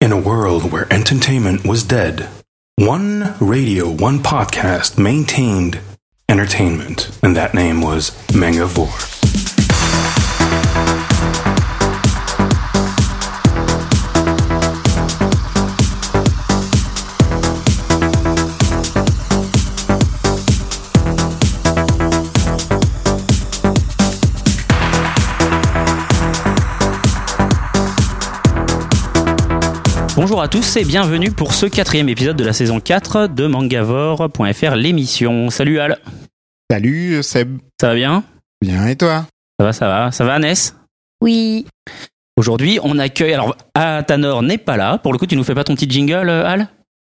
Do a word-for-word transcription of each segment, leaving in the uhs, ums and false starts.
In a world where entertainment was dead, one radio, one podcast maintained entertainment, and that name was Mangavore. Bonjour à tous et bienvenue pour ce quatrième épisode de la saison quatre de Mangavore point F R, l'émission. Salut Al. Salut Seb. Ça va bien ? Bien, et toi ? Ça va, ça va. Ça va Annès ? Oui. Aujourd'hui, on accueille... Alors, Athanor n'est pas là. Pour le coup, tu nous fais pas ton petit jingle, Al ?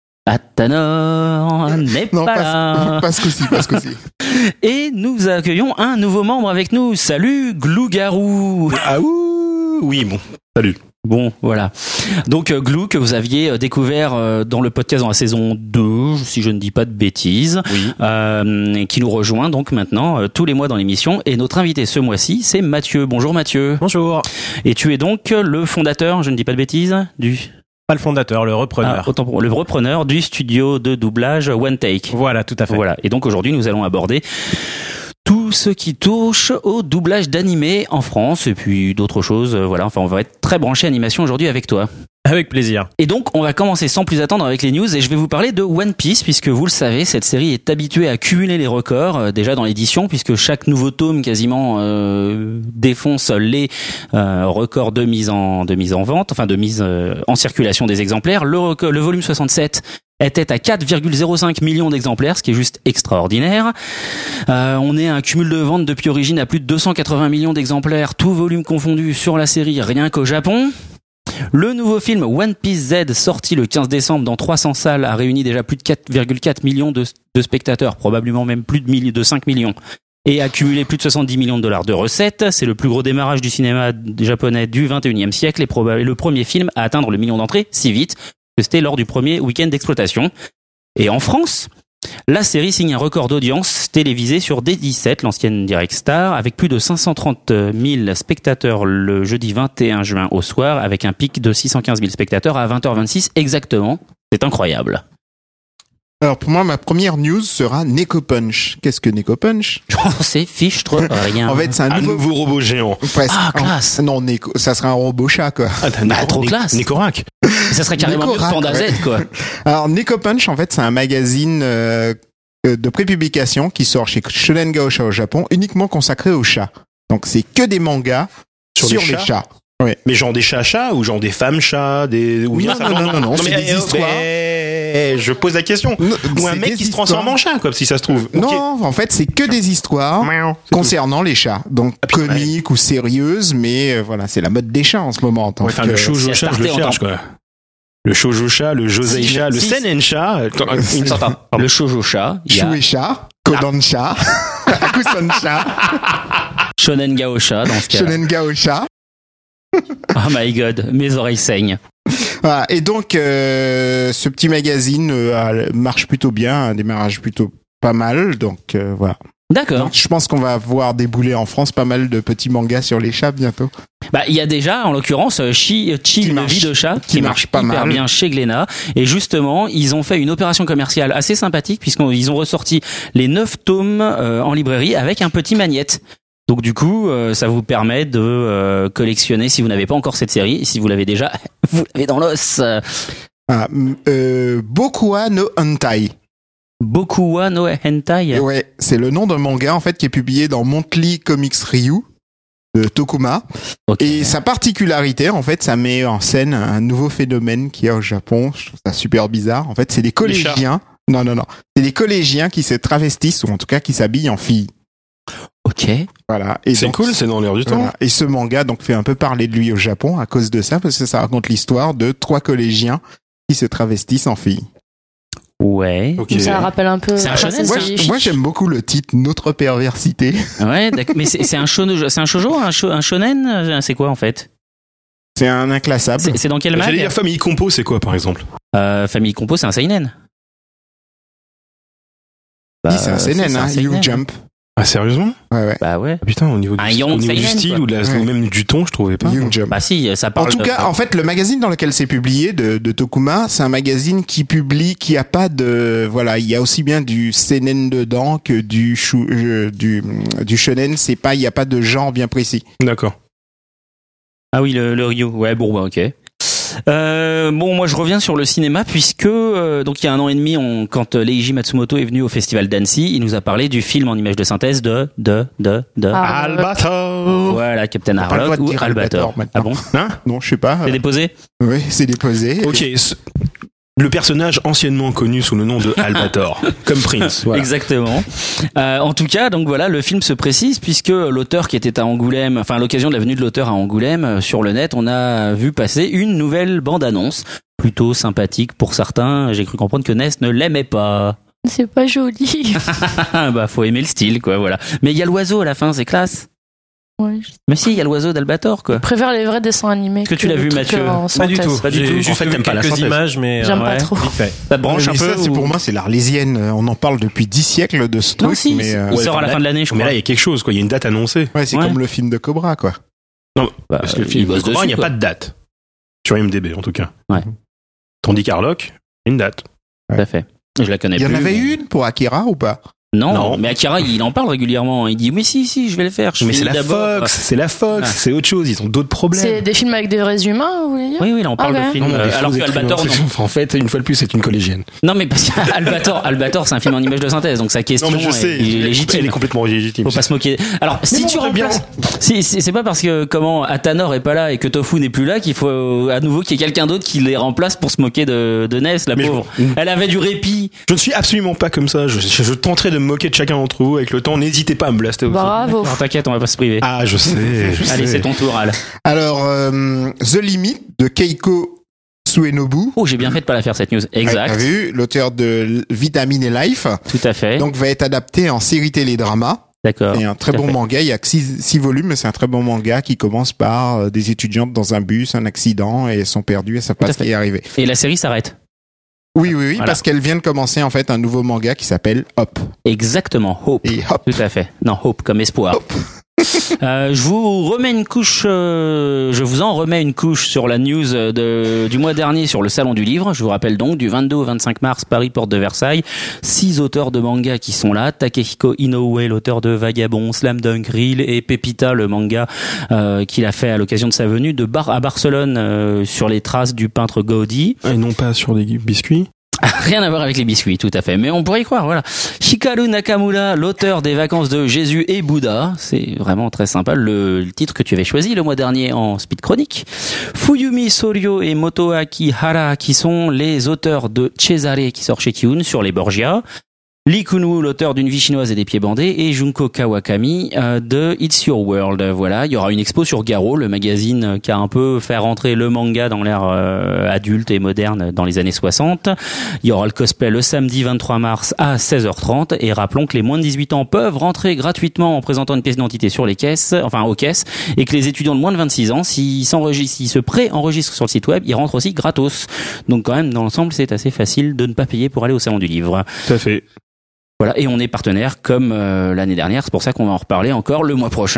Athanor n'est non, pas pas, là. Pas ce coup-ci, pas ce coup-ci. Et nous accueillons un nouveau membre avec nous. Salut Glougarou. Ah ouh, oui, bon, salut. Bon, voilà. Donc, euh, Glou, que vous aviez découvert euh, dans le podcast dans la saison deux, si je ne dis pas de bêtises, Oui. euh, qui nous rejoint donc maintenant euh, tous les mois dans l'émission. Et notre invité ce mois-ci, c'est Mathieu. Bonjour Mathieu. Bonjour. Et tu es donc le fondateur, je ne dis pas de bêtises, du... Pas le fondateur, le repreneur. Ah, autant pour... Le repreneur du studio de doublage One Take. Voilà, tout à fait. Voilà. Et donc aujourd'hui, nous allons aborder tout ce qui touche au doublage d'animé en France et puis d'autres choses. Voilà, enfin, on va être très branché animation aujourd'hui avec toi. Avec plaisir. Et donc, on va commencer sans plus attendre avec les news et je vais vous parler de One Piece puisque vous le savez, cette série est habituée à cumuler les records euh, déjà dans l'édition puisque chaque nouveau tome quasiment euh, défonce les euh, records de mise en de mise en vente, enfin de mise euh, en circulation des exemplaires. Le record, le volume soixante-sept était à quatre virgule zéro cinq millions d'exemplaires, ce qui est juste extraordinaire. Euh, on est à un cumul de ventes depuis origine à plus de deux cent quatre-vingts millions d'exemplaires, tout volume confondu sur la série, rien qu'au Japon. Le nouveau film One Piece Z, sorti le quinze décembre dans trois cents salles, a réuni déjà plus de quatre virgule quatre millions de, de spectateurs, probablement même plus de, mille, de cinq millions, et a cumulé plus de soixante-dix millions de dollars de recettes. C'est le plus gros démarrage du cinéma japonais du vingt et unième siècle et proba- le premier film à atteindre le million d'entrées si vite que c'était lors du premier week-end d'exploitation. Et en France, la série signe un record d'audience télévisée sur D dix-sept, l'ancienne Direct Star, avec plus de cinq cent trente mille spectateurs le jeudi vingt et un juin au soir, avec un pic de six cent quinze mille spectateurs à vingt heures vingt-six exactement. C'est incroyable. Alors pour moi, ma première news sera Neko Punch. Qu'est-ce que Neko Punch ? C'est fichtre rien. En fait, c'est un Un nouveau... nouveau robot géant. Presque. Ah, classe. En- Non, Neko, ça sera un robot chat, quoi. Ah, Bah, trop classe. Nicorac. Ça serait carrément mieux que Neko Panda Rack, ouais. Z, quoi. Alors, Neko Punch, en fait, c'est un magazine euh, de prépublication qui sort chez Shonen Gaosha au Japon, uniquement consacré aux chats. Donc, c'est que des mangas Sur sur, les les chats chats. Mais genre des chats chats ou genre des femmes chats des... ou bien Non, ça- non, non, non, non, c'est mais, des euh, histoires. mais je pose la question. Non, Ou un c'est mec des qui se transforme en chat, quoi, si ça se trouve. Non, Ok. en fait, c'est que des histoires Miaou, c'est tout. concernant les chats. Donc, Ah, putain, comiques ou sérieuses, mais euh, voilà, c'est la mode des chats en ce moment. Donc, Ouais, enfin, le euh, shoujo c'est chat, je le Astarté en cherche, quoi. Le shoujo chat, le josei Si, chat, le si. seinen chat. euh, Une sorte Le shoujo chat, il y a Chou et chat, Kodan chat, Akusan chat, Shonen Gaosha dans ce cas. Shonen Gao chat. Oh my god, mes oreilles saignent. Voilà. Et donc, euh, ce petit magazine euh, a- marche plutôt bien, un démarrage plutôt pas mal. Donc, euh, voilà. D'accord. Donc, je pense qu'on va voir débouler en France pas mal de petits mangas sur les chats bientôt. Bah, il y a déjà, en l'occurrence, Chi, Chi Qui une marche- vie de chat, qui marche pas hyper mal. bien chez Glénat. Et justement, ils ont fait une opération commerciale assez sympathique puisqu'ils ont ressorti les neuf tomes euh, en librairie avec un petit magnète. Donc du coup, euh, ça vous permet de euh, collectionner si vous n'avez pas encore cette série. Et si vous l'avez déjà, vous l'avez dans l'os. Voilà. Euh, Bokuwa no Hentai. Bokuwa no Hentai. Ouais, c'est le nom d'un manga en fait qui est publié dans Monthly Comics Ryu de Tokuma. Ok. Et sa particularité, en fait, ça met en scène un nouveau phénomène qu'il y a au Japon. Je trouve ça super bizarre. En fait, c'est des collégiens. Non, non, non. C'est des collégiens qui se travestissent ou en tout cas qui s'habillent en filles. Ok. Voilà. Et C'est donc, cool, c'est dans l'air du temps. voilà. Et ce manga donc fait un peu parler de lui au Japon à cause de ça, parce que ça raconte l'histoire de trois collégiens qui se travestissent en filles. Ouais. Ok. Ça rappelle un peu. C'est un enfin, shonen, Moi, c'est- je- moi, j'aime beaucoup le titre Notre perversité. Ouais, d'accord. Mais c'est c'est un shoujo, c'est un shoujo, un, sho- un shonen, euh, c'est quoi en fait? C'est un inclassable. C'est c'est dans quel mag? J'allais dire famille compo, c'est quoi par exemple? Euh, Famille Compo, c'est un seinen. Oui, c'est un Bah, seinen, c'est un hein, seinen. You Jump. Ah, sérieusement? Ouais, ouais. Bah ouais. Ah, putain, au niveau Un du, Young au niveau du Seinen, style quoi. ou, de la, Ouais. ou même du ton, je trouvais pas. Young Jump. Bah si, ça En parle. tout cas, en fait, le magazine dans lequel c'est publié de, de Tokuma, c'est un magazine qui publie, qui a pas de, voilà, il y a aussi bien du seinen dedans que du shou, euh, du, du shonen. C'est pas, il y a pas de genre bien précis. D'accord. Ah oui, le, le Ryu. Ouais, bon, bah, ok. Euh, bon, moi je reviens sur le cinéma puisque euh, donc il y a un an et demi, on, quand Leiji Matsumoto est venu au festival d'Annecy, il nous a parlé du film en images de synthèse de de de de Ah, Albator. voilà Captain pas le droit Harlock de ou dire Albator. Albator Ah maintenant. bon? Hein? Non, je sais pas. C'est déposé? Oui, c'est déposé. Ok. ce- Le personnage anciennement connu sous le nom de Albator, comme Prince. Voilà. Exactement. Euh, en tout cas, donc voilà, le film se précise puisque l'auteur qui était à Angoulême, enfin à l'occasion de la venue de l'auteur à Angoulême, euh, sur le net, on a vu passer une nouvelle bande-annonce, plutôt sympathique pour certains. J'ai cru comprendre que Ness ne l'aimait pas. C'est pas joli. Bah faut aimer le style, quoi, voilà. Mais il y a l'oiseau à la fin, c'est classe. Ouais, je Mais si, il y a l'oiseau d'Albator, quoi. préfère les vrais dessins animés. Est-ce que tu l'as les vu, trucs Mathieu? en Pas du synthèse. tout. Pas du J'ai tout. juste En fait, vu t'aimes pas la quelques synthèse. images, mais J'aime euh, pas ouais, trop. vite fait. Ça te branche Mais un peu ça, c'est ou- pour moi, c'est l'Arlésienne. On en parle depuis dix siècles de ce Non, truc, si, mais euh, il ouais, sort à la enfin, fin de l'année, je Mais crois. là, il y a quelque chose, quoi. Il y a une date annoncée. ouais, c'est Ouais. comme le film de Cobra, quoi. Bah, Parce que le il film, bosse de Cobra, dessus, il n'y a quoi. pas de date. Sur I M D B, en tout cas. Ouais. Tandis qu'Harlock, une date. Tout à fait. Je la connais Il y plus. en avait mais- une pour Akira ou pas? Non, Non. mais Akira, il en parle régulièrement. Il dit, oui, si, si, je vais le faire. Je Mais c'est finis la d'abord. Fox, c'est la Fox, Ah. c'est autre chose. Ils ont d'autres problèmes. C'est des films avec des vrais humains, vous voulez dire? Oui, oui, là, on parle Ok. de film. Non, non, Euh, des alors faux que êtres Albator, humains. non. C'est- En fait, une fois de plus, c'est une collégienne. Non, mais parce qu'Albator, Albator, c'est un film en image de synthèse, donc sa question Non, mais je est, sais. est légitime. Elle est complètement légitime. Faut pas se moquer. Alors, si bon, tu j'aime bien. remplaces, si, si- c'est pas parce que comment Atanor est pas là et que Tofu n'est plus là qu'il faut euh, à nouveau qu'il y ait quelqu'un d'autre qui les remplace pour se moquer de, de Ness, la Mais je- pauvre. Elle avait du répit. Je ne suis absolument pas comme ça. Je, je, je tenterai de me moquer de chacun d'entre vous avec le temps. N'hésitez pas à me blaster aussi. Bravo. Alors t'inquiète, on va pas se priver. Ah, je sais. je Allez, sais. c'est ton tour, Al. Alors, euh, The Limit de Keiko Suenobu. Oh, j'ai bien fait de pas la faire cette news. Exact. T'as vu, l'auteur de Vitamin et Life. Tout à fait. Donc, va être adapté en série télé-drama. D'accord. C'est un très Tout à bon fait. manga. Il y a que six, six volumes, mais c'est un très bon manga qui commence par euh, des étudiantes dans un bus, un accident, et elles sont perdues, elles savent pas Tout à ce qui fait. est arrivé. Et la série s'arrête. Oui, oui, oui, Voilà. parce qu'elle vient de commencer, en fait, un nouveau manga qui s'appelle Hop. Exactement. Hope. Et Hop. Tout à fait. Non, Hope comme espoir. Euh, je vous remets une couche, euh, je vous en remets une couche sur la news de, du mois dernier sur le Salon du Livre. Je vous rappelle donc du vingt-deux au vingt-cinq mars, Paris, porte de Versailles. Six auteurs de manga qui sont là. Takehiko Inoue, l'auteur de Vagabond, Slam Dunk Reel, et Pepita, le manga euh, qu'il a fait à l'occasion de sa venue de Bar à Barcelone euh, sur les traces du peintre Gaudi. Et non pas sur des biscuits. Rien à voir avec les biscuits, tout à fait. Mais on pourrait y croire, voilà. Hikaru Nakamura, l'auteur des Vacances de Jésus et Bouddha. C'est vraiment très sympa. Le, le titre que tu avais choisi le mois dernier en Speed Chronique. Fuyumi Soryo et Motoaki Hara, qui sont les auteurs de Cesare, qui sort chez Kiun, sur les Borgia. Lee Kun-woo, l'auteur d'une vie chinoise et des pieds bandés, et Junko Kawakami euh, de It's Your World. Voilà, il y aura une expo sur Garo, le magazine qui a un peu fait rentrer le manga dans l'ère euh, adulte et moderne dans les années soixante. Il y aura le cosplay le samedi vingt-trois mars à seize heures trente, et rappelons que les moins de dix-huit ans peuvent rentrer gratuitement en présentant une pièce d'identité sur les caisses, enfin aux caisses, et que les étudiants de moins de vingt-six ans, s'ils s'enregistrent, s'ils se pré-enregistrent sur le site web, ils rentrent aussi gratos. Donc quand même, dans l'ensemble, c'est assez facile de ne pas payer pour aller au Salon du Livre. Tout à fait. Voilà, et on est partenaire comme euh, l'année dernière, c'est pour ça qu'on va en reparler encore le mois prochain.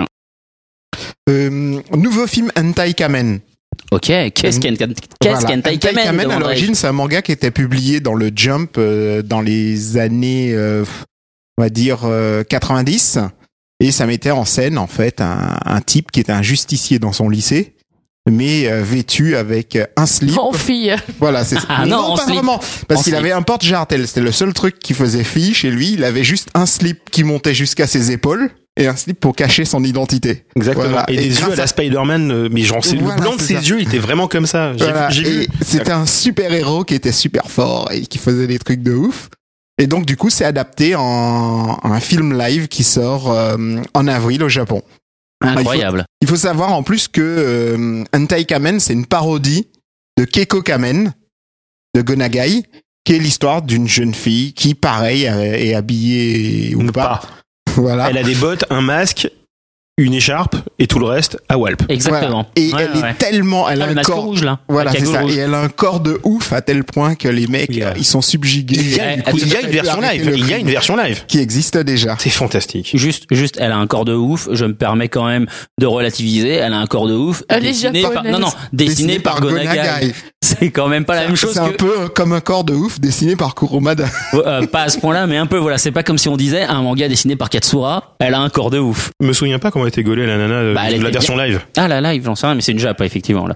Euh, nouveau film Hentai Kamen. Ok, qu'est-ce qu'un qu'est-ce Voilà. qu'un Hentai Taikamen Kamen, à demanderais-je. l'origine, c'est un manga qui était publié dans le Jump euh, dans les années, euh, on va dire, euh, quatre-vingt-dix. Et ça mettait en scène, en fait, un, un type qui était un justicier dans son lycée, mais euh, vêtu avec un slip. En fille. Voilà, c'est Ah non, en pas slip. vraiment. Parce En qu'il slip. avait un porte-jartel. C'était le seul truc qui faisait fi chez lui. Il avait juste un slip qui montait jusqu'à ses épaules et un slip pour cacher son identité. Exactement. Voilà. Et, Et des yeux grâce à la à- Spider-Man, euh, mais genre, c'est Voilà, le blanc de c'est ses ça. yeux, il était vraiment comme ça. J'ai Voilà. j'ai vu. Et c'était un super héros qui était super fort et qui faisait des trucs de ouf. Et donc, du coup, c'est adapté en, en un film live qui sort euh, en avril au Japon. Incroyable. Il faut savoir en plus que euh, Hentai Kamen, c'est une parodie de Keiko Kamen de Gonagai, qui est l'histoire d'une jeune fille qui, pareil, est habillée ou Ou pas. pas. Voilà. Elle a des bottes, un masque une écharpe et tout le reste à Walp. Exactement. Voilà. Et Ouais, elle ouais. est tellement, elle Ah, a le un masque corps rouge là. Voilà, La c'est cagoule ça. rouge. Et elle a un corps de ouf à tel point que les mecs, Il y a- ils sont subjugués. Il y a, Eh, il y a une version Arrêtez live. le Il y a rythme une version live. qui existe déjà. C'est fantastique. Juste, juste, elle a un corps de ouf. Je me permets quand même de relativiser. Elle a un corps de ouf. Elle est dessiné par, japonaise. non, non, dessiné, par Gonagai. C'est quand même pas la même chose C'est un que, peu comme un corps de ouf dessiné par Kurumada. euh, pas à ce point-là, mais un peu, voilà. C'est pas comme si on disait un manga dessiné par Katsura. Elle a un corps de ouf. Je me souviens pas comment était gaulée la nana de, Bah, elle de la était version live. Ah, la live, j'en sais rien, mais c'est une Jap, effectivement, là.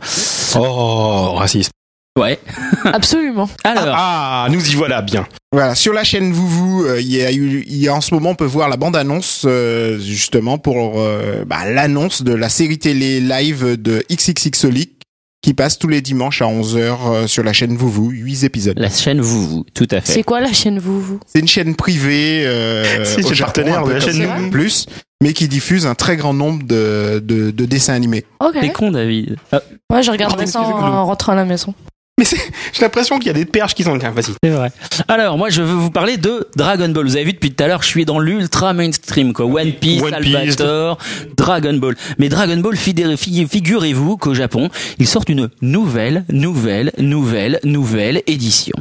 Oh, raciste. Ouais. Absolument. Alors. Ah, nous y voilà bien. Voilà, sur la chaîne Vouvou, euh, il y a eu, il y a en ce moment, on peut voir la bande-annonce euh, justement pour euh, bah, l'annonce de la série télé live de X X X Solic qui passe tous les dimanches à onze heures euh, sur la chaîne Vouvou, huit épisodes. La chaîne Vouvou, tout à fait. C'est quoi la chaîne vous vous C'est une chaîne privée euh, C'est au le Japon, partenaire un peu de la comme chaîne ça, Vouvou. plus, mais qui diffuse un très grand nombre de, de, de dessins animés. Ok. T'es con, David. Ah, Moi, je regarderai ça en, en rentrant à la maison. Mais c'est, j'ai l'impression qu'il y a des perches qui sont là. Vas-y. c'est vrai. Alors, moi, je veux vous parler de Dragon Ball. Vous avez vu depuis tout à l'heure, je suis dans l'ultra mainstream, quoi. One Piece, One Piece. Albator, Dragon Ball. Mais Dragon Ball, fidé- fi- figurez-vous qu'au Japon, ils sortent une nouvelle, nouvelle, nouvelle, nouvelle édition.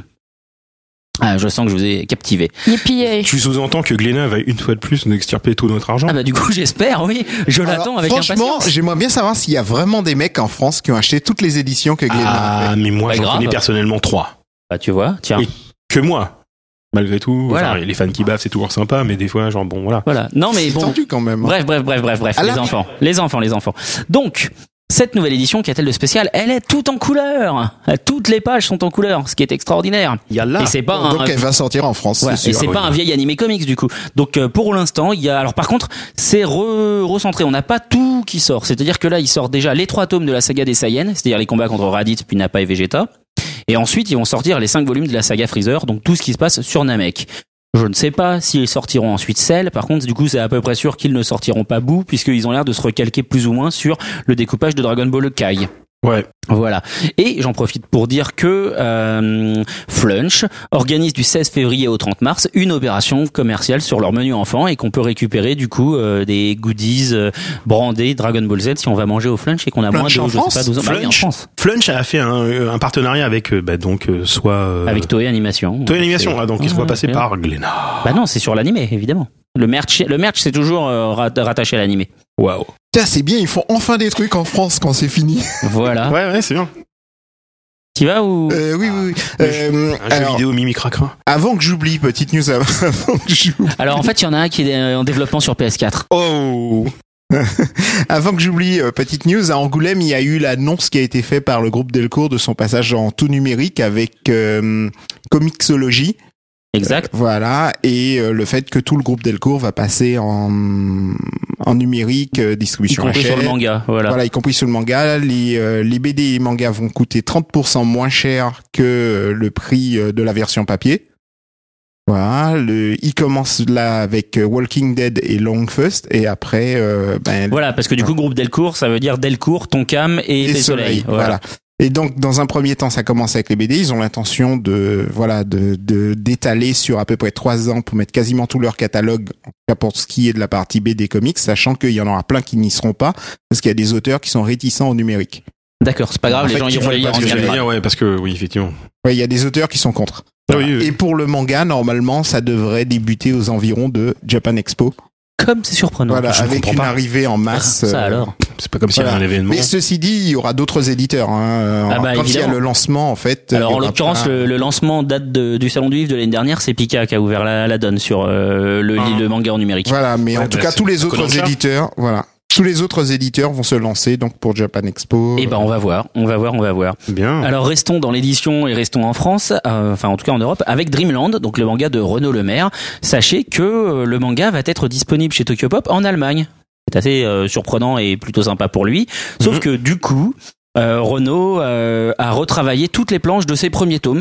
Ah, je sens que je vous ai captivé. Yippee. Tu sous-entends que Glénat va une fois de plus nous extirper tout notre argent. Ah bah du coup, j'espère, oui. Je l'attends Alors, avec franchement, impatience. j'aimerais bien savoir s'il y a vraiment des mecs en France qui ont acheté toutes les éditions que Glénat a Ah, fait. mais moi, Pas j'en grave. connais personnellement trois. Bah tu vois, tiens. Et que moi. Malgré tout, Voilà. enfin, les fans qui baffent, c'est toujours sympa, mais des fois, genre, bon, voilà. Voilà. Non mais C'est bon. tendu quand même. Bref, bref, bref, bref, bref. À Les la- enfants, les enfants, les enfants. Donc, cette nouvelle édition, qu'a-t-elle de spécial? Elle est toute en couleur. Toutes les pages sont en couleur, ce qui est extraordinaire. Il y a là. Et c'est pas un, Donc elle va sortir en France, voilà, c'est et sûr. c'est pas un vieil animé comics du coup. Donc euh, pour l'instant, il y a alors par contre, c'est re- recentré, on n'a pas tout qui sort. C'est-à-dire que là, il sort déjà les trois tomes de la saga des Saiyans, c'est-à-dire les combats contre Raditz, puis Nappa et Vegeta. Et ensuite, ils vont sortir les cinq volumes de la saga Freezer, donc tout ce qui se passe sur Namek. Je ne sais pas s'ils sortiront ensuite Cell. Par contre, du coup, c'est à peu près sûr qu'ils ne sortiront pas Boo, puisqu'ils ont l'air de se recalquer plus ou moins sur le découpage de Dragon Ball Kai. Ouais. Voilà. Et j'en profite pour dire que euh, Flunch organise du seize février au trente mars une opération commerciale sur leur menu enfant et qu'on peut récupérer du coup euh, des goodies euh, brandés Dragon Ball Z si on va manger au Flunch et qu'on a Flunch moins en de je France sais pas douze ans. Bah oui, en Flunch France. Flunch a fait un, un partenariat avec, euh, bah, donc, euh, soit, euh, Avec Toei Animation. Toei Animation, C'est- ah, donc, il se voit Ouais, passer ouais. par Glénat. Bah non, c'est sur l'animé évidemment. Le merch, le merch c'est toujours euh, rat- rattaché à l'animé. Waouh. Tiens, c'est bien, ils font enfin des trucs en France quand c'est fini. Voilà. Ouais, ouais, c'est bien. Tu vas ou Euh, oui, oui, oui. Le Euh, Un jeu alors, vidéo Mimi Cracra. avant que j'oublie, petite news avant avant que j'oublie. Alors en fait, il y en a un qui est euh, en développement sur P S quatre. Oh. Avant que j'oublie, euh, petite news, à Angoulême, il y a eu l'annonce qui a été faite par le groupe Delcourt de son passage en tout numérique avec euh, Comixology. Exact. Voilà, et euh, le fait que tout le groupe Delcourt va passer en, en numérique, euh, Y distribution à compris sur le chaîne. manga. Voilà. Voilà, y compris sur le manga. Les, euh, les B D et les mangas vont coûter trente pour cent moins cher que euh, le prix euh, de la version papier. Voilà, le, il commence là avec euh, Walking Dead et Long First, et après, euh, ben, Voilà, parce que du coup, groupe Delcourt, ça veut dire Delcourt, Tonkam et les Épée Soleil. Voilà. Voilà. Et donc, dans un premier temps, ça commence avec les B D. Ils ont l'intention de, voilà, de, de, d'étaler sur à peu près trois ans pour mettre quasiment tout leur catalogue, en tout cas pour ce qui est de la partie B D comics, sachant qu'il y en aura plein qui n'y seront pas, parce qu'il y a des auteurs qui sont réticents au numérique. D'accord, c'est pas grave, En les fait, gens ils iront veulent les lire pas en ce que J'allais diagonale. dire, ouais, parce que, oui, effectivement. Ouais, il y a des auteurs qui sont contre. Ah oui, oui. Et pour le manga, normalement, ça devrait débuter aux environs de Japan Expo. Comme c'est surprenant. Voilà, je avec comprends une pas. arrivée en masse. Ah, ça euh, alors. C'est pas comme s'il y avait Voilà. un événement. Mais ceci dit, il y aura d'autres éditeurs. Hein. Ah bah, Quand il y a évidemment. le lancement, en fait. Alors il y en aura l'occurrence, pas- le, le lancement date de- du salon du livre de l'année dernière, c'est Pika qui a ouvert la, la donne sur euh, le, Ah. le manga en numérique. Voilà, mais Ouais, en tout bah, cas, c'est tous les autres Kodansha. éditeurs, voilà. Tous les autres éditeurs vont se lancer donc pour Japan Expo. Et ben on va voir, on va voir, on va voir. Bien. Alors restons dans l'édition et restons en France, euh, enfin en tout cas en Europe, avec Dreamland, donc le manga de Renaud Lemaire. Sachez que euh, le manga va être disponible chez Tokyopop en Allemagne. C'est assez euh, surprenant et plutôt sympa pour lui. Sauf Mhm. que du coup, euh, Renaud euh, a retravaillé toutes les planches de ses premiers tomes.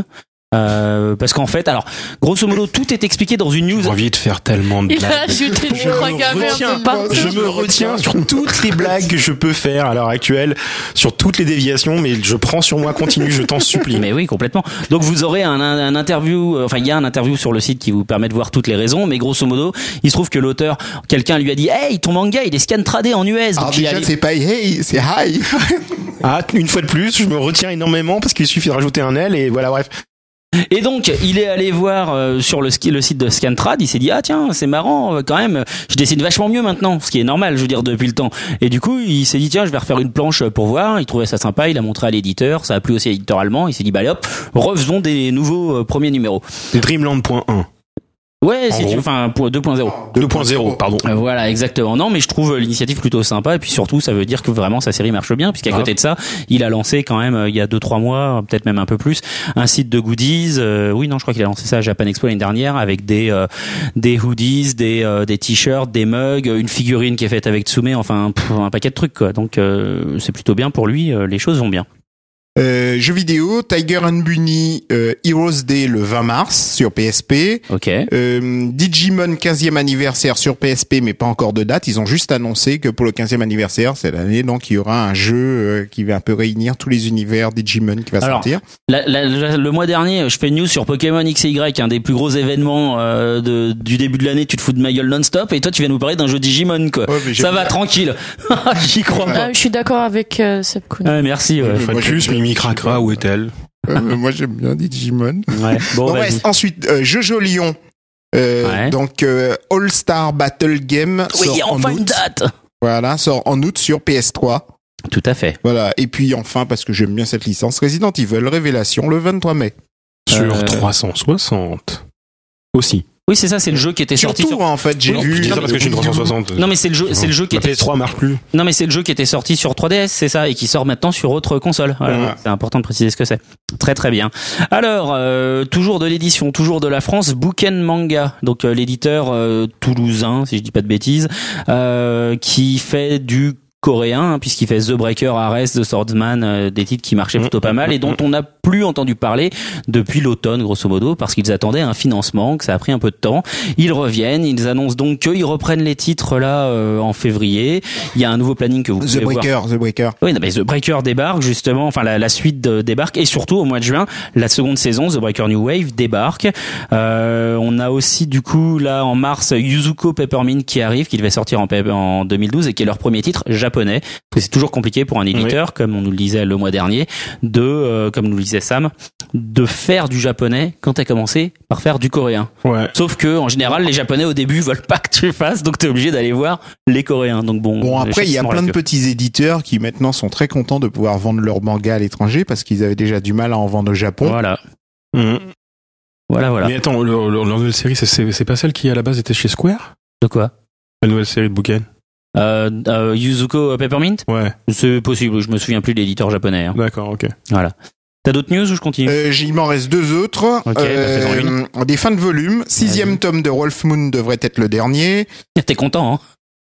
Euh, parce qu'en fait, alors, grosso modo, tout est expliqué dans une news. J'ai envie de faire tellement de Il a blagues. ajouté une Je croix me gammée un retiens, peu partout. je me retiens sur toutes les blagues que je peux faire à l'heure actuelle, sur toutes les déviations, mais je prends sur moi, continue, je t'en supplie. Mais oui, complètement. Donc vous aurez un, un, un interview, euh, enfin il y a un interview sur le site qui vous permet de voir toutes les raisons, mais grosso modo, il se trouve que l'auteur, quelqu'un lui a dit, hey, ton manga, il est scan tradé en U S. Alors Donc il déjà, a- c'est pas hey, c'est hi. Ah, une fois de plus, je me retiens énormément parce qu'il suffit de rajouter un L et voilà, bref. Et donc, il est allé voir euh, sur le, ski- le site de Scantrad, il s'est dit, ah tiens, c'est marrant, euh, quand même, je dessine vachement mieux maintenant, ce qui est normal, je veux dire, depuis le temps. Et du coup, il s'est dit, tiens, je vais refaire une planche pour voir, il trouvait ça sympa, il a montré à l'éditeur, ça a plu aussi à l'éditeur allemand, il s'est dit, bah allez hop, refaisons des nouveaux euh, premiers numéros. C'est Dreamland point un. Ouais, En si gros. tu, enfin, pour deux point zéro. deux point zéro, pardon. Euh, Voilà, exactement. Non, mais je trouve l'initiative plutôt sympa, et puis surtout, ça veut dire que vraiment sa série marche bien, puisqu'à Ah. côté de ça, il a lancé quand même, euh, il y a deux trois mois, peut-être même un peu plus, un site de goodies. Euh, oui, non, je crois qu'il a lancé ça à Japan Expo l'année dernière, avec des euh, des hoodies, des euh, des t-shirts, des mugs, une figurine qui est faite avec Tsume, enfin pff, un paquet de trucs quoi. Donc euh, c'est plutôt bien pour lui, euh, les choses vont bien. Euh, jeux vidéo, Tiger and Bunny euh, Heroes Day le vingt mars sur P S P. Ok. Euh, Digimon quinzième anniversaire sur P S P, mais pas encore de date. Ils ont juste annoncé que pour le quinzième anniversaire, cette année, donc il y aura un jeu euh, qui va un peu réunir tous les univers Digimon qui va Alors, sortir. La- la- la- le mois dernier, je fais une news sur Pokémon X et Y, un des plus gros événements euh, de, du début de l'année. Tu te fous de ma gueule non-stop, et toi tu viens nous parler d'un jeu Digimon quoi. Ouais, mais j'aime Ça va bien. tranquille. J'y crois pas. Ah, je suis d'accord avec euh, Seb Kuhn. Ouais, merci. Ouais. Ouais, Une fois de moi, plus, j'aime bien. Mimi Cracra, où est-elle? Euh, moi j'aime bien Digimon. Ouais. Bon, Bon, vas-y. ouais, ensuite, euh, Jojo Lion. Euh, Ouais. Donc euh, All Star Battle Game Oui, sort en enfin une août. date. Voilà, sort en août sur P S trois. Tout à fait. Voilà, et puis enfin parce que j'aime bien cette licence, Resident Evil Révélation le vingt-trois mai. Sur Euh, trois cent soixante. Aussi. Oui, c'est ça, c'est le jeu qui était sorti Surtout sur... en fait, j'ai Oui, vu. Je dis ça parce que je suis une trois cent soixante. Non mais c'est le jeu, c'est le jeu qui La était P S trois marche plus. Non mais c'est le jeu qui était sorti sur trois D S, c'est ça, et qui sort maintenant sur autre console. Voilà. Ouais. C'est important de préciser ce que c'est. Très très bien. Alors, euh, toujours de l'édition, toujours de la France, Bouken Manga, donc euh, l'éditeur euh, toulousain, si je dis pas de bêtises, euh, qui fait du coréen, hein, puisqu'il fait The Breaker, Ares, The Swordsman, euh, des titres qui marchaient plutôt pas mal et dont on n'a plus entendu parler depuis l'automne, grosso modo, parce qu'ils attendaient un financement, que ça a pris un peu de temps. Ils reviennent, ils annoncent donc qu'ils reprennent les titres là euh, en février. Il y a un nouveau planning que vous The pouvez voir. Breaker, The Breaker. Oui, non, mais The Breaker débarque justement, enfin la, la suite de, débarque, et surtout au mois de juin, la seconde saison, The Breaker New Wave, débarque. Euh, on a aussi du coup là en mars Yuzuko Peppermint qui arrive, qui devait sortir en, pe- en deux mille douze et qui est leur premier titre japonais. Parce que c'est toujours compliqué pour un éditeur, comme on nous le disait le mois dernier, de, euh, comme nous le disait Sam, de faire du japonais quand t'as commencé par faire du coréen. Ouais. Sauf que en général, les japonais au début veulent pas que tu fasses, donc t'es obligé d'aller voir les coréens. Donc bon. Bon, après, il y a plein de peu. petits éditeurs qui maintenant sont très contents de pouvoir vendre leur manga à l'étranger parce qu'ils avaient déjà du mal à en vendre au Japon. Voilà. Mhm. Voilà, voilà. Mais attends, leur, leur- leur nouvelle série, c'est- c'est c'est pas celle qui à la base était chez Square? De quoi? La nouvelle série de Bouken? Euh, euh, Yuzuko Peppermint? Ouais, C'est possible, je me souviens plus de l'éditeur japonais. Hein. d'accord, ok. Voilà. T'as d'autres news ou je continue? Euh, j- il m'en reste deux autres. Ok, bah, fais-en des fins de volume. Sixième Vas-y. tome de Wolf Moon devrait être le dernier. T'es content,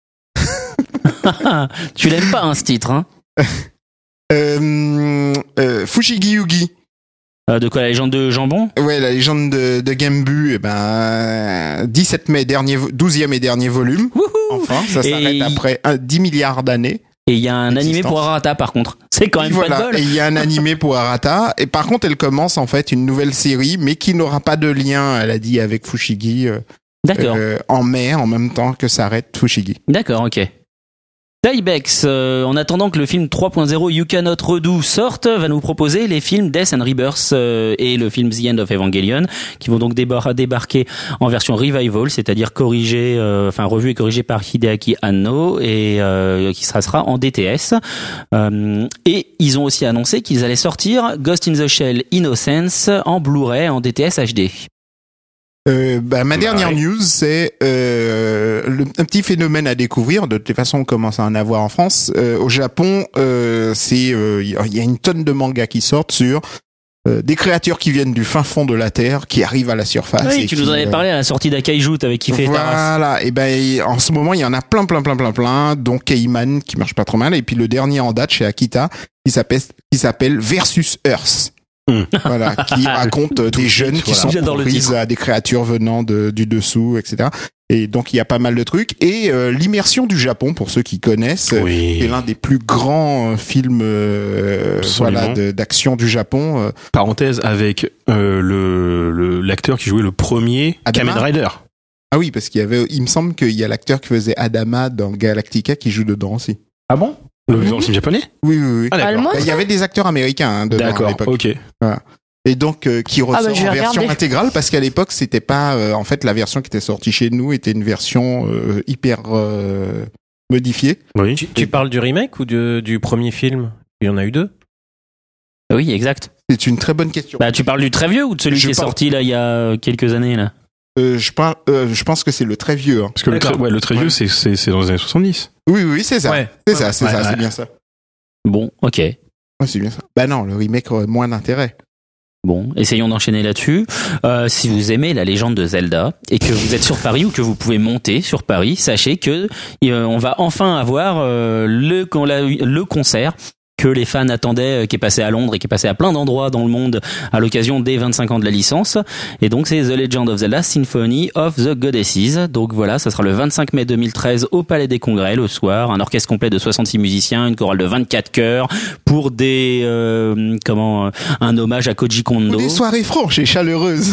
hein? Tu l'aimes pas, hein, ce titre, hein? Euh, euh, Fushigi Yugi. Euh, de quoi, la légende de Jambon? Ouais, la légende de, de Gembu. Eh ben, euh, dix-sept mai, dernier, vo- douzième et dernier volume. Wouhou! Enfin, ça Et s'arrête il- après un- dix milliards d'années. Et il y a un animé Existence. pour Arata, par contre. C'est quand Et même voilà. pas de bol. Et il y a un animé pour Arata. Et par contre, elle commence en fait une nouvelle série, mais qui n'aura pas de lien, elle a dit, avec Fushigi. euh, D'accord. euh, en mai, en même temps que s'arrête Fushigi. D'accord, ok. Tybex, euh, en attendant que le film trois point zéro You Cannot Redo sorte, va nous proposer les films Death and Rebirth euh, et le film The End of Evangelion, qui vont donc débar- débarquer en version revival, c'est-à-dire corrigé, euh, enfin revu et corrigé par Hideaki Anno et euh, qui sera, sera en D T S. Euh, et ils ont aussi annoncé qu'ils allaient sortir Ghost in the Shell Innocence en Blu-ray en D T S H D. Euh, bah, ma dernière Ouais. news, c'est euh, le- un petit phénomène à découvrir. De toute façon, on commence à en avoir en France. Euh, au Japon, euh, c'est euh, il y a une tonne de mangas qui sortent sur euh, des créatures qui viennent du fin fond de la terre, qui arrivent à la surface. Oui, et tu qui, nous en avais euh, parlé à la sortie d'Akaijut avec qui fait Taras. Voilà. Et ben en ce moment, il y en a plein, plein, plein, plein, plein. Dont Cayman qui marche pas trop mal. Et puis le dernier en date chez Akita, qui s'appelle qui s'appelle Versus Earth. Mmh. Voilà, qui raconte euh, des jeunes qui voilà. sont J'adore le prises titre. à des créatures venant de, du dessous, et cetera. Et donc il y a pas mal de trucs. Et euh, l'immersion du Japon, pour ceux qui connaissent, Oui. est l'un des plus grands euh, films euh, Absolument. voilà, de, d'action du Japon. Euh, Parenthèse avec euh, le, le l'acteur qui jouait le premier Adama. Kamen Rider. Ah oui, parce qu'il y avait, il me semble qu'il y a l'acteur qui faisait Adama dans Galactica qui joue dedans aussi. Ah bon? Le, dans le film japonais? Oui, oui, oui. Ah d'accord. Allemand, Bah, il y avait des acteurs américains hein, dedans à D'accord. l'époque. Ok. Et donc euh, qui ressort bah, je vais en version regarder. intégrale parce qu'à l'époque c'était pas euh, en fait la version qui était sortie chez nous était une version euh, hyper euh, modifiée. Oui. Tu, tu parles du remake ou du, du premier film? Il y en a eu deux. Oui, exact. C'est une très bonne question. Bah, tu parles du très vieux ou de celui Je qui est parle- sorti là il y a quelques années là? Euh, je pense euh, je pense que c'est le très vieux. Hein. Parce que le très, D'accord. ouais, le très Ouais. vieux, c'est, c'est, c'est dans les années soixante-dix. Oui oui c'est ça. Ouais. C'est ça c'est Ouais, ça ouais. c'est bien ça. Bon, ok. Ouais, c'est bien ça. Bah non le remake aurait moins d'intérêt. Bon, essayons d'enchaîner là-dessus. Euh, si vous aimez la légende de Zelda et que vous êtes sur Paris ou que vous pouvez monter sur Paris, sachez que euh, on va enfin avoir euh, le, qu'on l'a eu- le concert que les fans attendaient, euh, qui est passé à Londres et qui est passé à plein d'endroits dans le monde à l'occasion des vingt-cinq ans de la licence. Et donc c'est The Legend of Zelda Symphony of the Goddesses. Donc voilà, ça sera le vingt-cinq mai deux mille treize au Palais des Congrès le soir. Un orchestre complet de soixante-six musiciens, une chorale de vingt-quatre chœurs pour des euh, comment euh, un hommage à Koji Kondo. Des soirées franches et chaleureuses.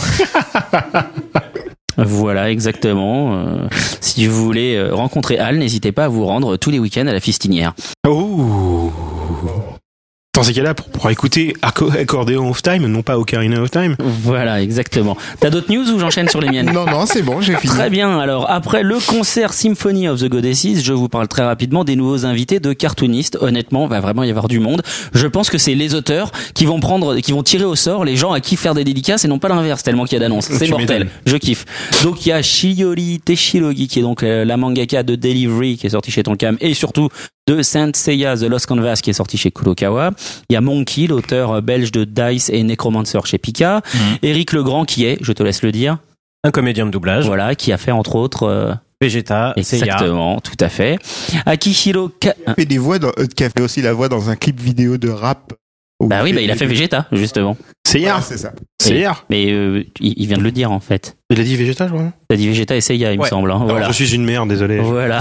Voilà, exactement. Euh, si vous voulez euh, rencontrer Al, n'hésitez pas à vous rendre tous les week-ends à la Fistinière. Oh. Dans ces cas-là, pour pouvoir écouter Acco- Accordéon of Time, non pas Ocarina of Time. Voilà, exactement. T'as d'autres news ou j'enchaîne sur les miennes? Non non c'est bon j'ai fini. Très bien. Alors, après le concert Symphony of the Goddesses, je vous parle très rapidement des nouveaux invités de cartoonistes. Honnêtement, va vraiment y avoir du monde. Je pense que c'est les auteurs qui vont prendre, qui vont tirer au sort les gens à qui faire des dédicaces et non pas l'inverse, tellement qu'il y a d'annonces. C'est Tu mortel. m'étonnes. Je kiffe. Donc, il y a Shiori Teshirogi, qui est donc euh, la mangaka de Delivery, qui est sorti chez Tonkam, et surtout de Saint Seiya The Lost Canvas, qui est sorti chez Kurokawa. Il y a Monkey, l'auteur belge de Dice et Necromancer chez Pika. Eric Legrand, qui est, je te laisse le dire, Un comédien de doublage. voilà, qui a fait entre autres euh, Vegeta, Seiya. exactement, tout à fait. Akihiro Ka... Il fait des voix dans, euh, qui a fait aussi la voix dans un clip vidéo de rap. où Bah oui, bah des- il a fait Vegeta justement. C'est hier. Voilà, c'est ça. C'est hier. Mais euh, il il vient de le dire en fait. Il a dit Vegeta, je crois. T'as dit Vegeta et Seiya, il me Ouais. semble. hein. Alors, Voilà. je suis une merde, désolé. Voilà.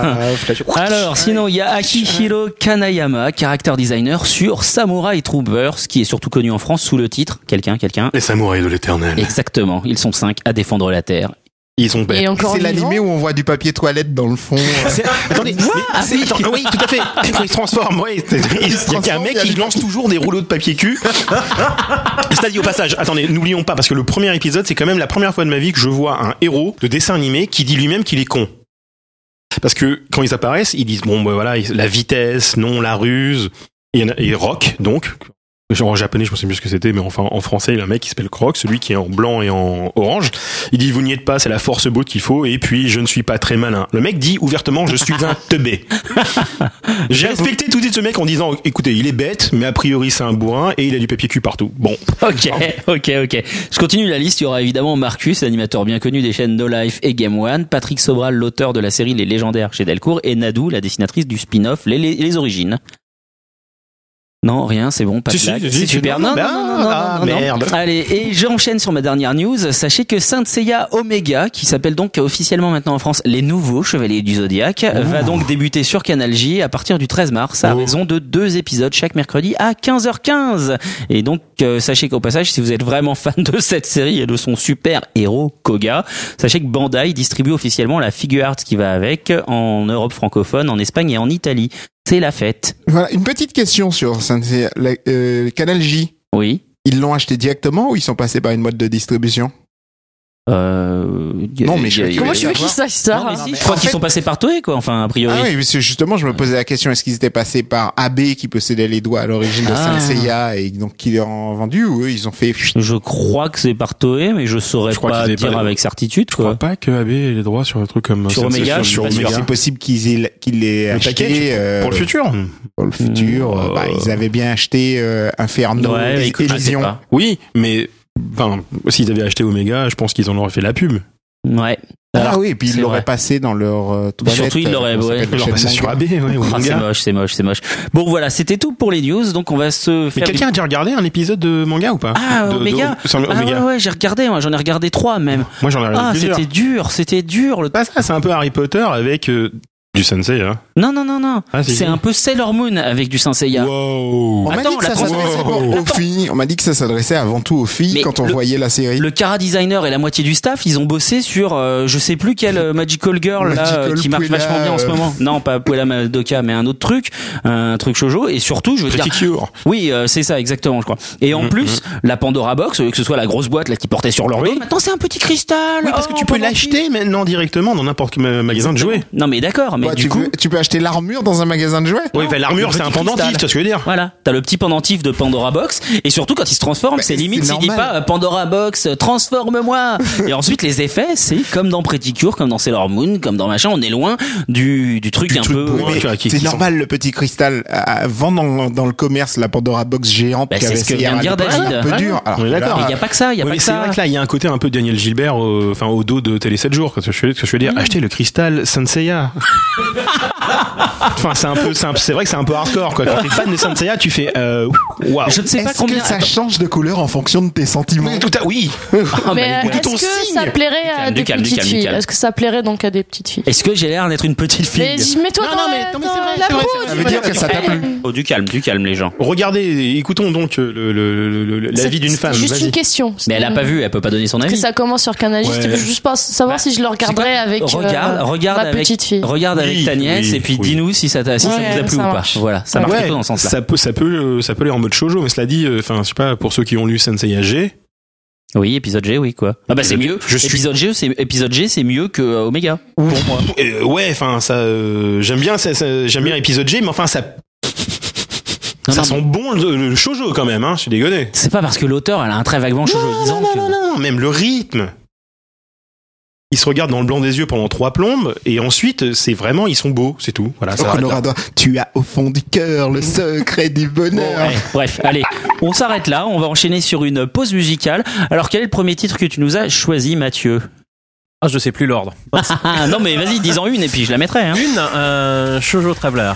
Alors, sinon, il y a Akihiro Kanayama, character designer sur Samurai Troopers, qui est surtout connu en France sous le titre Quelqu'un, quelqu'un. Les samouraïs de l'éternel. Exactement. Ils sont cinq à défendre la Terre. Ils sont bêtes. Et encore C'est vivant. l'animé où on voit du papier toilette dans le fond. C'est- Attendez, mais- Ah c'est- oui. attends, oui, tout à fait. Quand il se transforme, oui. Il y a qu'un transforme, mec il y a qui des- lance toujours des rouleaux de papier cul. C'est-à-dire dit au passage, attendez, n'oublions pas, parce que le premier épisode, c'est quand même la première fois de ma vie que je vois un héros de dessin animé qui dit lui-même qu'il est con. Parce que quand ils apparaissent, ils disent bon, ben voilà, la vitesse, non, la ruse, et, il y en a- et rock, donc. Genre en japonais, je ne sais plus ce que c'était, mais enfin en français, il y a un mec qui s'appelle Croc, celui qui est en blanc et en orange. Il dit vous n'y êtes pas, c'est la force brute qu'il faut, et puis je ne suis pas très malin. Le mec dit ouvertement je suis un teubé. J'ai respecté tout de suite ce mec en disant écoutez, il est bête, mais a priori c'est un bourrin et il a du papier cul partout. Bon. Ok, ok, ok. Je continue la liste. Il y aura évidemment Marcus, l'animateur bien connu des chaînes No Life et Game One, Patrick Sobral, l'auteur de la série Les Légendaires chez Delcourt, et Nadou, la dessinatrice du spin-off Les, les, les Origines. Non, rien, c'est bon, pas de Si, si, blague. si, C'est si, super. non, Non, non, non, non, ah, non, non, ah, non, non. merde. Allez, et j'enchaîne sur ma dernière news. Sachez que Saint Seiya Omega, qui s'appelle donc officiellement maintenant en France Les Nouveaux Chevaliers du Zodiaque, va donc débuter sur Canal J à partir du treize mars, à Oh. raison de deux épisodes chaque mercredi à quinze heures quinze. Et donc, euh, sachez qu'au passage, si vous êtes vraiment fan de cette série et de son super héros Koga, sachez que Bandai distribue officiellement la figure art qui va avec en Europe francophone, en Espagne et en Italie. C'est la fête. Voilà, une petite question sur Sensei- la- euh, Canal J. Oui. Ils l'ont acheté directement ou ils sont passés par une mode de distribution? Euh, Non, mais je- y a- y a- Comment tu veux qu'ils sachent ça Non, mais si, mais je crois en qu'ils fait- sont passés par Toei, quoi. Enfin, a priori. Ah oui, parce que justement, je me posais la question, est-ce qu'ils étaient passés par A B qui possédait les droits à l'origine de Ah. Saint Seiya et donc qui leur ont vendu, ou eux, ils ont fait... Je crois que c'est par Toei, mais je saurais Je crois pas qu'ils avaient dire pas- avec certitude, Je crois quoi. pas que A B ait les droits sur un truc comme Sur Sensei Omega, je suis sur pas sûr. Omega. C'est possible qu'ils aient, qu'ils l'aient Le acheté package euh, pour le futur. pour le futur. Mmh. euh, bah, ils avaient bien acheté euh, Inferno Ouais, mais et écoute, je sais Elysion. pas. Oui, mais enfin, s'ils avaient acheté Omega, je pense qu'ils en auraient fait la pub. Ouais. Ah oui, et puis ils c'est l'auraient vrai. passé dans leur euh, toilette. Surtout, ils l'auraient, euh, comment ouais. s'appelle, la Ils l'ont chaîne passé sur manga. A B, ouais, ou Ah, c'est manga. moche, c'est moche, c'est moche. Bon voilà, c'était tout pour les news, donc on va se Mais faire. quelqu'un a déjà regardé un épisode de manga ou pas? Ah, de, de- Omega. sur le Ah Omega. ouais, ouais, j'ai regardé, moi, j'en ai regardé trois même. Moi j'en ai regardé Ah, plusieurs. c'était dur, c'était dur. Le... Pas ça, c'est un peu Harry Potter avec euh, du Sensei, hein. Non, non, non, non. Ah, si, c'est si. un peu Sailor Moon avec du Saint Seiya. Wow. On m'a Attends, dit que la ça s'adressait trans- aux filles. On m'a dit que ça s'adressait avant tout aux filles Mais quand on le- voyait la série. Le Cara Designer et la moitié du staff, ils ont bossé sur, euh, je sais plus quelle euh, Magical Girl là, Magical euh, qui marche Puella, vachement bien en ce euh. moment. Non, pas Puella Madoka, mais un autre truc, un truc shoujo. Et surtout, je veux Petit dire, Cure. oui, euh, c'est ça exactement, je crois. Et en Mhm, plus, la Pandora Box, euh, que ce soit la grosse boîte là qui portait sur leur dos, Oui. maintenant c'est un petit cristal. Oui, parce Oh, que tu peux pendant l'acheter maintenant directement dans n'importe quel magasin de jouets. Non mais d'accord, mais Ouais, du tu, coup, peux, tu peux acheter l'armure dans un magasin de jouets. Oui, enfin, l'armure, le c'est un petit pendentif, cristal. tu vois ce que je veux dire. voilà, t'as le petit pendentif de Pandora Box, et surtout quand il se transforme, Bah, c'est c'est limite s'il dit normal. pas euh, Pandora Box, euh, transforme-moi. Et ensuite les effets, c'est comme dans Pretty Cure, comme dans Sailor Moon, comme dans machin, on est loin du, du truc Du un truc peu. bourrin, ouais. tu vois, qui- C'est qui normal, le petit cristal. Euh, vend dans, dans le commerce la Pandora Box géante. Bah, qui c'est avait ce que essayé vient de à dire l'époque, David. un peu Ouais. dur. Alors On est que d'accord. Mais là, il y a pas que ça, il y a Oui, pas mais que c'est ça. vrai que là, il y a un côté un peu Daniel Gilbert, euh, enfin au dos de Télé sept jours. Ce que je, ce que je veux dire, acheter le cristal Senseiya. Enfin, c'est un peu, c'est, un- c'est vrai que c'est un peu hardcore, quoi. Quand t'es fan de Senseiya, tu fais, euh, waouh. Je ne sais pas Est-ce combien. que ça change de couleur en fonction de tes sentiments? Oui, tout à, oui. Ah, bah, Mais écoute, euh, ton est-ce que signe. ça plairait à Du des calme, du petites calme, du filles? calme. Est-ce que ça plairait donc à des petites filles? Est-ce que j'ai l'air d'être une petite Mais fille? mets-toi Non, dans, non, mais- la- non, mais dans c'est vrai, la c'est vrai, peau, c'est vrai. tu Ça veut vois. dire que ça t'a plu. Oh, du calme, du calme, les gens. Regardez, écoutons donc le, le, le, le- la C'est- vie d'une c'est femme. juste Vas-y. une question. Mais elle a pas vu, elle peut pas donner son Parce que avis. ça commence sur Canal J, Ouais. c'était juste pas savoir Bah, si je le regarderais avec euh, Regarde, regarde ma avec, petite fille. regarde avec Oui, ta nièce oui, et puis oui. dis-nous si ça t'a, si ça Ouais, vous a plu ça ou pas. marche. Voilà, ça Ouais. marche Ouais, plutôt dans ce sens-là. ça peut, ça peut, euh, ça peut aller en mode shoujo, mais cela dit, euh, enfin, je sais pas, pour ceux qui ont lu Senseiya G, Oui, épisode G, oui, quoi. Ah bah c'est mieux. Je suis- Épisode G, c'est, épisode G, c'est mieux que euh, Omega. Pour moi. Euh, ouais, enfin, ça, euh, j'aime bien, ça, ça- j'aime bien épisode G, mais enfin, ça, Non, ça non, sent bon le, le shoujo quand même, hein. Je suis dégonné. C'est pas parce que l'auteur, elle a un très vaguement shoujoisant non, que... non, non, non, même le rythme. Ils se regardent dans le blanc des yeux pendant trois plombes, et ensuite, c'est vraiment, ils sont beaux, c'est tout. Voilà, ça Oh, arrête là. Colorado, tu as au fond du cœur le secret du bonheur. Ouais, bref, allez, on s'arrête là, on va enchaîner sur une pause musicale. Alors quel est le premier titre que tu nous as choisi, Mathieu? Ah, je sais plus l'ordre. Ah non mais vas-y, dis-en une et puis je la mettrai. Hein. Une, un Shoujo Traveler.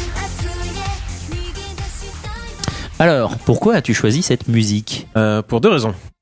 Alors, pourquoi as-tu choisi cette musique? Euh, pour deux raisons.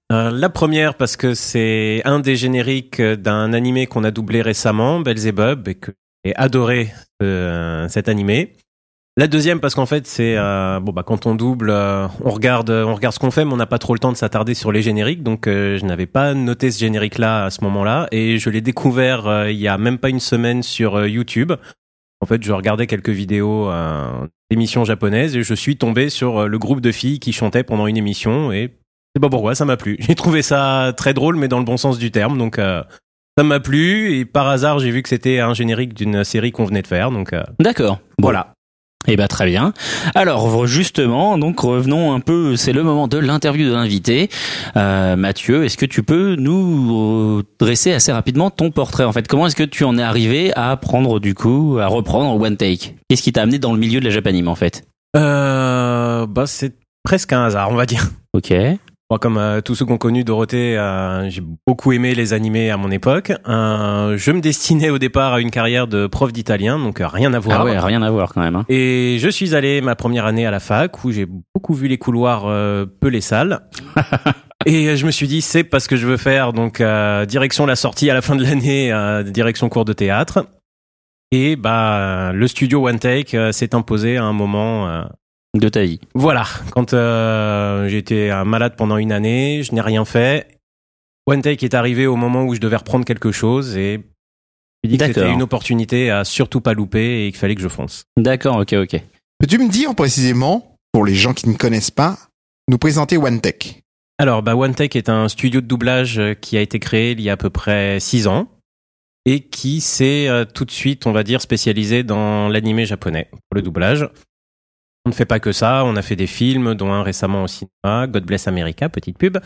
Euh, la première parce que c'est un des génériques d'un animé qu'on a doublé récemment, Belzebub, et que j'ai adoré euh, cet animé. La deuxième parce qu'en fait c'est euh, bon bah quand on double, euh, on regarde on regarde ce qu'on fait, mais on n'a pas trop le temps de s'attarder sur les génériques, donc euh, je n'avais pas noté ce générique-là à ce moment-là, et je l'ai découvert euh, il y a même pas une semaine sur euh, YouTube. En fait, je regardais quelques vidéos euh, d'émissions japonaises et je suis tombé sur euh, le groupe de filles qui chantaient pendant une émission, et je sais pas pourquoi, ça m'a plu. J'ai trouvé ça très drôle, mais dans le bon sens du terme. Donc, euh, ça m'a plu. Et par hasard, j'ai vu que c'était un générique d'une série qu'on venait de faire. Donc, euh, d'accord. Bon. Voilà. Eh ben très bien. Alors justement, donc revenons un peu. C'est le moment de l'interview de l'invité. Euh, Mathieu, est-ce que tu peux nous dresser assez rapidement ton portrait? En fait, comment est-ce que tu en es arrivé à prendre du coup, à reprendre One Take? Qu'est-ce qui t'a amené dans le milieu de la Japanime en fait? euh, Bah, c'est presque un hasard, on va dire. Ok. Moi, comme euh, tous ceux qui ont connu Dorothée, euh, j'ai beaucoup aimé les animés à mon époque. Euh, je me destinais au départ à une carrière de prof d'italien, donc euh, rien à voir. Ah ouais, rien à voir quand même. Hein. Et je suis allé ma première année à la fac, où j'ai beaucoup vu les couloirs, euh, peu les salles. Et je me suis dit, c'est pas ce que je veux faire. Donc, euh, direction la sortie à la fin de l'année, euh, direction cours de théâtre. Et bah, le studio One Take euh, s'est imposé à un moment... Euh, de ta vie. Voilà, quand euh, j'étais malade pendant une année, je n'ai rien fait. One Take est arrivé au moment où je devais reprendre quelque chose, et je me suis dit que c'était une opportunité à surtout pas louper et qu'il fallait que je fonce. D'accord, ok, ok. Peux-tu me dire précisément, pour les gens qui ne connaissent pas, nous présenter One Take? Alors, bah, One Take est un studio de doublage qui a été créé il y a à peu près six ans et qui s'est euh, tout de suite, on va dire, spécialisé dans l'animé japonais pour le doublage. On ne fait pas que ça, on a fait des films, dont un récemment au cinéma, God Bless America, petite pub.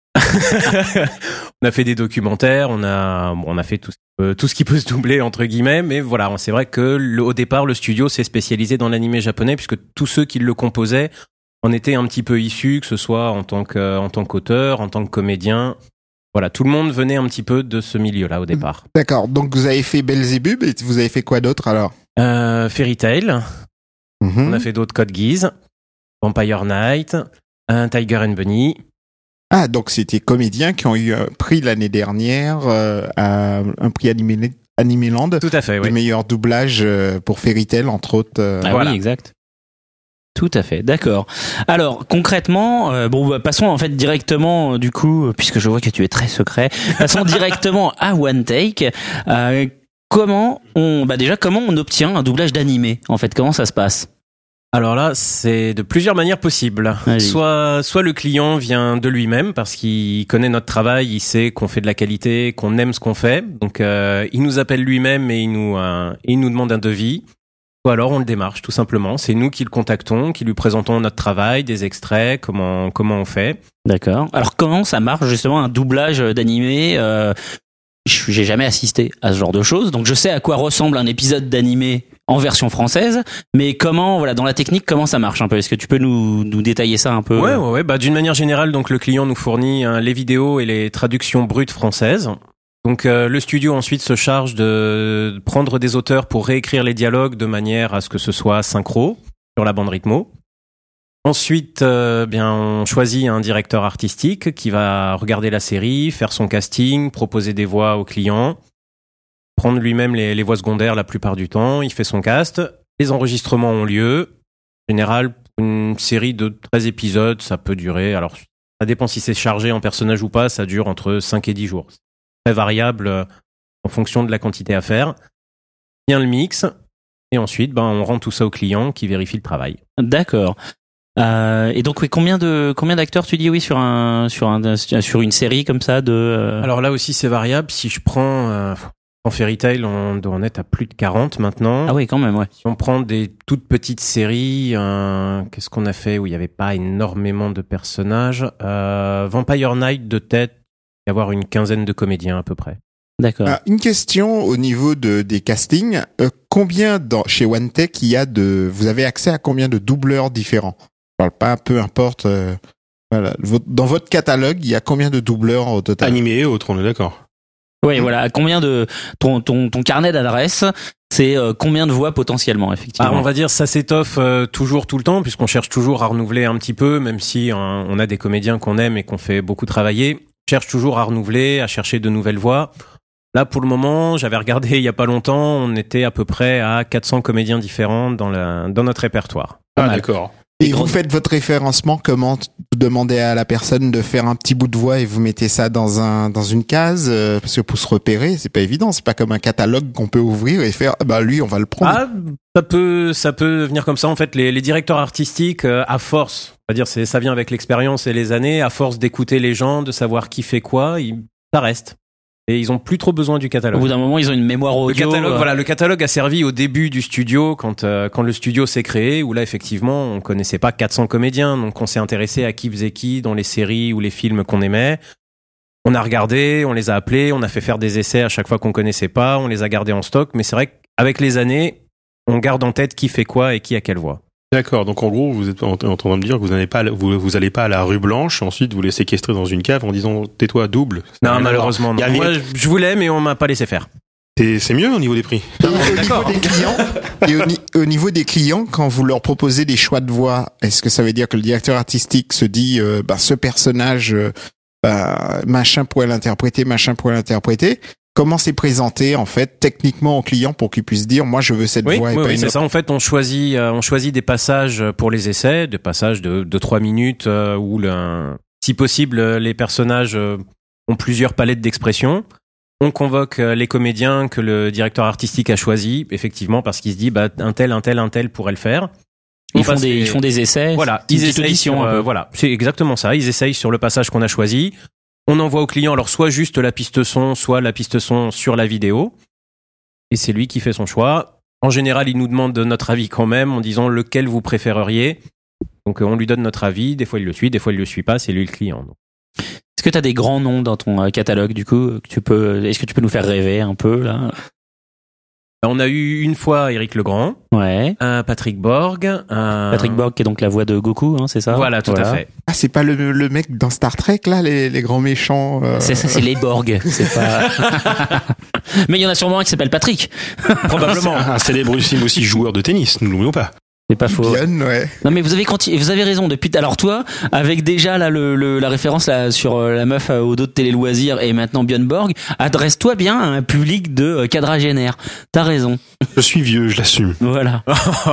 On a fait des documentaires, on a, on a fait tout ce, qui peut, tout ce qui peut se doubler, entre guillemets, mais voilà, c'est vrai que le, au départ, le studio s'est spécialisé dans l'animé japonais, puisque tous ceux qui le composaient en étaient un petit peu issus, que ce soit en tant que, en tant qu'auteur, en tant que comédien. Voilà, tout le monde venait un petit peu de ce milieu-là au départ. D'accord, donc vous avez fait Belzebub, et vous avez fait quoi d'autre alors? euh, Fairy Tail. Mm-hmm. On a fait d'autres Code Geass, Vampire Knight, un Tiger and Bunny. Ah, donc c'était comédiens qui ont eu un prix l'année dernière, euh, à, un prix Animé, Animeland. Tout à fait, oui. Le meilleur doublage euh, pour Fairy Tail, entre autres. Euh, ah voilà. Oui, exact. Tout à fait, d'accord. Alors concrètement, euh, bon, bah, passons en fait directement, euh, du coup, puisque je vois que tu es très secret, passons directement à One Take. Euh, comment on, bah déjà, comment on obtient un doublage d'animé? En fait, comment ça se passe? Alors là, c'est de plusieurs manières possibles. Allez. Soit, soit le client vient de lui-même parce qu'il connaît notre travail, il sait qu'on fait de la qualité, qu'on aime ce qu'on fait. Donc, euh, il nous appelle lui-même et il nous, euh, il nous demande un devis. Ou alors on le démarche tout simplement. C'est nous qui le contactons, qui lui présentons notre travail, des extraits, comment comment on fait. D'accord. Alors comment ça marche justement un doublage d'animé? euh, J'ai jamais assisté à ce genre de choses, donc je sais à quoi ressemble un épisode d'animé en version française, mais comment, voilà, dans la technique, comment ça marche un peu? Est-ce que tu peux nous nous détailler ça un peu? Ouais, ouais, ouais. Bah d'une manière générale, donc le client nous fournit hein, les vidéos et les traductions brutes françaises. Donc euh, le studio ensuite se charge de prendre des auteurs pour réécrire les dialogues de manière à ce que ce soit synchro sur la bande rythmo. Ensuite, euh, bien on choisit un directeur artistique qui va regarder la série, faire son casting, proposer des voix au client, prendre lui-même les, les voix secondaires la plupart du temps. Il fait son cast, les enregistrements ont lieu. En général, une série de treize épisodes, ça peut durer. Alors ça dépend si c'est chargé en personnages ou pas, ça dure entre cinq et dix jours. Très variable euh, en fonction de la quantité à faire. Bien le mix, et ensuite ben, on rend tout ça au client qui vérifie le travail. D'accord. Euh, et donc oui, combien de combien d'acteurs tu dis oui sur un sur un sur une série comme ça de euh... Alors là aussi c'est variable. Si je prends euh, en Fairy Tail, on doit en être à plus de quarante maintenant. Ah oui, quand même, ouais. Si on prend des toutes petites séries, euh, qu'est-ce qu'on a fait où il y avait pas énormément de personnages? euh, Vampire Knight de tête. Y avoir une quinzaine de comédiens à peu près. D'accord. Ah, une question au niveau de, des castings. Euh, combien dans, chez One Take il y a de, vous avez accès à combien de doubleurs différents? Je parle pas, peu importe. Euh, voilà. Dans votre catalogue, il y a combien de doubleurs au total? Animé et autres, on est d'accord. Oui, voilà. Combien de ton ton ton carnet d'adresses, C'est euh, combien de voix potentiellement, effectivement? Ah, on va dire ça s'étoffe euh, toujours tout le temps puisqu'on cherche toujours à renouveler un petit peu, même si hein, on a des comédiens qu'on aime et qu'on fait beaucoup travailler. On cherche toujours à renouveler, à chercher de nouvelles voix. Là, pour le moment, j'avais regardé il y a pas longtemps, on était à peu près à quatre cents comédiens différents dans, la, dans notre répertoire. Ah, d'accord. Et vous faites votre référencement comment? Vous demandez à la personne de faire un petit bout de voix et vous mettez ça dans un dans une case euh, parce que pour se repérer, c'est pas évident. C'est pas comme un catalogue qu'on peut ouvrir et faire. Bah lui, on va le prendre. Ah, ça peut ça peut venir comme ça. En fait, les, les directeurs artistiques, euh, à force, on va dire, c'est ça vient avec l'expérience et les années. À force d'écouter les gens, de savoir qui fait quoi, il, ça reste. Et ils ont plus trop besoin du catalogue. Au bout d'un moment, ils ont une mémoire audio. Le catalogue, euh... voilà, le catalogue a servi au début du studio, quand euh, quand le studio s'est créé, où là effectivement, on connaissait pas quatre cents comédiens, donc on s'est intéressé à qui faisait qui dans les séries ou les films qu'on aimait. On a regardé, on les a appelés, on a fait faire des essais à chaque fois qu'on connaissait pas, on les a gardés en stock. Mais c'est vrai qu'avec les années, on garde en tête qui fait quoi et qui a quelle voix. D'accord, donc en gros, vous êtes en train de me dire que vous n'allez pas, vous, vous allez pas à la rue Blanche, ensuite vous les séquestrez dans une cave en disant tais-toi double. Non, malheureusement, non. Moi, je voulais, mais on m'a pas laissé faire. Et c'est mieux au niveau des prix. Et au niveau des clients, et au, ni- au niveau des clients, quand vous leur proposez des choix de voix, est-ce que ça veut dire que le directeur artistique se dit, euh, bah, ce personnage, euh, bah, machin pourrait l'interpréter, machin pourrait l'interpréter? Comment c'est présenté en fait techniquement au client pour qu'il puisse dire moi je veux cette oui, voix et oui, pas oui, une c'est autre. ça. En fait, on choisit, euh, on choisit des passages pour les essais, des passages de, de trois minutes euh, où, le, si possible, les personnages euh, ont plusieurs palettes d'expression. On convoque euh, les comédiens que le directeur artistique a choisi, effectivement, parce qu'il se dit bah un tel, un tel, un tel pourrait le faire. Ils On font, passe des, les- ils font des essais. Voilà, c'est une ils petite essayent audition, sur, un peu. euh, voilà, c'est exactement ça. Ils essayent sur le passage qu'on a choisi. On envoie au client alors soit juste la piste son, soit la piste son sur la vidéo. Et c'est lui qui fait son choix. En général, il nous demande notre avis quand même en disant lequel vous préféreriez. Donc euh, on lui donne notre avis. Des fois il le suit, des fois il le suit pas. C'est lui le client. Donc. Est-ce que tu as des grands noms dans ton euh, catalogue du coup que tu peux Est-ce que tu peux nous faire rêver un peu là? On a eu une fois Éric Legrand, Ouais. un Patrick Borg, un... Patrick Borg qui est donc la voix de Goku, hein, c'est ça? Voilà, tout à fait. Ah c'est pas le, le mec dans Star Trek là les, les grands méchants. Euh... C'est ça, c'est les Borg. C'est pas. Mais il y en a sûrement un qui s'appelle Patrick. Probablement. Un célébrissime aussi joueur de tennis, nous l'oublions pas. C'est pas faux. Bien, ouais. Non mais vous avez conti- vous avez raison depuis alors toi avec déjà là le, le la référence là sur euh, la meuf euh, au dos de Télé Loisirs et maintenant Björn Borg, adresse-toi bien à un public de euh, quadragénaires. T'as raison. Je suis vieux, je l'assume. Voilà.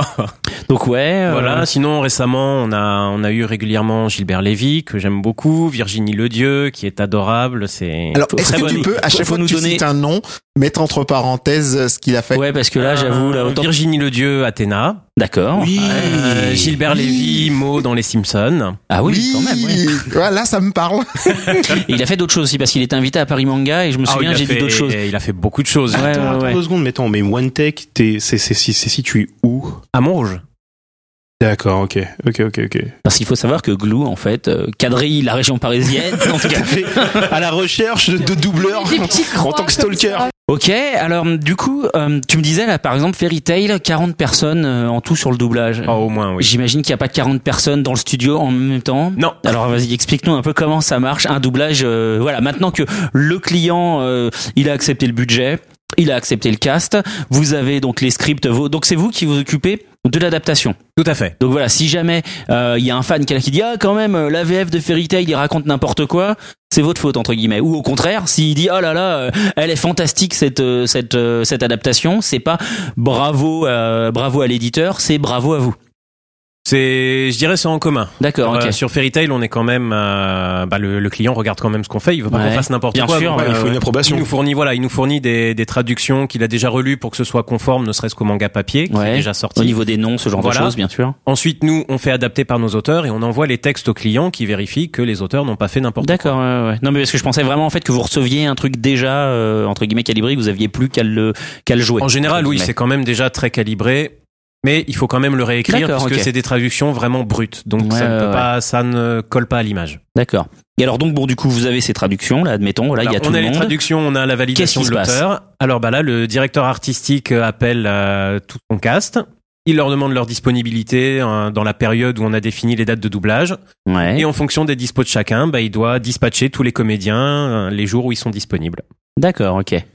Donc ouais. euh, Voilà. Sinon récemment on a on a eu régulièrement Gilbert Lévy que j'aime beaucoup, Virginie Ledieu qui est adorable. C'est Alors Faut- est-ce très que tu bonne- peux à faut- chaque faut fois que nous tu donner- cites un nom mettre entre parenthèses ce qu'il a fait? Ouais parce que là j'avoue là Euh, autant. Virginie Ledieu, Athéna. D'accord. Oui. Euh, Gilbert Oui. Lévy, Mo dans Les Simpsons. Ah oui, quand même. Ouais. Voilà, ça me parle. Et il a fait d'autres choses aussi parce qu'il était invité à Paris Manga et je me Ah, souviens il a j'ai fait- dit d'autres choses. Il a fait beaucoup de choses. Ouais, Attends, ouais, attends ouais. deux secondes, mais attends, mais One Tech, t'es, c'est, c'est, c'est, c'est situé où? À Montrouge. D'accord, ok, ok, ok, ok. Parce qu'il faut savoir que Glou en fait euh, quadrille la région parisienne. En tout cas. À la recherche de, de doubleurs Des petites en croix tant que comme stalker. ça. Ok, alors du coup, euh, tu me disais là par exemple Fairy Tail, quarante personnes euh, en tout sur le doublage. Ah, au moins, oui. J'imagine qu'il n'y a pas quarante personnes dans le studio en même temps. Non. Alors vas-y, explique-nous un peu comment ça marche, un doublage. euh, voilà, maintenant que le client, euh, il a accepté le budget, il a accepté le cast, vous avez donc les scripts, vos- donc c'est vous qui vous occupez de l'adaptation. Tout à fait. Donc voilà, si jamais euh, il y a un fan qui est là qui dit ah quand même euh, la V F de Fairy Tail il raconte n'importe quoi, c'est votre faute entre guillemets. Ou au contraire, s'il dit oh là là euh, elle est fantastique cette euh, cette euh, cette adaptation, c'est pas bravo euh, bravo à l'éditeur, c'est bravo à vous. C'est, je dirais, c'est en commun. D'accord, Euh, ok. Sur Fairy Tail, on est quand même, euh, bah, le, le client regarde quand même ce qu'on fait. Il veut pas Ouais. qu'on fasse n'importe Bien quoi. sûr, donc, ouais, il faut une approbation. Il nous fournit, voilà, il nous fournit des, des traductions qu'il a déjà relues pour que ce soit conforme, ne serait-ce qu'au manga papier, qui Ouais. est déjà sorti. Au niveau des noms, ce genre Voilà. de choses, bien sûr. Ensuite, nous, on fait adapter par nos auteurs et on envoie les textes aux clients qui vérifient que les auteurs n'ont pas fait n'importe quoi. D'accord, ouais, ouais. Non, mais parce que je pensais vraiment en fait que vous receviez un truc déjà euh, entre guillemets calibré, que vous aviez plus qu'à le qu'à le jouer. En général, Entre oui, guillemets. c'est quand même déjà très calibré. Mais il faut quand même le réécrire D'accord, parce que ok. c'est des traductions vraiment brutes. Donc Ouais, ça ne ouais, peut ouais. pas, ça ne colle pas à l'image. D'accord. Et alors donc bon, du coup, vous avez ces traductions là, admettons, voilà, il y a Alors, tout on le a les monde. traductions, on a la validation de Qu'est-ce qui se l'auteur. Alors bah là, le directeur artistique euh, appelle euh, tout son cast. Il leur demande leur disponibilité euh, dans la période où on a défini les dates de doublage. Ouais. Et en fonction des dispos de chacun, bah, il doit dispatcher tous les comédiens euh, les jours où ils sont disponibles. D'accord, ok.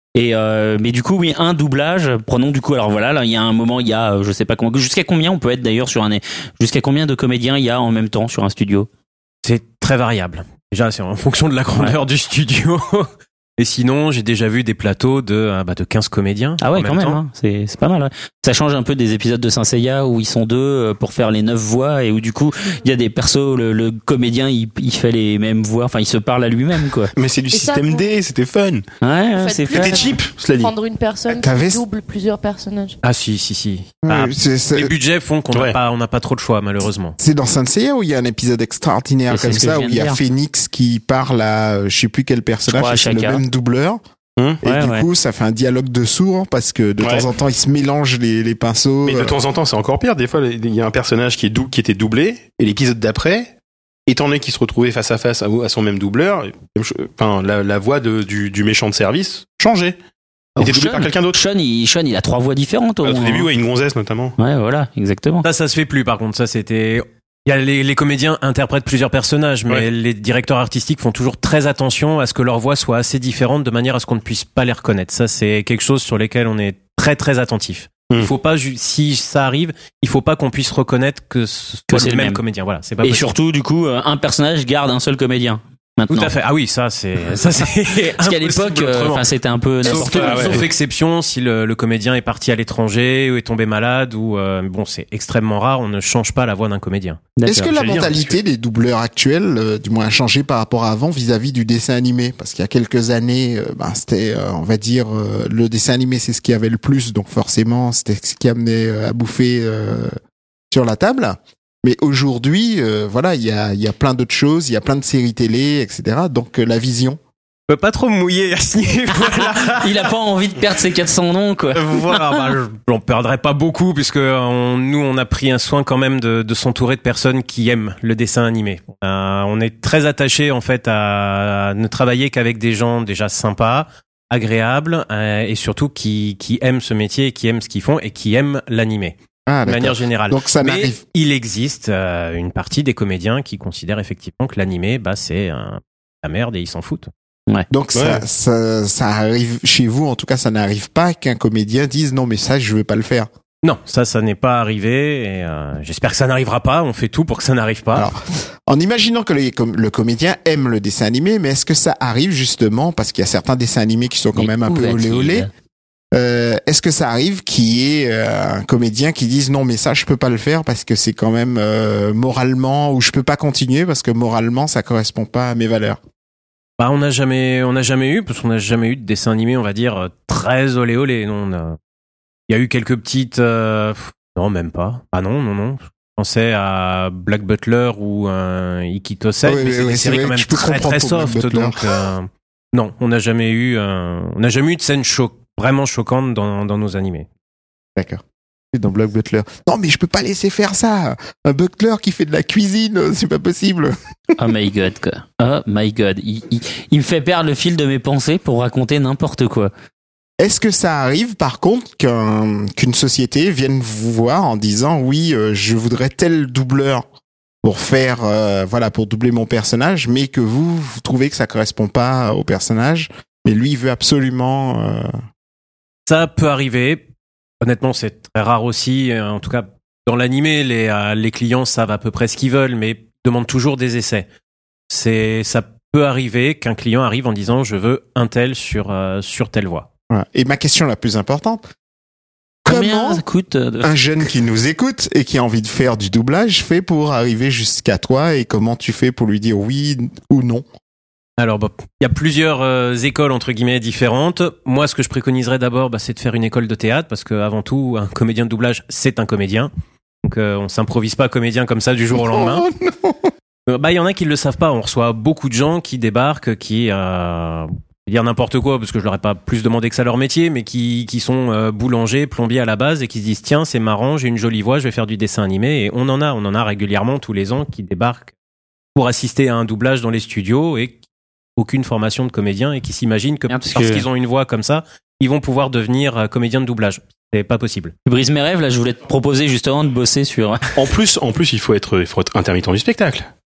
Et euh, mais du coup, oui, un doublage. Prenons du coup, alors voilà, là, il y a un moment, il y a, euh, je sais pas combien, jusqu'à combien on peut être d'ailleurs sur un, jusqu'à combien de comédiens il y a en même temps sur un studio? C'est très variable. Déjà, c'est en fonction de la grandeur ouais. du studio. Et sinon, j'ai déjà vu des plateaux de, bah, de quinze comédiens. Ah ouais, en quand même, même, hein. c'est, c'est pas mal. Ouais. Ça change un peu des épisodes de Saint Seiya où ils sont deux pour faire les neuf voix et où du coup, il y a des persos, le, le comédien, il, il fait les mêmes voix, enfin, il se parle à lui-même, quoi. Mais c'est du et système ça, D, c'était fun. Ouais, ouais c'est fun. C'était cheap, cela dit. Prendre une personne T'avais... qui double plusieurs personnages. Ah si, si, si. Ouais, ah, c'est, c'est... Les budgets font qu'on n'a ouais. pas, on n'a pas trop de choix, malheureusement. C'est dans Saint Seiya où il y a un épisode extraordinaire comme ça, où il y a dire. Phoenix qui parle à, je sais plus quel personnage, c'est le même doubleur. Hum, et ouais, du ouais. coup, ça fait un dialogue de sourds parce que de ouais. temps en temps, ils se mélangent les, les pinceaux. Mais de temps en temps, c'est encore pire. Des fois, il y a un personnage qui est dou- qui était doublé et l'épisode d'après, étant donné qu'il se retrouvait face à face à, à son même doubleur, enfin, la, la voix de, du, du méchant de service changeait. Il était doublé Sean, par quelqu'un d'autre. Sean, il, Sean, il a trois voix différentes au Au moins. début, ouais, une gonzesse notamment. Ouais, voilà, exactement. Ça, ça se fait plus. Par contre, ça, c'était. Il y a les, les comédiens interprètent plusieurs personnages, mais ouais. les directeurs artistiques font toujours très attention à ce que leur voix soit assez différente de manière à ce qu'on ne puisse pas les reconnaître. Ça, c'est quelque chose sur lequel on est très très attentif. Mmh. Il faut pas, si ça arrive, il faut pas qu'on puisse reconnaître que ce soit que le c'est même, le même comédien. Voilà, c'est pas Et possible. surtout, du coup, un personnage garde un seul comédien. Maintenant. Tout à fait. Ah oui, ça c'est ça c'est parce qu'à l'époque, enfin euh, c'était un peu n'importe sauf, quoi. Ouais. Sauf exception, si le, le comédien est parti à l'étranger ou est tombé malade ou euh, bon, c'est extrêmement rare. On ne change pas la voix d'un comédien. D'accord. Est-ce que la J'allais mentalité dire, des doubleurs actuels, euh, du moins, a changé par rapport à avant vis-à-vis du dessin animé? Parce qu'il y a quelques années, euh, ben c'était, euh, on va dire, euh, le dessin animé, c'est ce qui avait le plus, donc forcément, c'était ce qui amenait euh, à bouffer euh, sur la table. Mais aujourd'hui, euh, voilà, il y a, il y a plein d'autres choses, il y a plein de séries télé, et cetera. Donc euh, la vision. Je peux pas trop me mouiller à ce niveau-là. Il a pas envie de perdre ses quatre cents noms, quoi. Voilà, bah, j'en perdrai pas beaucoup puisque on, nous, on a pris un soin quand même de, de s'entourer de personnes qui aiment le dessin animé. Euh, on est très attaché en fait à ne travailler qu'avec des gens déjà sympas, agréables euh, et surtout qui, qui aiment ce métier, qui aiment ce qu'ils font et qui aiment l'animé. Ah, de manière générale. Donc ça Mais n'arrive. il existe euh, une partie des comédiens qui considèrent effectivement que l'animé, bah, c'est un, la merde et ils s'en foutent. Ouais. Donc ouais. ça, ça, ça arrive chez vous, en tout cas, ça n'arrive pas qu'un comédien dise non, mais ça, je veux pas le faire. Non, ça, ça n'est pas arrivé et euh, j'espère que ça n'arrivera pas. On fait tout pour que ça n'arrive pas. Alors, en imaginant que les, com- le comédien aime le dessin animé, mais est-ce que ça arrive justement, parce qu'il y a certains dessins animés qui sont quand Mais même un peu olé olé, euh, est-ce que ça arrive qu'il y ait euh, un comédien qui dise non mais ça je peux pas le faire parce que c'est quand même euh, moralement, ou je peux pas continuer parce que moralement ça correspond pas à mes valeurs? Bah, on n'a jamais, on n'a jamais eu, parce qu'on n'a jamais eu de dessin animé, on va dire, très olé olé. Non, on a... Il y a eu quelques petites, euh... non, même pas. Ah non, non, non. Je pensais à Black Butler ou un Ikito Sei, oui, mais oui, c'est oui, des c'est séries vrai quand que même je peux très comprendre très pour Black soft, Butler. donc euh... non, on n'a jamais eu, euh... on n'a jamais eu de scène choc, vraiment choquante dans, dans nos animés. D'accord. Dans Black Butler. Non, mais je peux pas laisser faire ça. Un butler qui fait de la cuisine, c'est pas possible. Oh my god, quoi. Oh my god. Il, il, il me fait perdre le fil de mes pensées pour raconter n'importe quoi. Est-ce que ça arrive, par contre, qu'un, qu'une société vienne vous voir en disant oui, euh, je voudrais tel doubleur pour faire, euh, voilà, pour doubler mon personnage, mais que vous, vous trouvez que ça correspond pas au personnage, mais lui, il veut absolument. Euh... Ça peut arriver. Honnêtement, c'est très rare aussi. En tout cas, dans l'animé, les, euh, les clients savent à peu près ce qu'ils veulent, mais demandent toujours des essais. C'est, ça peut arriver qu'un client arrive en disant je veux un tel sur, euh, sur telle voix. Voilà. Et ma question la plus importante, Combien comment ça coûte de... un jeune qui nous écoute et qui a envie de faire du doublage fait pour arriver jusqu'à toi, et comment tu fais pour lui dire oui ou non? Alors, bon, il y a plusieurs euh, écoles entre guillemets différentes. Moi, ce que je préconiserais d'abord, bah, c'est de faire une école de théâtre, parce que avant tout, un comédien de doublage, c'est un comédien. Donc, euh, on s'improvise pas comédien comme ça du jour au lendemain. Oh, non. Euh, bah, il y en a qui le savent pas. On reçoit beaucoup de gens qui débarquent, qui euh, dire n'importe quoi, parce que je leur ai pas plus demandé que ça leur métier, mais qui qui sont euh, boulangers, plombiers à la base et qui se disent tiens, c'est marrant, j'ai une jolie voix, je vais faire du dessin animé. Et on en a, on en a régulièrement tous les ans qui débarquent pour assister à un doublage dans les studios et aucune formation de comédien et qui s'imaginent que Bien, parce, parce que- qu'ils ont une voix comme ça, ils vont pouvoir devenir euh, comédiens de doublage. C'est pas possible. Tu brises mes rêves, là, je voulais te proposer justement de bosser sur... En plus, en plus, il faut être, il faut être intermittent du spectacle.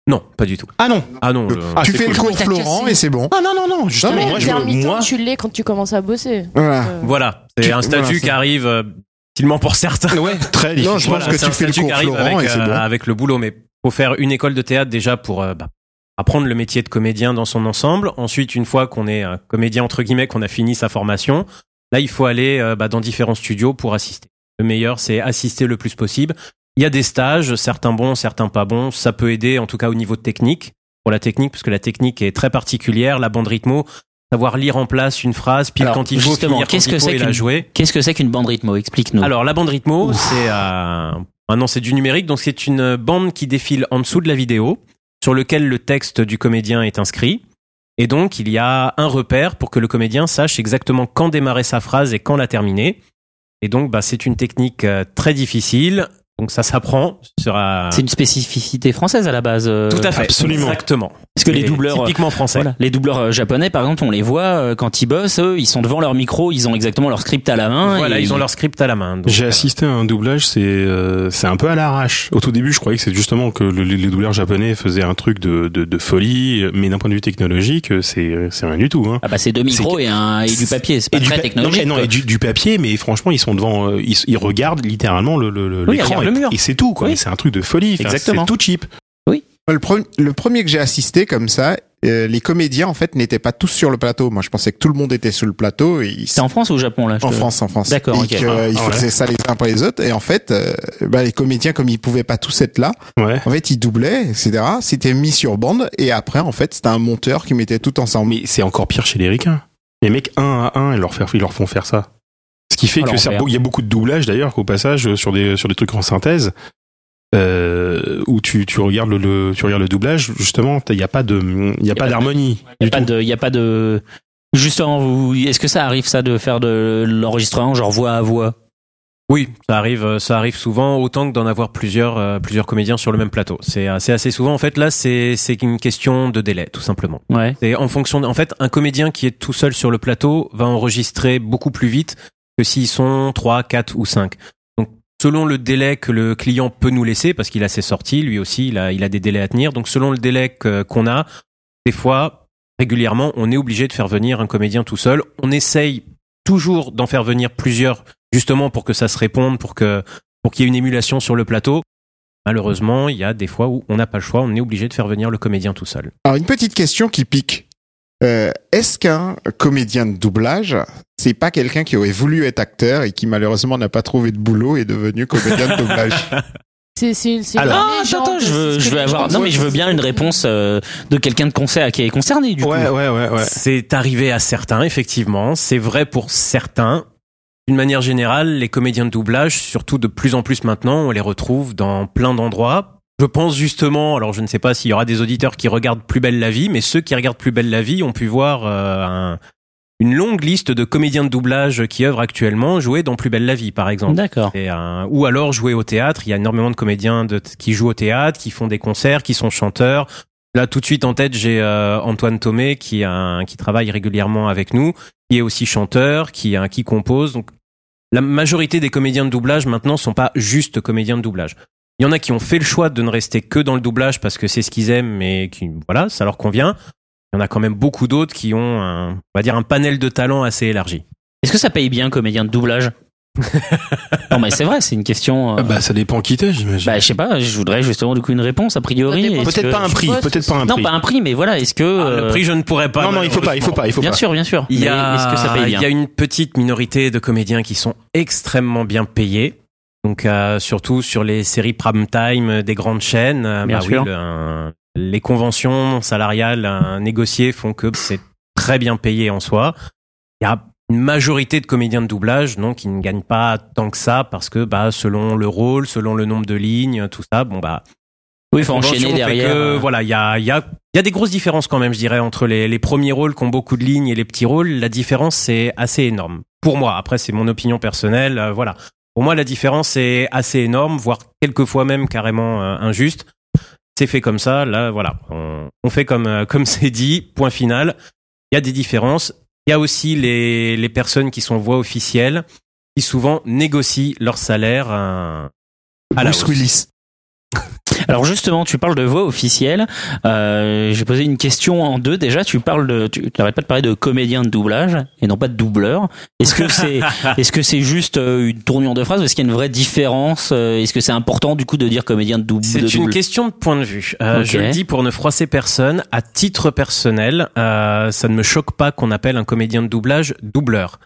Non, pas du tout. Ah non. Ah non. Le- le- Ah, tu c'est fais cool. le cours Comment t'as Florent cassé et c'est bon. Ah non non non, justement Non, Mais moi je intermittent, moi tu l'es quand tu commences à bosser. Voilà. Euh, Voilà, c'est Tu- un statut voilà, qui c'est- arrive euh, difficilement pour certains. ouais, très Non, difficile. je pense que c'est tu un fais le statut cours qui arrive Florent avec, et c'est euh, bon. avec le boulot, mais faut faire une école de théâtre déjà pour euh, bah, apprendre le métier de comédien dans son ensemble. Ensuite, une fois qu'on est euh, comédien entre guillemets, qu'on a fini sa formation, là il faut aller euh, bah, dans différents studios pour assister. Le meilleur, c'est assister le plus possible. Il y a des stages, certains bons, certains pas bons. Ça peut aider, en tout cas au niveau technique, pour la technique, parce que la technique est très particulière. La bande rythmo, savoir lire en place une phrase, pile Alors, quand il faut, justement, finir quand qu'est-ce il que faut c'est et la qu'une- jouer. Qu'est-ce que c'est qu'une bande rythmo? Explique-nous. Alors, la bande rythmo, c'est euh, maintenant c'est du numérique, donc c'est une bande qui défile en dessous de la vidéo, sur lequel le texte du comédien est inscrit. Et donc, il y a un repère pour que le comédien sache exactement quand démarrer sa phrase et quand la terminer. Et donc, bah, c'est une technique euh, très difficile. Donc, ça s'apprend. Ce Sera... C'est une spécificité française à la base. euh, Tout à fait. absolument. Exactement. Parce que les Et doubleurs, typiquement français. voilà, les doubleurs euh, japonais, par exemple, on les voit euh, quand ils bossent, eux, ils sont devant leur micro, ils ont exactement leur script à la main. Voilà, et ils ont leur script à la main. Donc, J'ai euh, assisté à un doublage, c'est euh, c'est un peu à l'arrache. Au tout début, je croyais que c'est justement que le- les doubleurs japonais faisaient un truc de, de, de folie, mais d'un point de vue technologique, c'est c'est rien du tout. Hein. Ah bah c'est deux micros et un et du papier, c'est pas Et du très pa- technologique. Non, mais- non, quoi. et du, du papier, mais franchement, ils sont devant, euh, ils, ils regardent littéralement le, le, le- Oui, ils l'écran regardent et, le mur. et c'est tout, quoi. Oui. Mais c'est un truc de folie. Enfin, Exactement. C'est tout cheap. Le, pre- le premier que j'ai assisté comme ça, euh, les comédiens en fait n'étaient pas tous sur le plateau. Moi, je pensais que tout le monde était sur le plateau. Et ils... C'est en France ou au Japon là je En te- France, en France. D'accord, Et ok. que, Ah, euh, ils ah ouais. faisaient ça les uns après les autres. Et en fait, euh, bah, les comédiens, comme ils pouvaient pas tous être là, Ouais. en fait, ils doublaient, et cetera. C'était mis sur bande. Et après, en fait, c'était un monteur qui mettait tout ensemble. Mais c'est encore pire chez les ricains. Les mecs, un à un, ils leur, faire, ils leur font faire ça. Ce qui fait Alors, que on c'est- perd. il y a beaucoup de doublages d'ailleurs qu'au passage sur des sur des trucs en synthèse euh, où tu tu regardes le, le tu regardes le doublage justement, il y a pas de il y a pas pas de- d'harmonie. Il y a du pas tout. de, il y a pas de. Justement, vous, est-ce que ça arrive ça de faire de l'enregistrement genre voix à voix? Oui, ça arrive, euh, ça arrive souvent, autant que d'en avoir plusieurs, euh, plusieurs comédiens sur le même plateau. C'est assez, assez souvent. En fait, là, c'est, c'est une question de délai, tout simplement. Ouais. C'est en fonction. De, en fait, un comédien qui est tout seul sur le plateau va enregistrer beaucoup plus vite que s'ils sont trois, quatre ou cinq. Donc, selon le délai que le client peut nous laisser, parce qu'il a ses sorties, lui aussi, il a, il a des délais à tenir. Donc, selon le délai que, qu'on a, des fois, régulièrement, on est obligé de faire venir un comédien tout seul. On essaye toujours d'en faire venir plusieurs, justement pour que ça se réponde, pour que pour qu'il y ait une émulation sur le plateau. Malheureusement, il y a des fois où on n'a pas le choix, on est obligé de faire venir le comédien tout seul. Alors, une petite question qui pique. Euh, est-ce qu'un comédien de doublage, c'est pas quelqu'un qui aurait voulu être acteur et qui malheureusement n'a pas trouvé de boulot et est devenu comédien de doublage? C'est, c'est, c'est Alors- la Ah, légende, attends, attends, je c'est veux, ce que je veux les avoir. gens Non, mais je veux disent. bien une réponse euh, de quelqu'un de concert qui est concerné du Ouais, coup. ouais, ouais, ouais. C'est arrivé à certains, effectivement. C'est vrai pour certains. D'une manière générale, les comédiens de doublage, surtout de plus en plus maintenant, on les retrouve dans plein d'endroits. Je pense justement, alors je ne sais pas s'il y aura des auditeurs qui regardent Plus belle la vie, mais ceux qui regardent Plus belle la vie ont pu voir euh, un- une longue liste de comédiens de doublage qui œuvrent actuellement jouer dans Plus belle la vie, par exemple. D'accord. Et, euh, ou alors jouer au théâtre. Il y a énormément de comédiens de, qui jouent au théâtre, qui font des concerts, qui sont chanteurs. Là, tout de suite en tête, j'ai euh, Antoine Thomé qui, a un- qui travaille régulièrement avec nous, qui est aussi chanteur, qui, euh, qui compose. Donc, la majorité des comédiens de doublage maintenant sont pas juste comédiens de doublage. Il y en a qui ont fait le choix de ne rester que dans le doublage parce que c'est ce qu'ils aiment, mais qui, voilà, ça leur convient. Il y en a quand même beaucoup d'autres qui ont, un, on va dire, un panel de talents assez élargi. Est-ce que ça paye bien comédien de doublage? Non, mais c'est vrai, c'est une question. euh, Ah bah ça dépend qui t'es, j'imagine. Bah, je sais pas, je voudrais justement du coup une réponse a priori. Ça dépend. Est-ce peut-être que- pas un prix, Ouais, peut-être pas un Non, prix. pas un prix, mais voilà, est-ce que. Ah, le euh, prix, je ne pourrais pas. non, non, il faut pas, il faut pas, il faut Bien pas. sûr, bien sûr. Il y Mais a, est-ce que ça paye il bien? y a une petite minorité de comédiens qui sont extrêmement bien payés. Donc, euh, surtout sur les séries prime time des grandes chaînes. euh, Bien bah sûr. oui, le- un- les conventions salariales euh, négociées font que c'est très bien payé en soi. Il y a une majorité de comédiens de doublage, non, qui ne gagnent pas tant que ça parce que, bah, selon le rôle, selon le nombre de lignes, tout ça, bon, bah, Oui, il faut convention enchaîner fait derrière. que, euh, voilà, il y a, il y a, il y a des grosses différences quand même, je dirais, entre les, les premiers rôles qui ont beaucoup de lignes et les petits rôles. La différence, c'est assez énorme. Pour moi, après, c'est mon opinion personnelle, euh, voilà. Pour moi, la différence est assez énorme, voire quelquefois même carrément euh, injuste. C'est fait comme ça, là, voilà. On, on fait comme, euh, comme c'est dit, point final. Il y a des différences. Il y a aussi les, les personnes qui sont voix officielles, qui souvent négocient leur salaire euh, à la Bruce hausse. Willis. Alors justement, tu parles de voix officielle. Euh, j'ai posé une question en deux. Déjà, tu parles de, tu n'arrêtes pas de parler de comédien de doublage et non pas de doubleur. Est-ce que c'est, est-ce que c'est juste une tournure de phrase ou est-ce qu'il y a une vraie différence? Est-ce que c'est important du coup de dire comédien de, dou- de double? C'est une question de point de vue. Euh, Okay. Je le dis pour ne froisser personne. À titre personnel, euh, ça ne me choque pas qu'on appelle un comédien de doublage doubleur.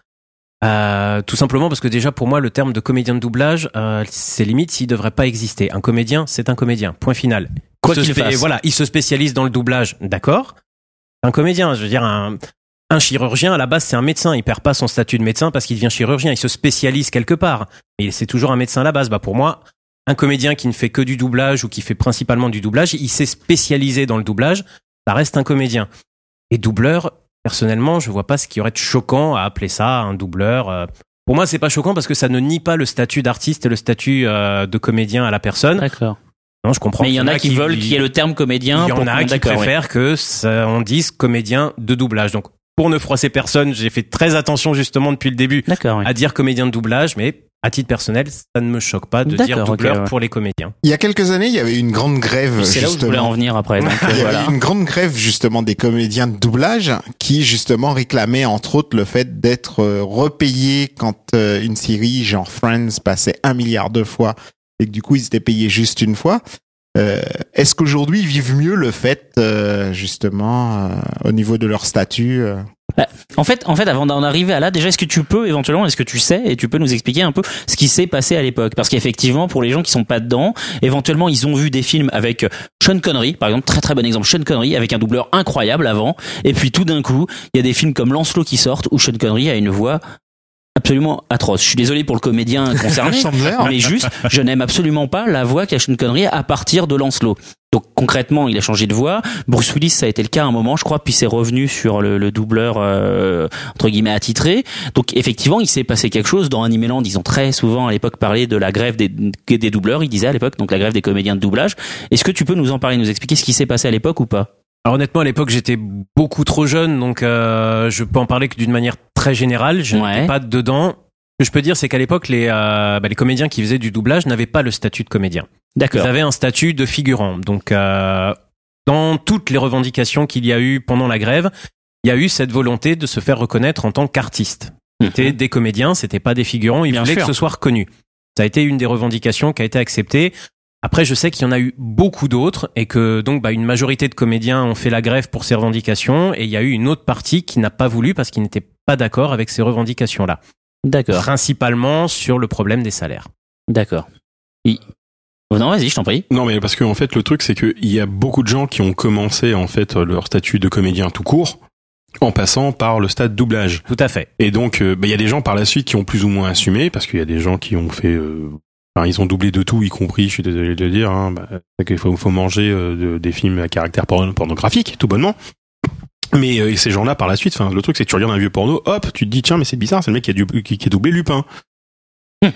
Euh, tout simplement parce que déjà pour moi le terme de comédien de doublage, euh, c'est limite s'il devrait pas exister. Un comédien, c'est un comédien. Point final. Quoi Il se qu'il spé- fasse. Voilà, il se spécialise dans le doublage, d'accord. Un comédien, je veux dire un un chirurgien à la base c'est un médecin. Il perd pas son statut de médecin parce qu'il devient chirurgien. Il se spécialise quelque part. Et c'est toujours un médecin à la base. Bah pour moi, un comédien qui ne fait que du doublage ou qui fait principalement du doublage, il s'est spécialisé dans le doublage. Ça reste un comédien. Et doubleur. Personnellement, je vois pas ce qui aurait de choquant à appeler ça un doubleur. Pour moi, c'est pas choquant parce que ça ne nie pas le statut d'artiste et le statut euh, de comédien à la personne. D'accord. Non, je comprends. Mais il y en a qui veulent qu'il y ait le terme comédien. Il y en pour a qu'on- qui d'accord, ouais. préfèrent que ça, on dise comédien de doublage. Donc, pour ne froisser personne, j'ai fait très attention justement depuis le début D'accord. Oui. à dire comédien de doublage, mais à titre personnel, ça ne me choque pas de dire D'accord, doubleur ok, ouais. pour les comédiens. Il y a quelques années, il y avait une grande grève, C'est là où je voulais justement. en venir après. Donc, euh, Il y voilà. avait une grande grève justement des comédiens de doublage qui justement réclamaient entre autres le fait d'être euh, repayés quand euh, une série genre Friends passait un milliard de fois et que du coup ils étaient payés juste une fois. Euh, est-ce qu'aujourd'hui ils vivent mieux le fait euh, justement euh, au niveau de leur statut euh... En fait, en fait, avant d'en arriver à là, déjà, est-ce que tu peux éventuellement, est-ce que tu sais et tu peux nous expliquer un peu ce qui s'est passé à l'époque? Parce qu'effectivement, pour les gens qui sont pas dedans, éventuellement, ils ont vu des films avec Sean Connery, par exemple, très très bon exemple, Sean Connery avec un doubleur incroyable avant, et puis tout d'un coup, il y a des films comme Lancelot qui sortent où Sean Connery a une voix absolument atroce. Je suis désolé pour le comédien concerné, Chandler. mais juste, je n'aime absolument pas la voix qu'a Sean Connery à partir de Lancelot. Donc concrètement, il a changé de voix. Bruce Willis, ça a été le cas à un moment, je crois, puis c'est revenu sur le, le doubleur euh, entre guillemets attitré. Donc effectivement, il s'est passé quelque chose dans Animeland. Ils ont très souvent à l'époque parlé de la grève des, des doubleurs. Ils disaient à l'époque, donc la grève des comédiens de doublage. Est-ce que tu peux nous en parler, nous expliquer ce qui s'est passé à l'époque ou pas? Alors honnêtement, à l'époque, j'étais beaucoup trop jeune, donc euh, je peux en parler que d'une manière très générale. Je Ouais. n'étais pas dedans. Ce que je peux dire, c'est qu'à l'époque, les, euh, bah, les comédiens qui faisaient du doublage n'avaient pas le statut de comédien. Ils D'accord. avaient un statut de figurant. Donc, euh, dans toutes les revendications qu'il y a eu pendant la grève, il y a eu cette volonté de se faire reconnaître en tant qu'artiste. C'était des comédiens, c'était pas des figurants. Ils Bien voulaient sûr. que ce soit reconnu. Ça a été une des revendications qui a été acceptée. Après, je sais qu'il y en a eu beaucoup d'autres et que donc bah, une majorité de comédiens ont fait la grève pour ces revendications et il y a eu une autre partie qui n'a pas voulu parce qu'ils n'étaient pas d'accord avec ces revendications-là. D'accord. Principalement sur le problème des salaires. D'accord. Oui. Oh non, vas-y, je t'en prie. Non, mais parce que en fait, le truc, c'est qu'il y a beaucoup de gens qui ont commencé en fait leur statut de comédien tout court en passant par le stade doublage. Tout à fait. Et donc, euh, bah, il y a des gens par la suite qui ont plus ou moins assumé, parce qu'il y a des gens qui ont fait, euh, enfin, ils ont doublé de tout, y compris, je suis désolé de le dire, hein, bah, c'est qu'il faut, faut manger euh, de- des films à caractère porno- pornographique, tout bonnement. Mais euh, ces gens-là, par la suite, enfin, le truc, c'est que tu regardes un vieux porno, hop, tu te dis, tiens, mais c'est bizarre, c'est le mec qui a, du, qui, qui a doublé Lupin. Ah,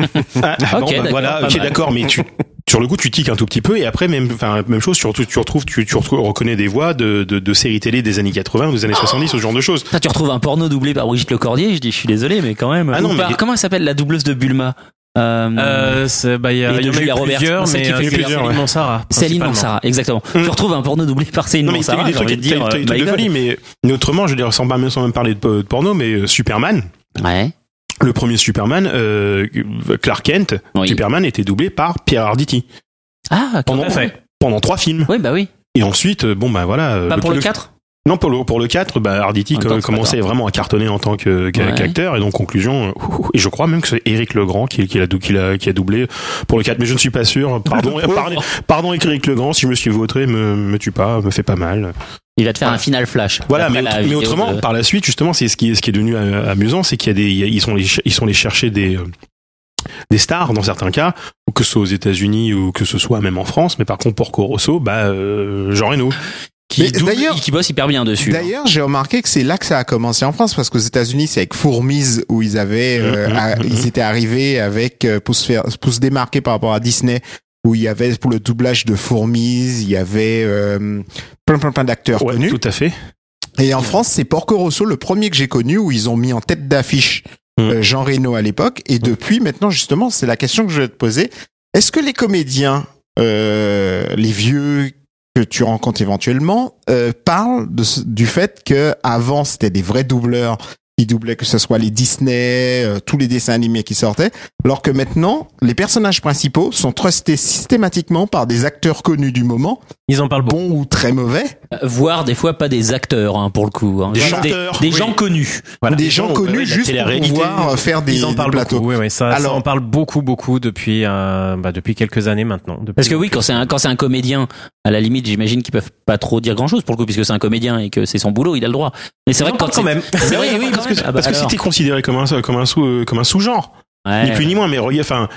bon, Ok, bah, d'accord, voilà, pas ok, mal. d'accord, mais tu, sur le coup, tu tiques un tout petit peu, et après, même, enfin, même chose, tu, retrouves- tu retrouves, tu, tu retrouves- reconnais des voix de, de, de séries télé des années quatre-vingts, des années soixante-dix, ce genre de choses. Ça, tu retrouves un porno doublé par Brigitte Lecordier, je dis, je suis désolé, mais quand même. Ah non, Ou par- mais- Comment elle s'appelle, la doubleuse de Bulma? Euh, Euh, c'est- bah, il y, a- Et il y de en a eu Julia Roberts, plusieurs, celle mais qui euh, fait c'est plusieurs, Céline ouais. Mansara. Céline principalement. Mansara, exactement. Mm. Tu retrouves un porno doublé par Céline Non, mais Mansara, t'as eu des j'ai trucs, envie t'as de dire, t'as eu des euh, trucs my de God. folie, mais, mais autrement, je veux dire, sans, même, sans même parler de, de porno, mais euh, Superman, Ouais. le premier Superman, euh, Clark Kent, Oui. Superman était doublé par Pierre Arditi Ah, pendant, à fait. pendant trois films. Oui, bah oui. Et ensuite, euh, bon, bah voilà. euh, Pas pour le quatre? Non, pour le, pour le quatre, bah, Arditi En même temps, c'est pas commençait grave. vraiment à cartonner en tant que, qu'a- Ouais. qu'acteur, et donc conclusion, euh, ouh, et je crois même que c'est Éric Legrand qui, qui, l'a, dou- qui, l'a, qui a doublé pour le quatre, mais je ne suis pas sûr. Pardon, pardon, pardon Éric Legrand, si je me suis vautré, me, me tue pas, me fait pas mal. Il va te faire un final flash. Voilà, Après mais, la autre- mais vidéo autrement, de- par la suite, justement, c'est ce qui est, ce qui est devenu euh, amusant, c'est qu'il y a des, il y a- ils sont les, ils sont les chercher des, euh, des stars dans certains cas, ou que ce soit aux États-Unis ou que ce soit même en France, mais par contre, Porco Rosso, bah, euh, Jean Reno. qui, Mais double- d'ailleurs- qui bosse hyper bien dessus. D'ailleurs, j'ai remarqué que c'est là que ça a commencé en France, parce qu'aux États-Unis, c'est avec Fourmise où ils avaient, euh, Mhm, à- mhm. ils étaient arrivés avec euh, pour se faire, pour se démarquer par rapport à Disney, où il y avait pour le doublage de Fourmise, il y avait euh, plein plein plein d'acteurs Ouais, connus. tout à fait. Et en France, c'est Porco Rosso, le premier que j'ai connu, où ils ont mis en tête d'affiche Mhm. euh, Jean Reno à l'époque. Et depuis, maintenant, justement, c'est la question que je vais te poser. Est-ce que les comédiens euh, les vieux que tu rencontres éventuellement euh, parlent de, du fait que avant c'était des vrais doubleurs qui doublaient, que ce soit les Disney, euh, tous les dessins animés qui sortaient, alors que maintenant les personnages principaux sont trustés systématiquement par des acteurs connus du moment, Ils en parlent beaucoup. bons ou très mauvais, Voire des fois pas des acteurs hein, pour le coup, hein. Des Vraiment chanteurs, des, des oui. gens connus. Voilà. des Les gens gens, connus ouais, la juste pour télé-réalité. pouvoir faire des, Ils en des parlent plateaux. beaucoup. Oui, oui, ça, Alors- ça en parle beaucoup, beaucoup depuis, euh, bah, depuis quelques années maintenant. Depuis- Parce que oui, quand c'est un quand c'est un comédien, à la limite, j'imagine qu'ils peuvent pas trop dire grand chose pour le coup, puisque c'est un comédien et que c'est son boulot, il a le droit. Mais c'est Ils vrai en que quand parlent quand c'est- même. C'est Oui, vrai, oui, parce que, Ah bah parce que si alors. t'es considéré comme un, comme un sous, euh, comme un sous-genre, Ouais. ni plus ni moins, mais regarde, enfin,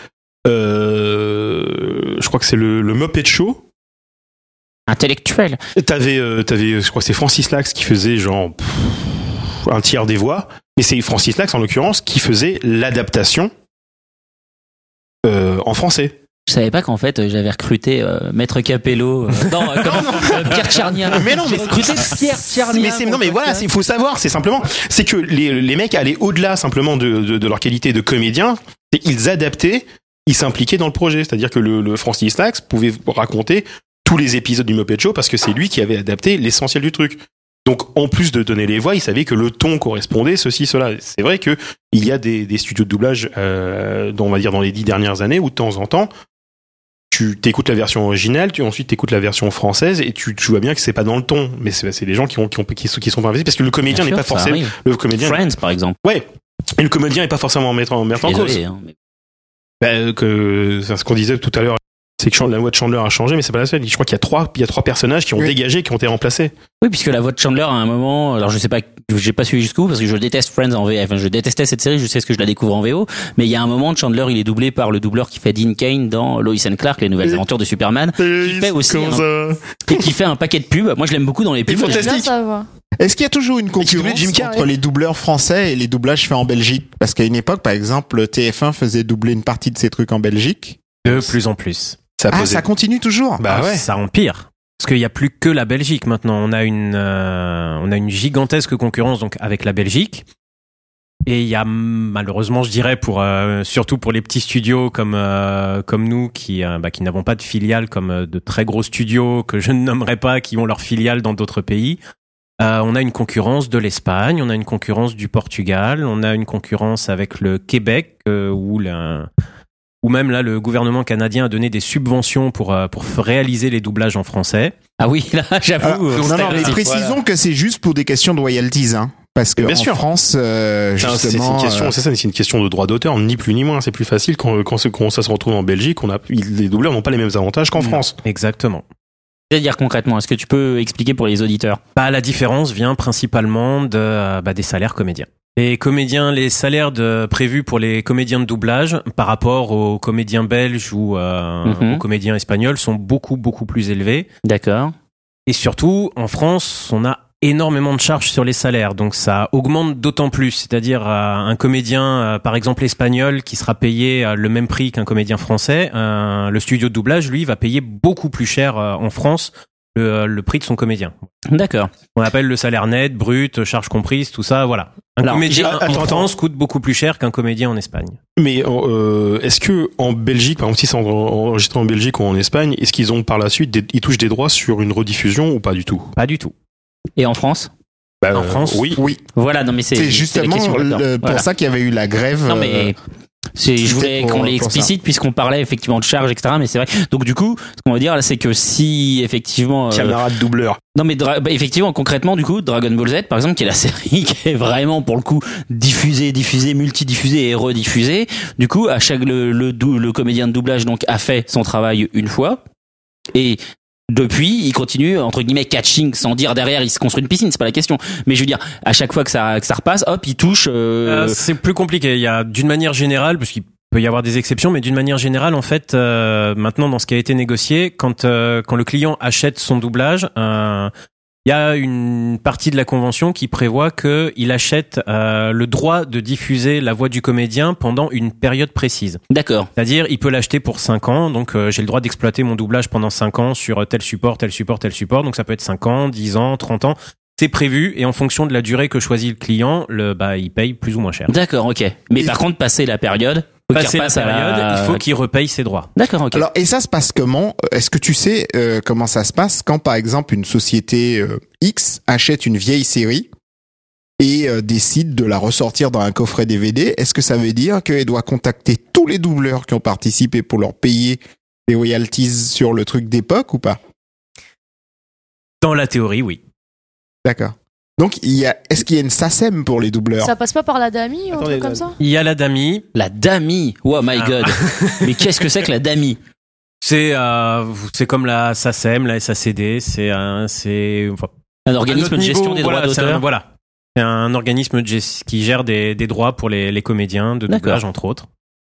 euh, je crois que c'est le, le Muppet Show. Intellectuel. T'avais, euh, t'avais, je crois que c'est Francis Lax qui faisait genre pff, un tiers des voix, et c'est Francis Lax en l'occurrence qui faisait l'adaptation euh, en français. Je savais pas qu'en fait j'avais recruté euh, Maître Capello. Euh, non, euh, comment euh, Pierre Tchernia. Mais non, mais J'ai recruté Pierre Tchernia. Mais c'est, pour non, mais le voilà, podcast. il faut savoir, c'est simplement, c'est que les, les mecs allaient au-delà simplement de, de, de leur qualité de comédien, et ils adaptaient, ils s'impliquaient dans le projet. C'est-à-dire que le, le Francis Lax pouvait raconter tous les épisodes du Muppet Show parce que c'est lui qui avait adapté l'essentiel du truc. Donc, en plus de donner les voix, il savait que le ton correspondait, ceci, cela. C'est vrai que il y a des, des studios de doublage, euh, dans, on va dire dans les dix dernières années, où de temps en temps, tu t'écoutes la version originale, tu ensuite t'écoutes la version française, et tu, tu vois bien que c'est pas dans le ton. Mais c'est, c'est des gens qui ont, qui ont, qui sont, qui sont pas investis parce que le comédien Bien n'est sûr, pas ça forcément, arrive. le comédien, Friends par exemple. ouais. Et le comédien est pas forcément en mettre en, mettre en cause. Désolé. Hein, mais- Bah, que, c'est ce qu'on disait tout à l'heure. C'est que la voix de Chandler a changé, mais c'est pas la seule. Je crois qu'il y a trois, il y a trois personnages qui ont Oui. dégagé, qui ont été remplacés. Oui, puisque la voix de Chandler à un moment, alors je sais pas, j'ai pas suivi jusqu'où parce que je déteste Friends en V F. Enfin, je détestais cette série, je sais ce que je la découvre en V O, mais il y a un moment Chandler, il est doublé par le doubleur qui fait Dean Cain dans Lois and Clark, les nouvelles Oui. aventures de Superman, qui fait aussi Comment un- ça et qui fait un paquet de pubs. Moi, je l'aime beaucoup dans les pubs. Il faut J'aime bien Fantastique. sa voix. Est-ce qu'il y a toujours une qui doublait concurrence Jim Carrey. entre les doubleurs français et les doublages faits en Belgique? Parce qu'à une époque, par exemple, T F un faisait doubler une partie de ses trucs en Belgique. De plus en plus. Ça a Ah, posé- ça continue toujours? Bah Ah, ouais. Ça empire. Parce qu'il n'y a plus que la Belgique maintenant. On a une, euh, on a une gigantesque concurrence donc avec la Belgique. Et il y a malheureusement, je dirais, pour euh, surtout pour les petits studios comme euh, comme nous qui euh, bah, qui n'avons pas de filiales comme euh, de très gros studios que je ne nommerai pas, qui ont leurs filiales dans d'autres pays. Euh, on a une concurrence de l'Espagne, on a une concurrence du Portugal, on a une concurrence avec le Québec euh, où la ou même là le gouvernement canadien a donné des subventions pour euh, pour f- réaliser les doublages en français. Ah oui, là, j'avoue. Alors, euh, non, non, mais c'est- précisons voilà. que c'est juste pour des questions de royalties, hein. Parce que Bien en sûr. France, euh, C'est un- c'est- justement, c'est une question, euh, c'est ça, c'est une question de droit d'auteur, ni plus ni moins. C'est plus facile quand, quand, c'est- quand ça se retrouve en Belgique. On a, les doubleurs n'ont pas les mêmes avantages qu'en Non. France. Exactement. C'est-à-dire concrètement, est-ce que tu peux expliquer pour les auditeurs? Bah, la différence vient principalement de, euh, bah, des salaires comédiens. Les comédiens, les salaires de, prévus pour les comédiens de doublage par rapport aux comédiens belges ou euh, Mhm. aux comédiens espagnols sont beaucoup, beaucoup plus élevés. D'accord. Et surtout, en France, on a énormément de charges sur les salaires, donc ça augmente d'autant plus. C'est-à-dire euh, un comédien, euh, par exemple espagnol, qui sera payé euh, le même prix qu'un comédien français, euh, le studio de doublage, lui, va payer beaucoup plus cher euh, en France le, euh, le prix de son comédien. D'accord. On appelle le salaire net, brut, charges comprises, tout ça, voilà. Un Alors, comédien j'ai- en attends, France coûte beaucoup plus cher qu'un comédien en Espagne. Mais euh, est-ce que en Belgique, par exemple, si c'est en- enregistré en Belgique ou en Espagne, est-ce qu'ils ont par la suite, des, ils touchent des droits sur une rediffusion ou pas du tout? Pas du tout. Et en France? Bah, En France, oui. oui, Voilà, non mais c'est c'est c'est la justement question, le- d'accord. pour Voilà. ça qu'il y avait eu la grève. Non mais c'est, je c'était voulais pour- qu'on l'ait pour ça. explicite puisqu'on parlait effectivement de charges, et cetera. Mais c'est vrai. Donc du coup, ce qu'on va dire là, c'est que si effectivement, euh, Camarade doubleur. non mais dra- bah, effectivement, concrètement, du coup, Dragon Ball Z, par exemple, qui est la série qui est vraiment pour le coup diffusée, diffusée, multidiffusée et rediffusée. Du coup, à chaque le le, dou- le comédien de doublage donc a fait son travail une fois et depuis, il continue entre guillemets catching, sans dire derrière il se construit une piscine, c'est pas la question. Mais je veux dire, à chaque fois que ça que ça repasse, hop, il touche. euh, Euh, c'est plus compliqué. Il y a d'une manière générale, parce qu'il peut y avoir des exceptions, mais d'une manière générale, en fait, euh, maintenant dans ce qui a été négocié, quand euh, quand le client achète son doublage, euh, il y a une partie de la convention qui prévoit que il achète euh, le droit de diffuser la voix du comédien pendant une période précise. D'accord. C'est-à-dire, il peut l'acheter pour cinq ans, donc euh, j'ai le droit d'exploiter mon doublage pendant cinq ans sur tel support, tel support, tel support. Donc ça peut être cinq ans, dix ans, trente ans. c'est prévu et en fonction de la durée que choisit le client, le, bah, il paye plus ou moins cher. D'accord, ok. Mais Et- par contre, passer la période, faut qu'il Passer la repasse à période, la- il faut qu'il repaye ses droits. D'accord, ok. Alors, et ça se passe comment? Est-ce que tu sais euh, comment ça se passe quand, par exemple, une société euh, X achète une vieille série et euh, décide de la ressortir dans un coffret D V D? Est-ce que ça veut dire qu'elle doit contacter tous les doubleurs qui ont participé pour leur payer des royalties sur le truc d'époque ou pas? Dans la théorie, oui. D'accord. Donc, il y a, est-ce qu'il y a une SACEM pour les doubleurs? Ça passe pas par la D A M I ou un Attendez, truc comme là- ça? Il y a la D A M I. La D A M I. Oh my Ah. god. Mais qu'est-ce que c'est que la D A M I? C'est, euh, c'est comme la SACEM, la S A C D. C'est un, c'est, enfin, Un à organisme notre de gestion niveau, des voilà, droits c'est un- d'auteur. Voilà. C'est un organisme de gest- qui gère des, des droits pour les, les comédiens de D'accord. doublage, entre autres.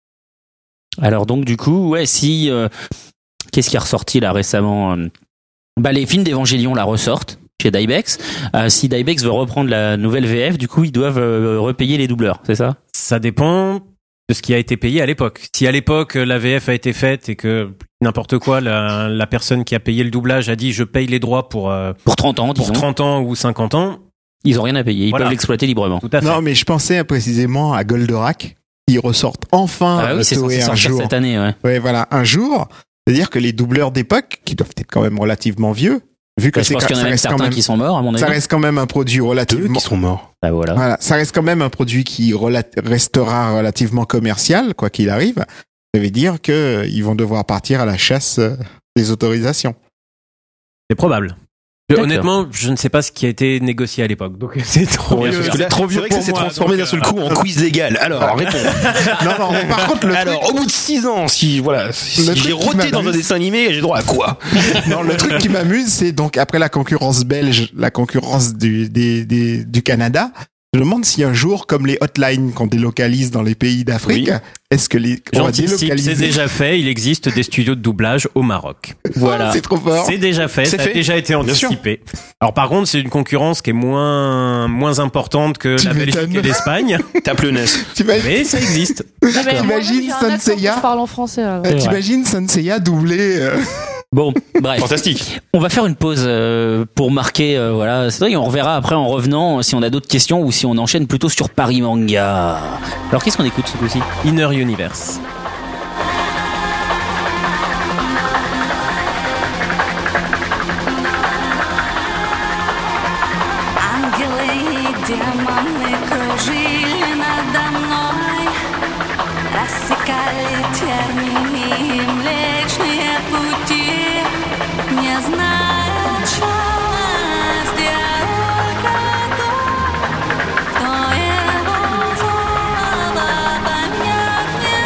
Alors donc du coup, ouais, si euh, qu'est-ce qui est ressorti là récemment euh, Bah les films d'Evangélion la ressortent chez Dybex. Euh, si Dybex veut reprendre la nouvelle V F, du coup ils doivent euh, repayer les doubleurs, c'est ça? Ça dépend de ce qui a été payé à l'époque. Si à l'époque la V F a été faite et que n'importe quoi, la, la personne qui a payé le doublage a dit je paye les droits pour, euh, Pour trente ans, disons. pour trente ans ou cinquante ans, Ils ont rien à payer, ils Voilà. peuvent l'exploiter librement. tout à fait. Non, mais je pensais précisément à Goldorak. Ils ressortent enfin Ah oui, c'est Toei censé un sortir jour. cette année, ouais. Ouais, voilà, un jour. C'est-à-dire que les doubleurs d'époque, qui doivent être quand même relativement vieux, vu que Bah, je c'est pense quand- qu'il y en a ça même reste quand certains même, qui sont morts, à mon avis. ça reste quand même un produit Deux relativement, qui sont morts. Bah voilà. voilà, ça reste quand même un produit qui rela- restera relativement commercial, quoi qu'il arrive. Ça veut dire que euh, ils vont devoir partir à la chasse euh, des autorisations. C'est probable. Je- D'accord. honnêtement, je ne sais pas ce qui a été négocié à l'époque. Donc c'est trop Ouais, vieux. parce que là, C'est trop c'est vieux vrai que ça pour s'est moi, transformé donc, d'un seul euh, coup en quiz légal. Alors, réponds. Non, non, mais par contre, le Alors, au bout de six ans, si voilà, si Le j'ai truc qui roté dans un m'amuse- dessin animé, j'ai droit à quoi? Non, le truc qui m'amuse, c'est donc après la concurrence belge, la concurrence du, des, des- du Canada. Je me demande si un jour, comme les hotlines qu'on délocalise dans les pays d'Afrique, Oui. est-ce que les on va J'anticipe, délocaliser c'est déjà fait. Il existe des studios de doublage au Maroc. Voilà. C'est trop fort. C'est déjà fait, C'est ça fait. a déjà été Bien sûr. anticipé. Alors par contre, c'est une concurrence qui est moins moins importante que Tu la Belgique m'étonnes. et l'Espagne, Tape le N E S. T'imagines mais ça existe. Ah, mais moi-même, T'imagines j'ai un accent Sanseiya quand Je parle en français. alors. euh, vrai. T'imagines Sanseiya doublé euh, Bon, bref. Fantastique. On va faire une pause euh, pour marquer, euh, voilà, c'est vrai, on reverra après en revenant si on a d'autres questions ou si on enchaîne plutôt sur Paris Manga. Alors qu'est-ce qu'on écoute ce coup-ci? Inner Universe. Ангелы и демоны кружили надо мной, рассекали тернии Млечные пути, не зная счастья никого, кто его слова понять не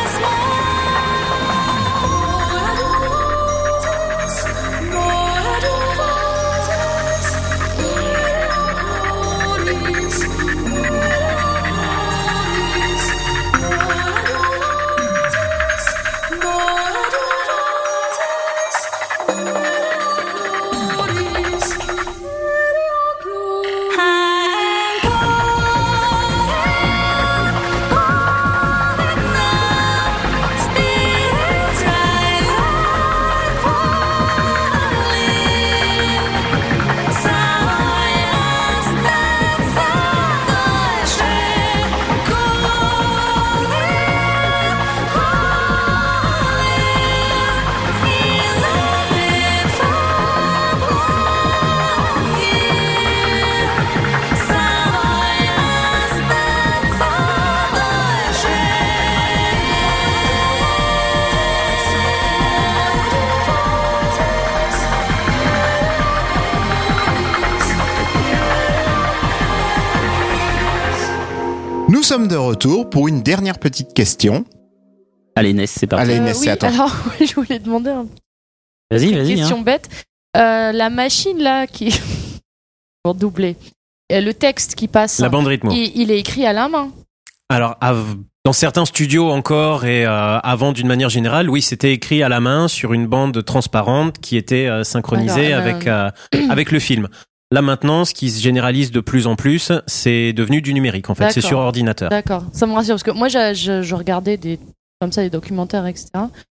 Nous sommes de retour pour une dernière petite question. Allez Ness, c'est parti. Allez, Euh, Inès, oui, c'est à toi. alors oui, je voulais demander un- Vas-y, une vas-y. question Hein. bête. Euh, la machine là qui pour doubler, euh, le texte qui passe, La bande rythmo. il, il est écrit à la main. Alors, av- dans certains studios encore et euh, avant d'une manière générale, oui, c'était écrit à la main sur une bande transparente qui était euh, synchronisée Alors, avec euh, avec le film. Là maintenant, ce qui se généralise de plus en plus, c'est devenu du numérique. En fait, c'est D'accord. sur ordinateur. D'accord, ça me rassure parce que moi je, je, je regardais des comme ça des documentaires et cetera.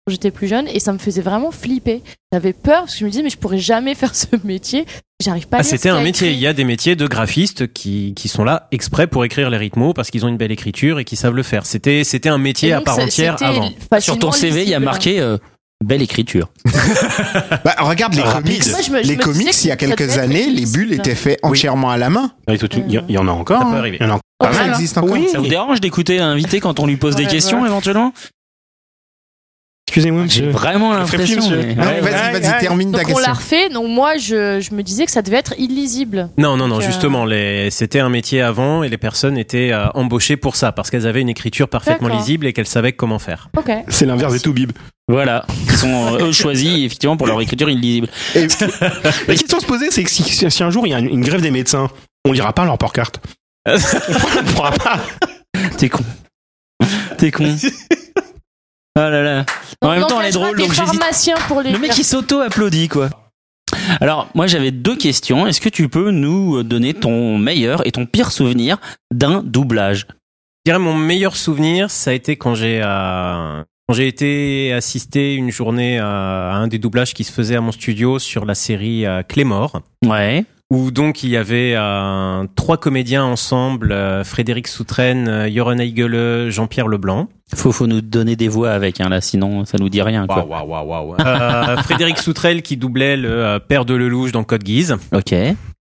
quand j'étais plus jeune et ça me faisait vraiment flipper. J'avais peur parce que je me disais mais je pourrais jamais faire ce métier. J'arrive pas à Ah, lire c'était ce un qu'il y a métier. écrit. Il y a des métiers de graphistes qui, qui sont là exprès pour écrire les rythmos parce qu'ils ont une belle écriture et qui savent le faire. C'était, c'était un métier Et à donc, part c'est- entière c'était avant. Sur ton facilement C V, il y a lisible. marqué euh, belle écriture. Bah, regarde les Rapide. comics. Moi, je me- je les me disais comics, que il y a ça devait quelques être années, les lisible. bulles étaient faites entièrement à la main. Il y, il y en a encore. Ça peut hein. arriver. Il y en a encore Oh, pas Ça mal. hein. existe encore. Oui. Ça vous dérange d'écouter un invité quand on lui pose des Ouais, questions ouais. éventuellement? Excusez-moi, J'ai monsieur. vraiment Je ferai plus, l'impression. monsieur. mais- Ouais, vas-y, ouais, vas-y, ouais. termine ta Donc on question. l'a refait. Donc moi je, je me disais que ça devait être illisible. Non, non, non, Donc, euh, justement, les... c'était un métier avant et les personnes étaient euh, embauchées pour ça parce qu'elles avaient une écriture parfaitement D'accord. lisible et qu'elles savaient comment faire. Ok. C'est l'inverse des Toubib. Voilà, ils sont euh, eux choisis effectivement pour leur écriture illisible. Et- La question à se poser, c'est que si, si un jour il y a une, une grève des médecins, on lira pas leur port-carte. On ne pourra pas. T'es con. T'es con. Oh là là. En On même temps, elle est engagera drôle, des donc j'hésite. pharmaciens pour les Le mec faire. il s'auto-applaudit quoi. Alors moi j'avais deux questions. Est-ce que tu peux nous donner ton meilleur et ton pire souvenir d'un doublage? Je dirais mon meilleur souvenir, ça a été quand j'ai euh, quand j'ai été assister une journée à, à un des doublages qui se faisait à mon studio sur la série euh, Clémor. Ouais. Où donc il y avait euh, trois comédiens ensemble, euh, Frédéric Soutraine, euh, Joran Eigele, Jean-Pierre Leblanc. Faut faut nous donner des voix avec hein, là sinon ça nous dit rien quoi. Waouh, waouh, waouh, waouh. Euh, Frédéric Soutrelle qui doublait le euh, père de Lelouch dans Code Geass. OK.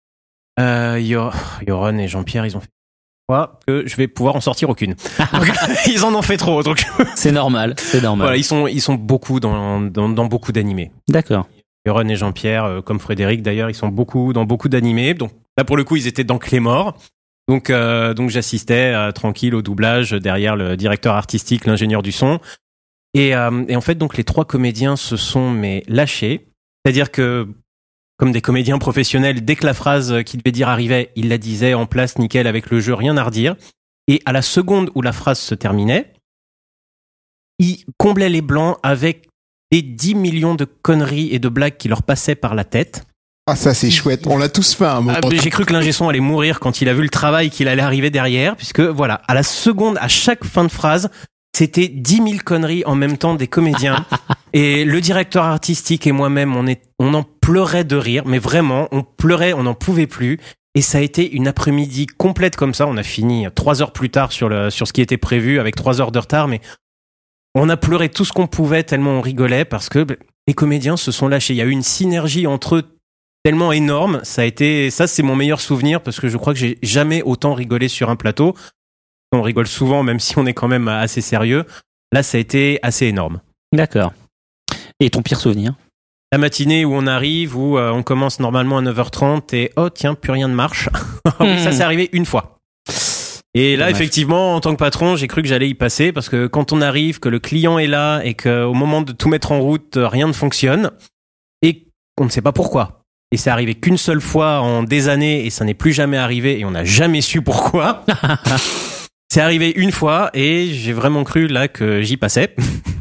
Euh, Yo- Joran et Jean-Pierre, ils ont fait quoi que je vais pouvoir en sortir aucune. Donc, ils en ont fait trop. Donc C'est normal, c'est normal. voilà, ils sont ils sont beaucoup dans dans, dans beaucoup d'animés. D'accord. Joran et Jean-Pierre, euh, comme Frédéric d'ailleurs, ils sont beaucoup dans beaucoup d'animés. Donc là pour le coup, ils étaient dans Clémor. Donc euh, donc j'assistais euh, tranquille au doublage derrière le directeur artistique, l'ingénieur du son. Et, euh, et en fait donc les trois comédiens se sont mais lâchés. C'est-à-dire que comme des comédiens professionnels, dès que la phrase qu'ils devaient dire arrivait, ils la disaient en place nickel avec le jeu, rien à redire. Et à la seconde où la phrase se terminait, ils comblaient les blancs avec des dix millions de conneries et de blagues qui leur passaient par la tête. Ah, ça, c'est chouette. On l'a tous fait à un moment. Ah, mais j'ai cru que l'ingé son allait mourir quand il a vu le travail qu'il allait arriver derrière, puisque voilà, à la seconde, à chaque fin de phrase, c'était dix mille conneries en même temps des comédiens. Et le directeur artistique et moi-même, on est, on en pleurait de rire, mais vraiment, on pleurait, on n'en pouvait plus. Et ça a été une après-midi complète comme ça. On a fini trois heures plus tard sur le, sur ce qui était prévu avec trois heures de retard, mais on a pleuré tout ce qu'on pouvait tellement on rigolait parce que les comédiens se sont lâchés. Il y a eu une synergie entre eux tellement énorme. Ça a été, ça c'est mon meilleur souvenir parce que je crois que j'ai jamais autant rigolé sur un plateau. On rigole souvent, même si on est quand même assez sérieux. Là, ça a été assez énorme. D'accord. Et ton pire souvenir? La matinée où on arrive, où euh, on commence normalement à neuf heures trente et oh tiens, plus rien ne marche. Oui, ça c'est arrivé une fois. Et là, Dommage. effectivement, en tant que patron, j'ai cru que j'allais y passer parce que quand on arrive, que le client est là et qu'au moment de tout mettre en route, rien ne fonctionne et qu'on ne sait pas pourquoi. Et c'est arrivé qu'une seule fois en des années et ça n'est plus jamais arrivé et on n'a jamais su pourquoi. C'est arrivé une fois et j'ai vraiment cru là que j'y passais.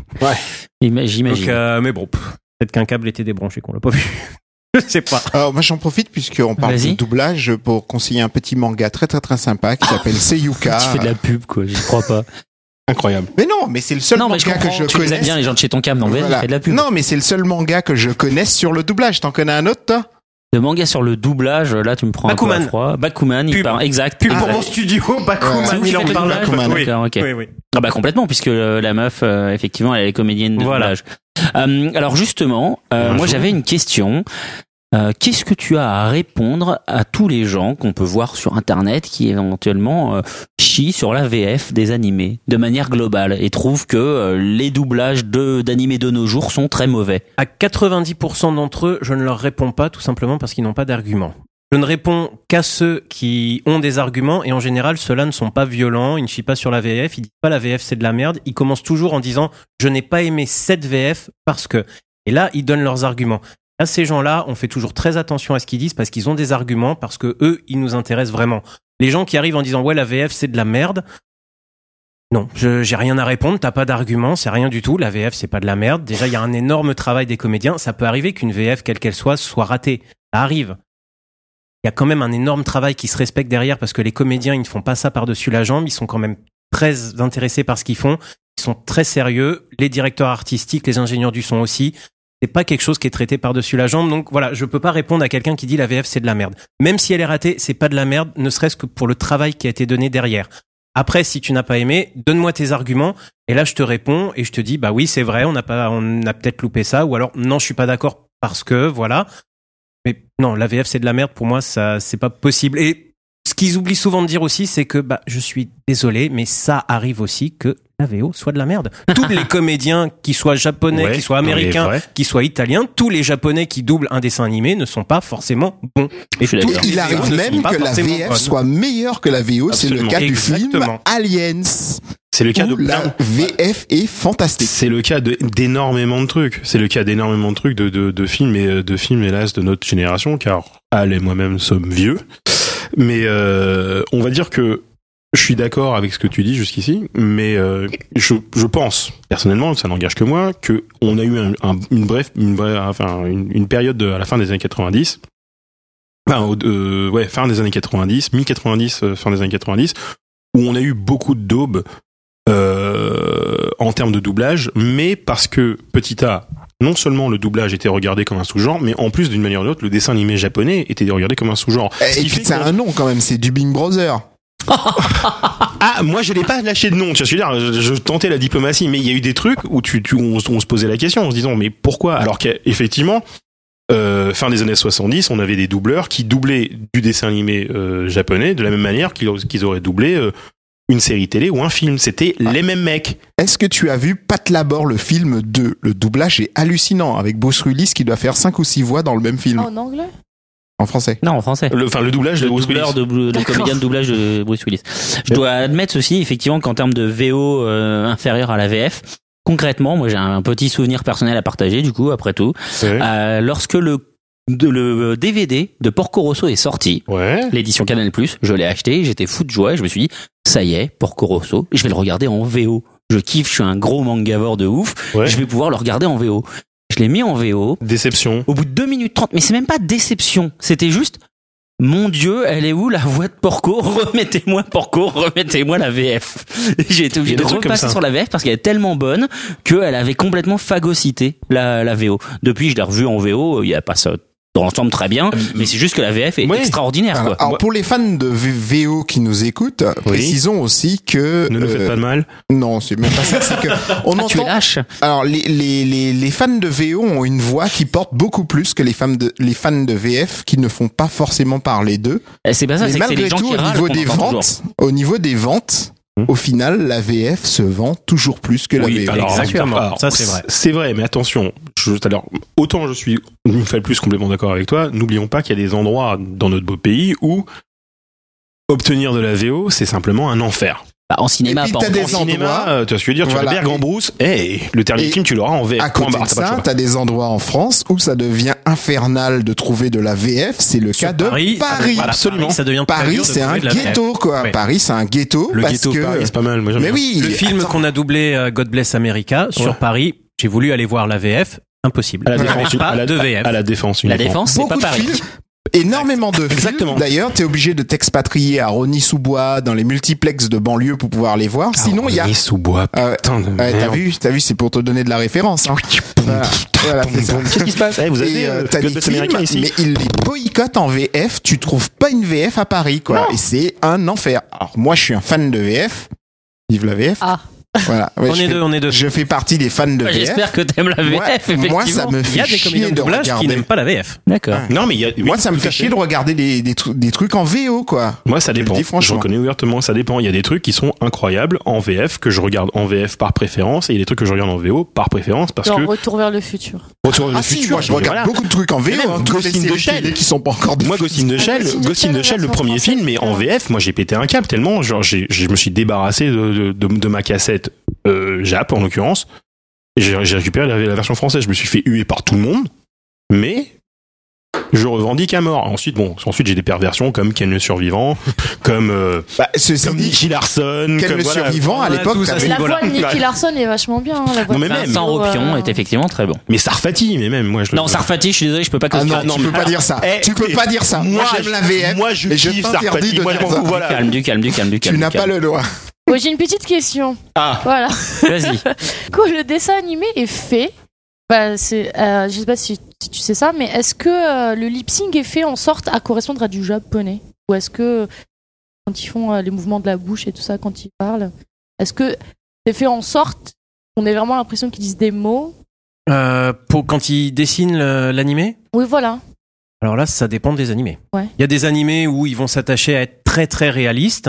Ima- Donc, J'imagine. euh, mais bon, pff, peut-être qu'un câble était débranché qu'on l'a pas vu. Je sais pas. Alors, moi, j'en profite puisqu'on parle Vas-y. de doublage pour conseiller un petit manga très très très sympa qui s'appelle Seiyuka. Tu fais de la pub quoi, j'y crois pas. Incroyable. Mais non, mais c'est le seul Non mais je manga que comprends, je tu les aimes connaisse. bien les gens de chez ton cam, donc vas-y, Voilà. fais de la pub. Non, mais c'est le seul manga que je connaisse sur le doublage. T'en connais un autre, toi? Le manga sur le doublage, là tu me prends un peu Bakuman. à froid. Bakuman, il Pub. parle, exact. Pub exact. pour mon studio, Bakuman, C'est vous qui il en faites le parle. doublage Bakuman. Oui. D'accord, ok. Oui, oui. Ah bah complètement, puisque euh, la meuf, euh, effectivement, elle est comédienne de Voilà. doublage. Euh, alors justement, euh, Un moi jour. j'avais une question. Euh, Qu'est-ce que tu as à répondre à tous les gens qu'on peut voir sur Internet qui éventuellement euh, chient sur la V F des animés de manière globale et trouvent que euh, les doublages de d'animés de nos jours sont très mauvais? À quatre-vingt-dix pour cent d'entre eux, je ne leur réponds pas tout simplement parce qu'ils n'ont pas d'arguments. Je ne réponds qu'à ceux qui ont des arguments et en général, ceux-là ne sont pas violents, ils ne chient pas sur la V F, ils disent pas la V F c'est de la merde, ils commencent toujours en disant je n'ai pas aimé cette V F parce que... Et là, ils donnent leurs arguments. À ces gens-là, on fait toujours très attention à ce qu'ils disent parce qu'ils ont des arguments, parce que eux, ils nous intéressent vraiment. Les gens qui arrivent en disant ouais la V F c'est de la merde, non, je j'ai rien à répondre, t'as pas d'argument, c'est rien du tout, la V F c'est pas de la merde. Déjà, il y a un énorme travail des comédiens, ça peut arriver qu'une V F, quelle qu'elle soit, soit ratée. Ça arrive. Il y a quand même un énorme travail qui se respecte derrière parce que les comédiens, ils ne font pas ça par-dessus la jambe, ils sont quand même très intéressés par ce qu'ils font. ils sont très sérieux. Les directeurs artistiques, les ingénieurs du son aussi. C'est pas quelque chose qui est traité par-dessus la jambe. Donc voilà, je peux pas répondre à quelqu'un qui dit la V F c'est de la merde. Même si elle est ratée, c'est pas de la merde, ne serait-ce que pour le travail qui a été donné derrière. Après, si tu n'as pas aimé, donne-moi tes arguments. Et là, je te réponds et je te dis, bah oui, c'est vrai, on n'a pas, on a peut-être loupé ça. Ou alors, non, je suis pas d'accord parce que, voilà. Mais non, la V F c'est de la merde. Pour moi, ça, c'est pas possible. Et ce qu'ils oublient souvent de dire aussi, c'est que, bah, je suis désolé, mais ça arrive aussi que la V O soit de la merde. Tous les comédiens, qu'ils soient japonais, Ouais, qu'ils soient non, mais américains, vrai. qu'ils soient italiens, tous les japonais qui doublent un dessin animé ne sont pas forcément bons. Et suis tous d'accord. les Il V O arrive ne sont même pas que la forcément V F bonnes. soit meilleure que la V O. C'est le Absolument. cas du film Exactement. Aliens. C'est le cas de Où la plein. V F est fantastique. C'est le cas de- d'énormément de trucs. C'est le cas d'énormément de trucs de, de, de films et de films hélas de notre génération, car Al et moi-même sommes vieux. Mais euh, on va dire que je suis d'accord avec ce que tu dis jusqu'ici, mais euh, je, je pense personnellement, ça n'engage que moi, que on a eu un, un- une bref, une brève, enfin une, une période de- à la fin des années quatre-vingt-dix, enfin au- euh, ouais fin des années quatre-vingt-dix, mi quatre-vingt-dix, euh, fin des années quatre-vingt-dix, où on a eu beaucoup de daubes euh, en termes de doublage, mais parce que petit A, non seulement le doublage était regardé comme un sous-genre, mais en plus d'une manière ou d'une autre, le dessin animé japonais était regardé comme un sous-genre. Ce Et qui puis fait c'est qu'on- un nom quand même, c'est Dubbing Brother. Ah, moi je l'ai pas lâché de nom. Tu vois, je veux dire, je, je tentais la diplomatie, mais il y a eu des trucs où tu, tu on, on se posait la question en se disant mais pourquoi? Alors qu'effectivement, euh, fin des années soixante-dix, on avait des doubleurs qui doublaient du dessin animé euh, japonais de la même manière qu'ils, qu'ils auraient doublé euh, une série télé ou un film. C'était les mêmes mecs. Est-ce que tu as vu Pat Labor, le film deux? Le doublage est hallucinant, avec Bruce Willis qui doit faire cinq ou six voix dans le même film, En anglais en français. Non, en français. Le, enfin, le doublage de Le Bruce doubleur Willis. de, Bru- le D'accord. comédien de doublage de Bruce Willis. Je dois admettre ceci, effectivement, qu'en termes de V O euh, inférieur à la V F, concrètement, moi j'ai un petit souvenir personnel à partager, du coup, après tout. Ouais. Euh, lorsque le, de- le D V D de Porco Rosso est sorti, Ouais. l'édition Canal+, je l'ai acheté, j'étais fou de joie, et je me suis dit, ça y est, Porco Rosso, je vais le regarder en V O. Je kiffe, je suis un gros mangavore de ouf, Ouais. je vais pouvoir le regarder en V O. Je l'ai mis en V O, Déception. au bout de deux minutes trente, mais c'est même pas déception, c'était juste, mon Dieu, elle est où la voix de Porco? Remettez-moi Porco, remettez-moi la V F. Et j'ai été obligé Il y a de des trucs comme repasser ça. sur la V F parce qu'elle est tellement bonne qu'elle avait complètement phagocyté la, la V O. Depuis, je l'ai revue en V O, il y a pas ça dans l'ensemble très bien, mais c'est juste que la V F est Ouais. extraordinaire, Alors, quoi. alors, pour les fans de V- VO qui nous écoutent, précisons aussi que Ne nous euh, faites pas de mal. non, c'est même pas ça. C'est que on Ah, tu es entend. lâche. Alors les, les les les fans de V O ont une voix qui porte beaucoup plus que les fans de les fans de V F qui ne font pas forcément parler d'eux. Eh, C'est pas ça, Mais c'est que c'est les malgré gens tout, qui au râlent niveau qu'on des entend ventes, toujours. au niveau des ventes, Hmm. au final, la V F se vend toujours plus que la Oui, V O. alors, Exactement. alors, Ça, c'est vrai. C'est vrai, mais attention. Je, alors, autant je suis une fois de plus complètement d'accord avec toi, n'oublions pas qu'il y a des endroits dans notre beau pays où obtenir de la V O, c'est simplement un enfer. Bah, en cinéma, Et puis, pas t'as en des En France. endroits- cinéma, euh, tu vois ce que je veux dire, tu Voilà. as Berg en brousse, hey, le dernier Et film, tu l'auras en V F. À côté Point barre, de t'as pas le ça, choix. t'as des endroits en France où ça devient infernal de trouver de la V F. C'est le Sur cas de Paris, ça- Paris. voilà, Absolument. Paris, ça devient très Paris, dur de c'est un trouver de la V F. ghetto, quoi. Ouais. Paris, c'est un ghetto Le parce ghetto que. Paris, c'est pas mal. Moi, j'aime Mais bien. oui. Le film attends. qu'on a doublé euh, God Bless America sur Ouais. Paris, j'ai voulu aller voir la V F, impossible. À la Il n'y défense, avait pas à la, de V F. à la défense. La uniquement. défense, c'est Beaucoup pas de Paris. films, énormément de Exactement. films. D'ailleurs, t'es obligé de t'expatrier à Rosny-sous-Bois dans les multiplex de banlieue pour pouvoir les voir. Sinon, il y a. Nice sous bois. Ah ouais. Putain de Ouais, t'as merde. vu, t'as vu, c'est pour te donner de la référence. Hein. Voilà, Voilà, c'est ça. Qu'est-ce qui se passe? Eh, vous avez Et euh, euh, t'as God des Bless films, America ici? mais ils les boycottent en V F. Tu trouves pas une V F à Paris, quoi. Et c'est un enfer. Alors moi, je suis un fan de V F. Vive la V F. Ah. Voilà. Ouais, On je est fais- deux, on est deux. Je fais partie des fans de Bah, V F. J'espère que t'aimes la V F, Moi, effectivement. moi, ça me Il y fait a des comédiens chier de de doublage qui regarder. n'aiment pas la V F. D'accord. Ouais. Non, mais il y a, oui, Moi, ça me tout fait à chier fait. de regarder des, des, tru- des trucs en V O, quoi. Moi, ça Je le dépend. dis Je franchement. reconnais ouvertement, ça dépend. Il y a des trucs qui sont incroyables en V F que je regarde en V F par préférence et il y a des trucs que je regarde en V O par préférence parce Genre que Retour vers le futur. Retour vers Ah le si, futur. moi, je regarde voilà. beaucoup de trucs en V Mais O. même Hein, toutes Ghost les in the séries Shell. télé qui sont pas encore Moi, Ghost in the Shell, Ghost in the Ghost in Shell, the Shell, le la premier version film, mais en française. V F, moi, j'ai pété un câble tellement, genre, j'ai, je me suis débarrassé de, de, de, de ma cassette euh, Jap, en l'occurrence. Et J'ai, j'ai récupéré la, la version française. Je me suis fait huer par tout le monde, mais je revendique à mort. Ensuite, bon, ensuite j'ai des perversions comme Ken le Survivant, comme euh, Bah, ceci comme dit, Nicky Larson, Ken comme le voilà. survivant, à On a l'époque, tous t'avais- assez- La voilà. voix de Nicky Ouais. Larson est vachement bien. hein, la voix Non, mais de même. Vincent Nicky, Ropion euh, est effectivement très bon. Mais Sarfati, mais même moi je le. Non, Sarfati, je suis désolé, je peux pas Ah cautionner non, là-dessus. tu peux pas dire ça. Eh, Tu peux écoutez, pas dire ça. Moi, moi, j'aime la V F. Moi, je mais je kiffe t'interdis Sarfati. de Moi, je dire m'en ça. fous, voilà. Calme, du calme, du calme, du calme. Tu du n'as calme. pas le droit. Bon, j'ai une petite question. Ah, Voilà. Vas-y. Quand le dessin animé est fait, bah, c'est, euh, je sais pas si, si tu sais ça, mais est-ce que euh, le lip sync est fait en sorte à correspondre à du japonais? Ou est-ce que quand ils font euh, les mouvements de la bouche et tout ça, quand ils parlent, est-ce que c'est fait en sorte qu'on ait vraiment l'impression qu'ils disent des mots? Euh, pour quand ils dessinent le- l'animé. Oui, voilà. Alors là, ça dépend des animés. Ouais. Il y a des animés où ils vont s'attacher à être très très réalistes.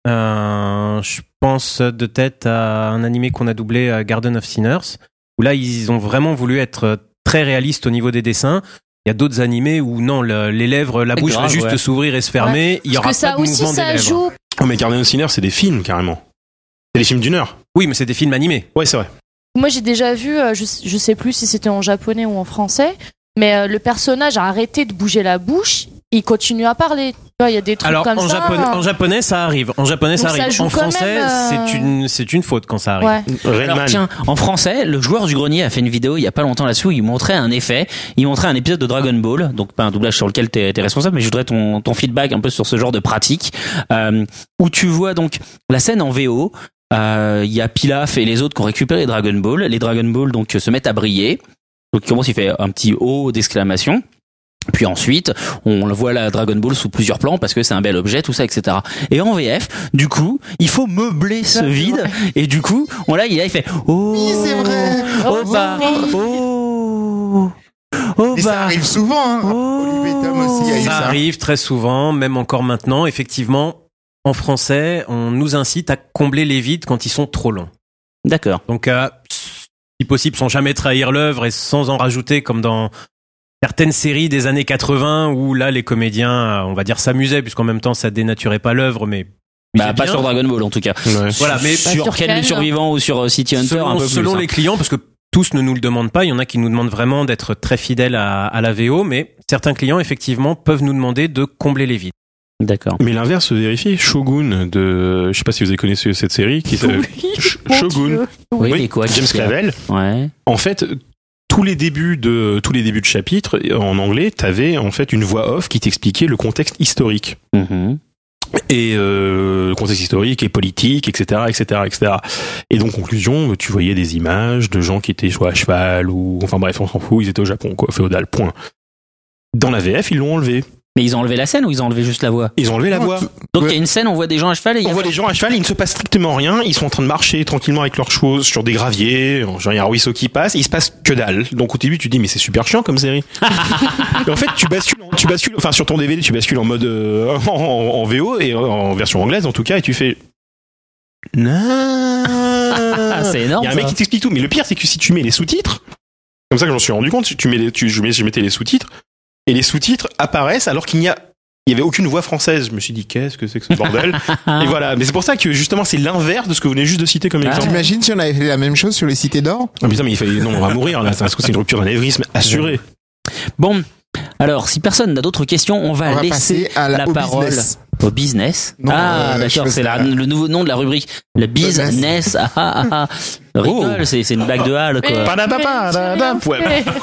Euh, je pense de tête à un animé qu'on a doublé à Garden of Sinners, où là ils ont vraiment voulu être très réalistes au niveau des dessins. Il y a d'autres animés où non, le- les lèvres, la C'est bouche grave, va juste ouais. s'ouvrir et se fermer. Il y Parce aura que ça pas de aussi, mouvement des ça lèvres. joue. oh, mais Garden of Sinners, c'est des films carrément. C'est des films d'une heure. Oui, mais c'est des films animés. Ouais, c'est vrai. Moi, j'ai déjà vu, euh, je, je sais plus si c'était en japonais ou en français, mais euh, le personnage a arrêté de bouger la bouche, et il continue à parler. Tu vois, il y a des trucs Alors comme en, ça. japonais, en japonais, ça arrive. En japonais, ça Donc ça arrive. joue En quand français, même, euh, c'est une c'est une faute quand ça arrive. Ouais. Rain Alors Man. tiens, en français, le joueur du grenier a fait une vidéo il y a pas longtemps là-dessus où il montrait un effet, il montrait un épisode de Dragon Ball, donc pas un doublage sur lequel t'es es responsable, mais je voudrais ton, ton feedback un peu sur ce genre de pratique, euh, où tu vois donc la scène en V O, euh, il y a Pilaf et les autres qui ont récupéré les Dragon Ball, les Dragon Ball donc se mettent à briller, donc il commence, il fait un petit O d'exclamation. Puis ensuite, on voit la Dragon Ball sous plusieurs plans parce que c'est un bel objet, tout ça, et cetera. Et en V F, du coup, il faut meubler ce vide. Et du coup, on là, il là, il fait oh, Oui, c'est vrai. oh Oh, bah, oui. oh, oh Mais ça bah, arrive souvent, hein. Oh. Olivier Tom aussi, il y a eu Ça ça. arrive très souvent, même encore maintenant. Effectivement, en français, on nous incite à combler les vides quand ils sont trop longs. D'accord. Donc, euh, si possible, sans jamais trahir l'œuvre et sans en rajouter, comme dans certaines séries des années quatre-vingts où là, les comédiens, euh, on va dire, s'amusaient, puisqu'en même temps, ça dénaturait pas l'œuvre, mais Bah, c'est pas bien. sur Dragon Ball en tout cas. Ouais. Voilà, mais sur, sur Ken Ken, le survivant ou sur euh, City Hunter selon, un peu plus. selon hein. les clients, parce que tous ne nous le demandent pas, il y en a qui nous demandent vraiment d'être très fidèles à, à la V O, mais certains clients, effectivement, peuvent nous demander de combler les vides. D'accord. Mais l'inverse se vérifie. Shogun de, je sais pas si vous avez connu cette série qui s'appelle Sh- Mon Shogun. Dieu. Oui, Oui, et quoi, James qu'est-ce qu'il y a Clavel. Ouais. En fait, tous les débuts de tous les débuts de chapitres en anglais, t'avais en fait une voix off qui t'expliquait le contexte historique Mhm. et euh, le contexte historique et politique, et cetera, et cetera, et cetera. Et donc conclusion, tu voyais des images de gens qui étaient soit à cheval ou enfin bref, on s'en fout, ils étaient au Japon, quoi, féodal. Point. Dans la V F, ils l'ont enlevé. Mais ils ont enlevé la scène ou ils ont enlevé juste la voix? Ils ont enlevé la voix. Donc il Ouais. y a une scène, on voit des gens à cheval et il y a On voit les gens à cheval, il ne se passe strictement rien. Ils sont en train de marcher tranquillement avec leurs chevaux sur des graviers. Genre, il y a un ruisseau qui passe. Et il se passe que dalle. Donc, au début, tu te dis, mais c'est super chiant comme série. Et en fait, tu bascules, tu bascules, enfin, sur ton D V D, tu bascules en mode, euh, en, en- en V O et en version anglaise, en tout cas, et tu fais, non. Ah, c'est Il énorme. y a un mec ça. qui t'explique tout. Mais le pire, c'est que si tu mets les sous-titres, comme ça que j'en suis rendu compte, tu mets les, tu, je, mets- je mettais les sous-titres, et les sous-titres apparaissent alors qu'il n'y a, il y avait aucune voix française. Je me suis dit, qu'est-ce que c'est que ce bordel? Et voilà. Mais c'est pour ça que, justement, c'est l'inverse de ce que vous venez juste de citer comme Ah. exemple. T'imagines si on avait fait la même chose sur les cités d'or? Ah putain, mais il fallait, non, on va mourir, là. C'est c'est une rupture d'anévrisme assurée. Bon, alors si personne n'a d'autres questions, on va, On va laisser passer à la, la au parole business. au business. Non, ah, euh, je d'accord, fais c'est ça. la- le nouveau nom de la rubrique. Le business. Ah, ah, ah. Rigole, Oh. c'est c'est une blague de Hal, quoi. Mais- Padabapa, mais j'ai rien dadam, ouais. fait.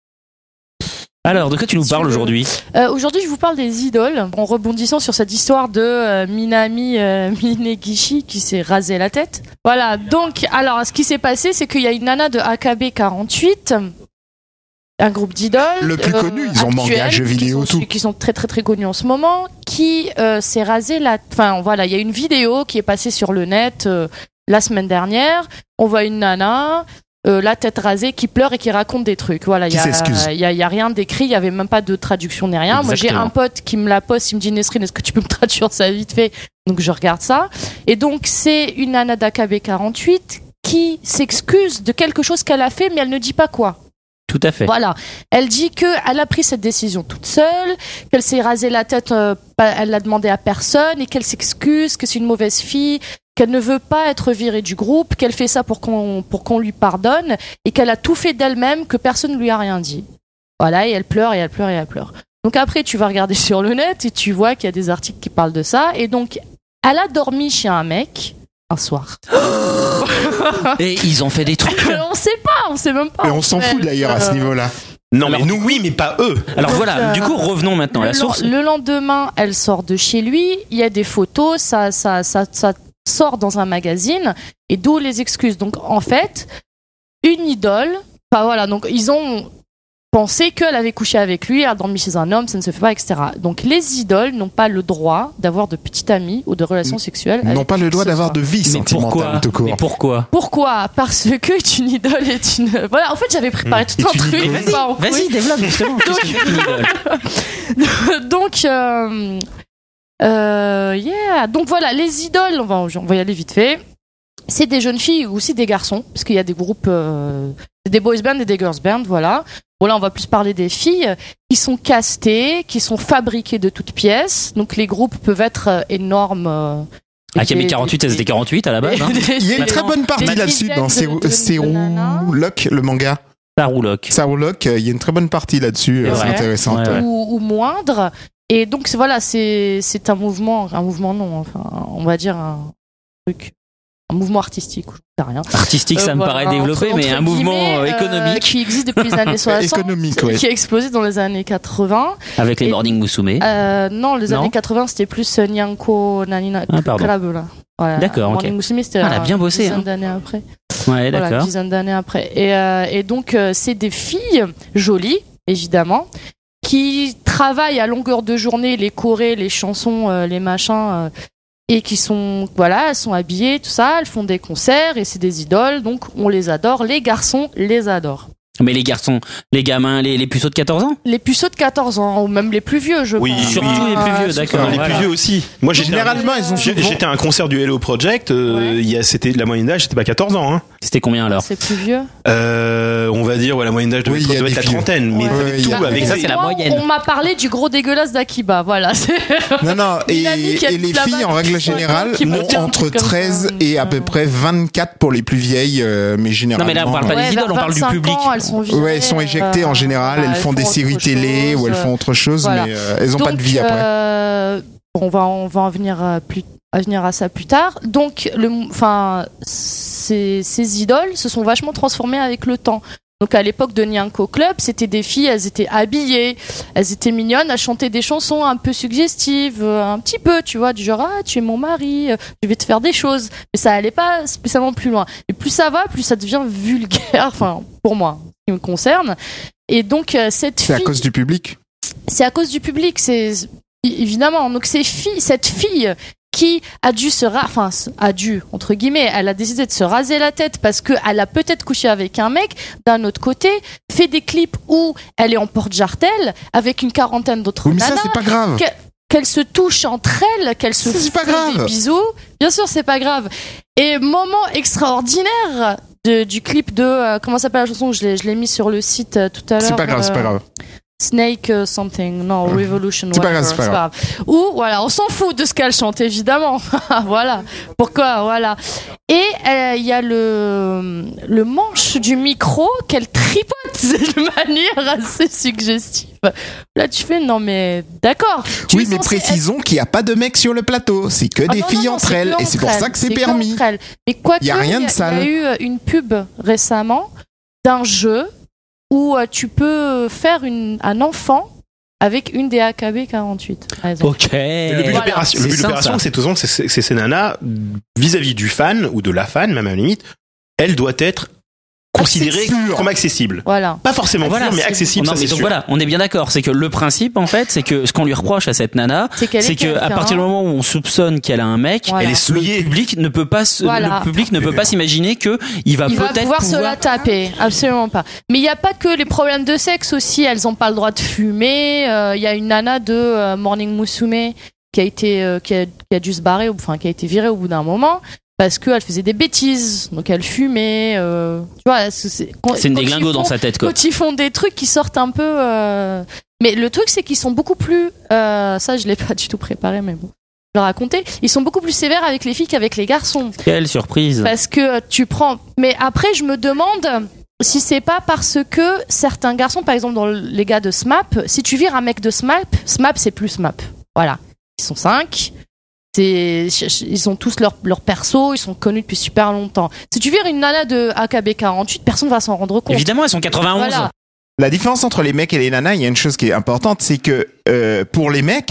Alors, de quoi tu nous parles aujourd'hui? Euh, Aujourd'hui, je vous parle des idoles, en rebondissant sur cette histoire de euh, Minami euh, Minegishi qui s'est rasé la tête. Voilà, donc, alors, ce qui s'est passé, c'est qu'il y a une nana de A K B quarante-huit, un groupe d'idoles. Le plus connu, ils ont manga, actuels, jeux vidéo, qui sont, tout. qui sont très très très connus en ce moment, qui euh, s'est rasé la... Enfin, voilà, il y a une vidéo qui est passée sur le net euh, la semaine dernière. On voit une nana... Euh, la tête rasée, qui pleure et qui raconte des trucs. Voilà, il Qui y a, s'excuse. il y a, il y a rien d'écrit, il y avait même pas de traduction ni rien. Moi, j'ai Exactement. un pote qui me la poste, il me dit Nesrine, est-ce que tu peux me traduire ça vite fait? Donc je regarde ça. Et donc c'est une nana d'A K B quarante-huit qui s'excuse de quelque chose qu'elle a fait, mais elle ne dit pas quoi. Tout à fait. Voilà, elle dit que elle a pris cette décision toute seule, qu'elle s'est rasé la tête, euh, pas- elle l'a demandé à personne et qu'elle s'excuse, que c'est une mauvaise fille, qu'elle ne veut pas être virée du groupe, qu'elle fait ça pour qu'on pour qu'on lui pardonne et qu'elle a tout fait d'elle-même, que personne ne lui a rien dit. Voilà, et elle pleure et elle pleure et elle pleure. Donc après, tu vas regarder sur le net et tu vois qu'il y a des articles qui parlent de ça. Et donc, elle a dormi chez un mec un soir. Et ils ont fait des trucs. on sait pas, on sait même pas. Et on s'en fout d'ailleurs à ce niveau-là. Non, Alors, mais nous, oui, mais pas eux. Alors Donc, voilà, euh, du coup, revenons maintenant à la Le, source. le lendemain, elle sort de chez lui. Il y a des photos. Ça, ça, ça, ça, sort dans un magazine, et d'où les excuses. Donc en fait, une idole, enfin voilà, donc ils ont pensé qu'elle avait couché avec lui, elle a dormi chez un homme, ça ne se fait pas, et cetera. Donc les idoles n'ont pas le droit d'avoir de petite amie ou de relations sexuelles. N'ont avec pas le qui droit que ce d'avoir soit. de vie Mais sentimentale pourquoi tout court. Mais pourquoi Pourquoi ? Parce que une idole est une. Voilà, en fait, j'avais préparé tout un Est une truc. icône. Vas-y, pas en vas-y, couille. développe justement. Qu'est-ce que c'est qu'une idole Donc, euh, euh, yeah. Donc voilà, les idoles, on va, on va y aller vite fait. C'est des jeunes filles ou aussi des garçons, parce qu'il y a des groupes, euh, des boys bands et des girls bands, voilà. Bon là, on va plus parler des filles qui sont castées, qui sont fabriquées de toutes pièces. Donc les groupes peuvent être euh, énormes. Euh, A K B des- quarante-huit, des- elles étaient quarante-huit à la base. Hein. Il y a une très bonne partie Des là-dessus dans dizaines de- de- de nanas. Seru Lock, le manga. Sarouloc. Seru Lock, il y a une très bonne partie là-dessus, C'est euh, c'est vrai. intéressant. Ouais, ouais. ou, ou moindre. Et donc c'est- voilà, c'est c'est un mouvement, un mouvement non, enfin on va dire un truc, un mouvement artistique, je sais rien. Artistique, ça Euh, me voilà, paraît développé, entre- mais entre un mouvement guillemets, euh, euh, économique qui existe depuis les années soixante, Économique, ouais. qui a explosé dans les années quatre-vingts. avec les et- Morning Musume. Euh, non, les Non. années quatre-vingts c'était plus euh, Nyanko Nanina Ah, pardon. Club là. Voilà. D'accord, ok. Morning Musume, c'était Ah, elle a euh, bien bossé, une dizaine hein. d'années après. Ouais, Voilà, une d'accord. dizaine d'années après. Et, euh, et donc, euh, c'est des filles jolies, évidemment, qui travaillent à longueur de journée les chorés, les chansons, euh, les machins, euh, et qui sont, voilà, elles sont habillées, tout ça, elles font des concerts, et c'est des idoles, donc on les adore. Les garçons les adorent. Mais les garçons, les gamins, les, les puceaux de quatorze ans Les puceaux de quatorze ans, ou même les plus vieux, je Oui, pense. Surtout oui. les plus vieux, Euh, d'accord. Non, les voilà. plus vieux aussi. Moi, j'étais un- Généralement, ils ont j'ai- souvent... j'étais à un concert du Hello Project. euh, Ouais. il y a, c'était la moyenne d'âge, c'était pas quatorze ans. Hein. C'était combien alors C'est plus vieux. Euh, on va dire, ouais, la moyenne d'âge devait Oui, il y a devait des être la vieux. trentaine. Mais Ouais. t'avais Ouais, il y tout a- avec ça, des- c'est la Moi, moyenne. On m'a parlé du gros dégueulasse d'Akiba, voilà. c'est- Non, non, et, Une amie qui a et dit les là-bas filles, en règle générale, qui me ont dit un entre truc comme treize ça. et à peu près vingt-quatre pour les plus vieilles, euh, mais Non, généralement... mais là, on parle pas euh, des idoles, vers on parle du vingt-cinq public. ans, elles sont virées, Ouais, elles sont éjectées en euh, général, voilà, elles font des autre séries télé chose, ou elles euh, font autre chose, voilà. mais euh, elles ont pas de Donc, vie après. euh, bon, on va on va en venir à plus à venir à ça plus tard. Donc le enfin ces ces idoles se sont vachement transformées avec le temps. Donc à l'époque de Nyanko Club, c'était des filles, elles étaient habillées, elles étaient mignonnes, elles chantaient des chansons un peu suggestives, euh, un petit peu, tu vois, du genre ah tu es mon mari, euh, je vais te faire des choses, mais ça allait pas spécialement plus loin. Et plus ça va, plus ça devient vulgaire, enfin pour moi, ce qui me concerne. Et donc euh, cette C'est à fille, cause du public. c'est à cause du public, c'est évidemment. Donc ces filles, cette fille qui a dû se ra- enfin a dû entre guillemets, elle a décidé de se raser la tête parce que elle a peut-être couché avec un mec. D'un autre côté, fait des clips où elle est en porte-jartel avec une quarantaine d'autres Oui, mais ça, nanas, c'est pas grave. qu'elles se touchent entre elles, qu'elles se C'est pas font des grave. bisous. Bien sûr, c'est pas grave. Et moment extraordinaire de- du clip de euh, comment s'appelle la chanson, je l'ai je l'ai mis sur le site euh, tout à l'heure. C'est pas grave, c'est pas euh, grave. Snake euh, something, non, Revolution, C'est pas whatever, grave, c'est pas grave. Ou, voilà, on s'en fout de ce qu'elle chante, évidemment. Voilà. Pourquoi, voilà. Et euh, il y a le, le manche du micro qu'elle tripote de manière assez suggestive. Là, tu fais, non, mais d'accord. Tu Oui, es mais censé précisons qu'il n'y a pas de mecs sur le plateau. C'est que Ah des non, filles non, non, entre c'est elles. que Et c'est entre pour ça elles, que c'est que permis. entre elles. Mais quoi Y a que, rien de il y sale. Il y a eu euh, une pub récemment d'un jeu où euh, tu peux faire une, un enfant avec une des A K B quarante-huit. par exemple. Ok. Mais le but de Voilà. l'opération, le C'est but de ça, l'opération, ça. c'est toujours c'est c'est- c'est ces nanas vis-à-vis du fan ou de la fan, même à la limite, elle doit être considérée Accessible. comme accessible. Voilà. Pas forcément Voilà, pure, mais c'est- accessible, Non, ça mais c'est donc sûr. voilà, on est bien d'accord. C'est que le principe, en fait, c'est que ce qu'on lui reproche à cette nana, C'est qu'elle est c'est que à quelqu'un. partir du moment où on soupçonne qu'elle a un mec, Voilà. Elle est le souillée. public ne peut pas, se- Voilà. le public ne peut pas s'imaginer que il va Il va peut-être pouvoir, se la taper, absolument pas. Mais il n'y a pas que les problèmes de sexe aussi, elles n'ont pas le droit de fumer. Euh, Il y a une nana de euh, Morning Musume qui a été, euh, qui, a, qui a dû se barrer, enfin qui a été virée au bout d'un moment parce qu'elle faisait des bêtises, donc elle fumait. Euh, tu vois, c'est c'est- quand- C'est une quand ils déglingo dans font- sa tête, quoi. Quand ils font des trucs qui sortent un peu. euh, Mais le truc c'est qu'ils sont beaucoup plus. euh, Ça je l'ai pas du tout préparé, mais bon. Je le raconter. Ils sont beaucoup plus sévères avec les filles qu'avec les garçons. Quelle surprise. Parce que tu prends. Mais après, je me demande si c'est pas parce que certains garçons, par exemple dans les gars de S M A P, si tu vires un mec de S M A P, S M A P c'est plus S M A P. Voilà. Ils sont cinq. C'est, ils ont tous leur, leur perso, ils sont connus depuis super longtemps. Si tu vires une nana de A K B quarante-huit, personne va s'en rendre compte. Évidemment, elles sont quatre-vingt-onze. Voilà. La différence entre les mecs et les nanas, il y a une chose qui est importante, c'est que euh, pour les mecs,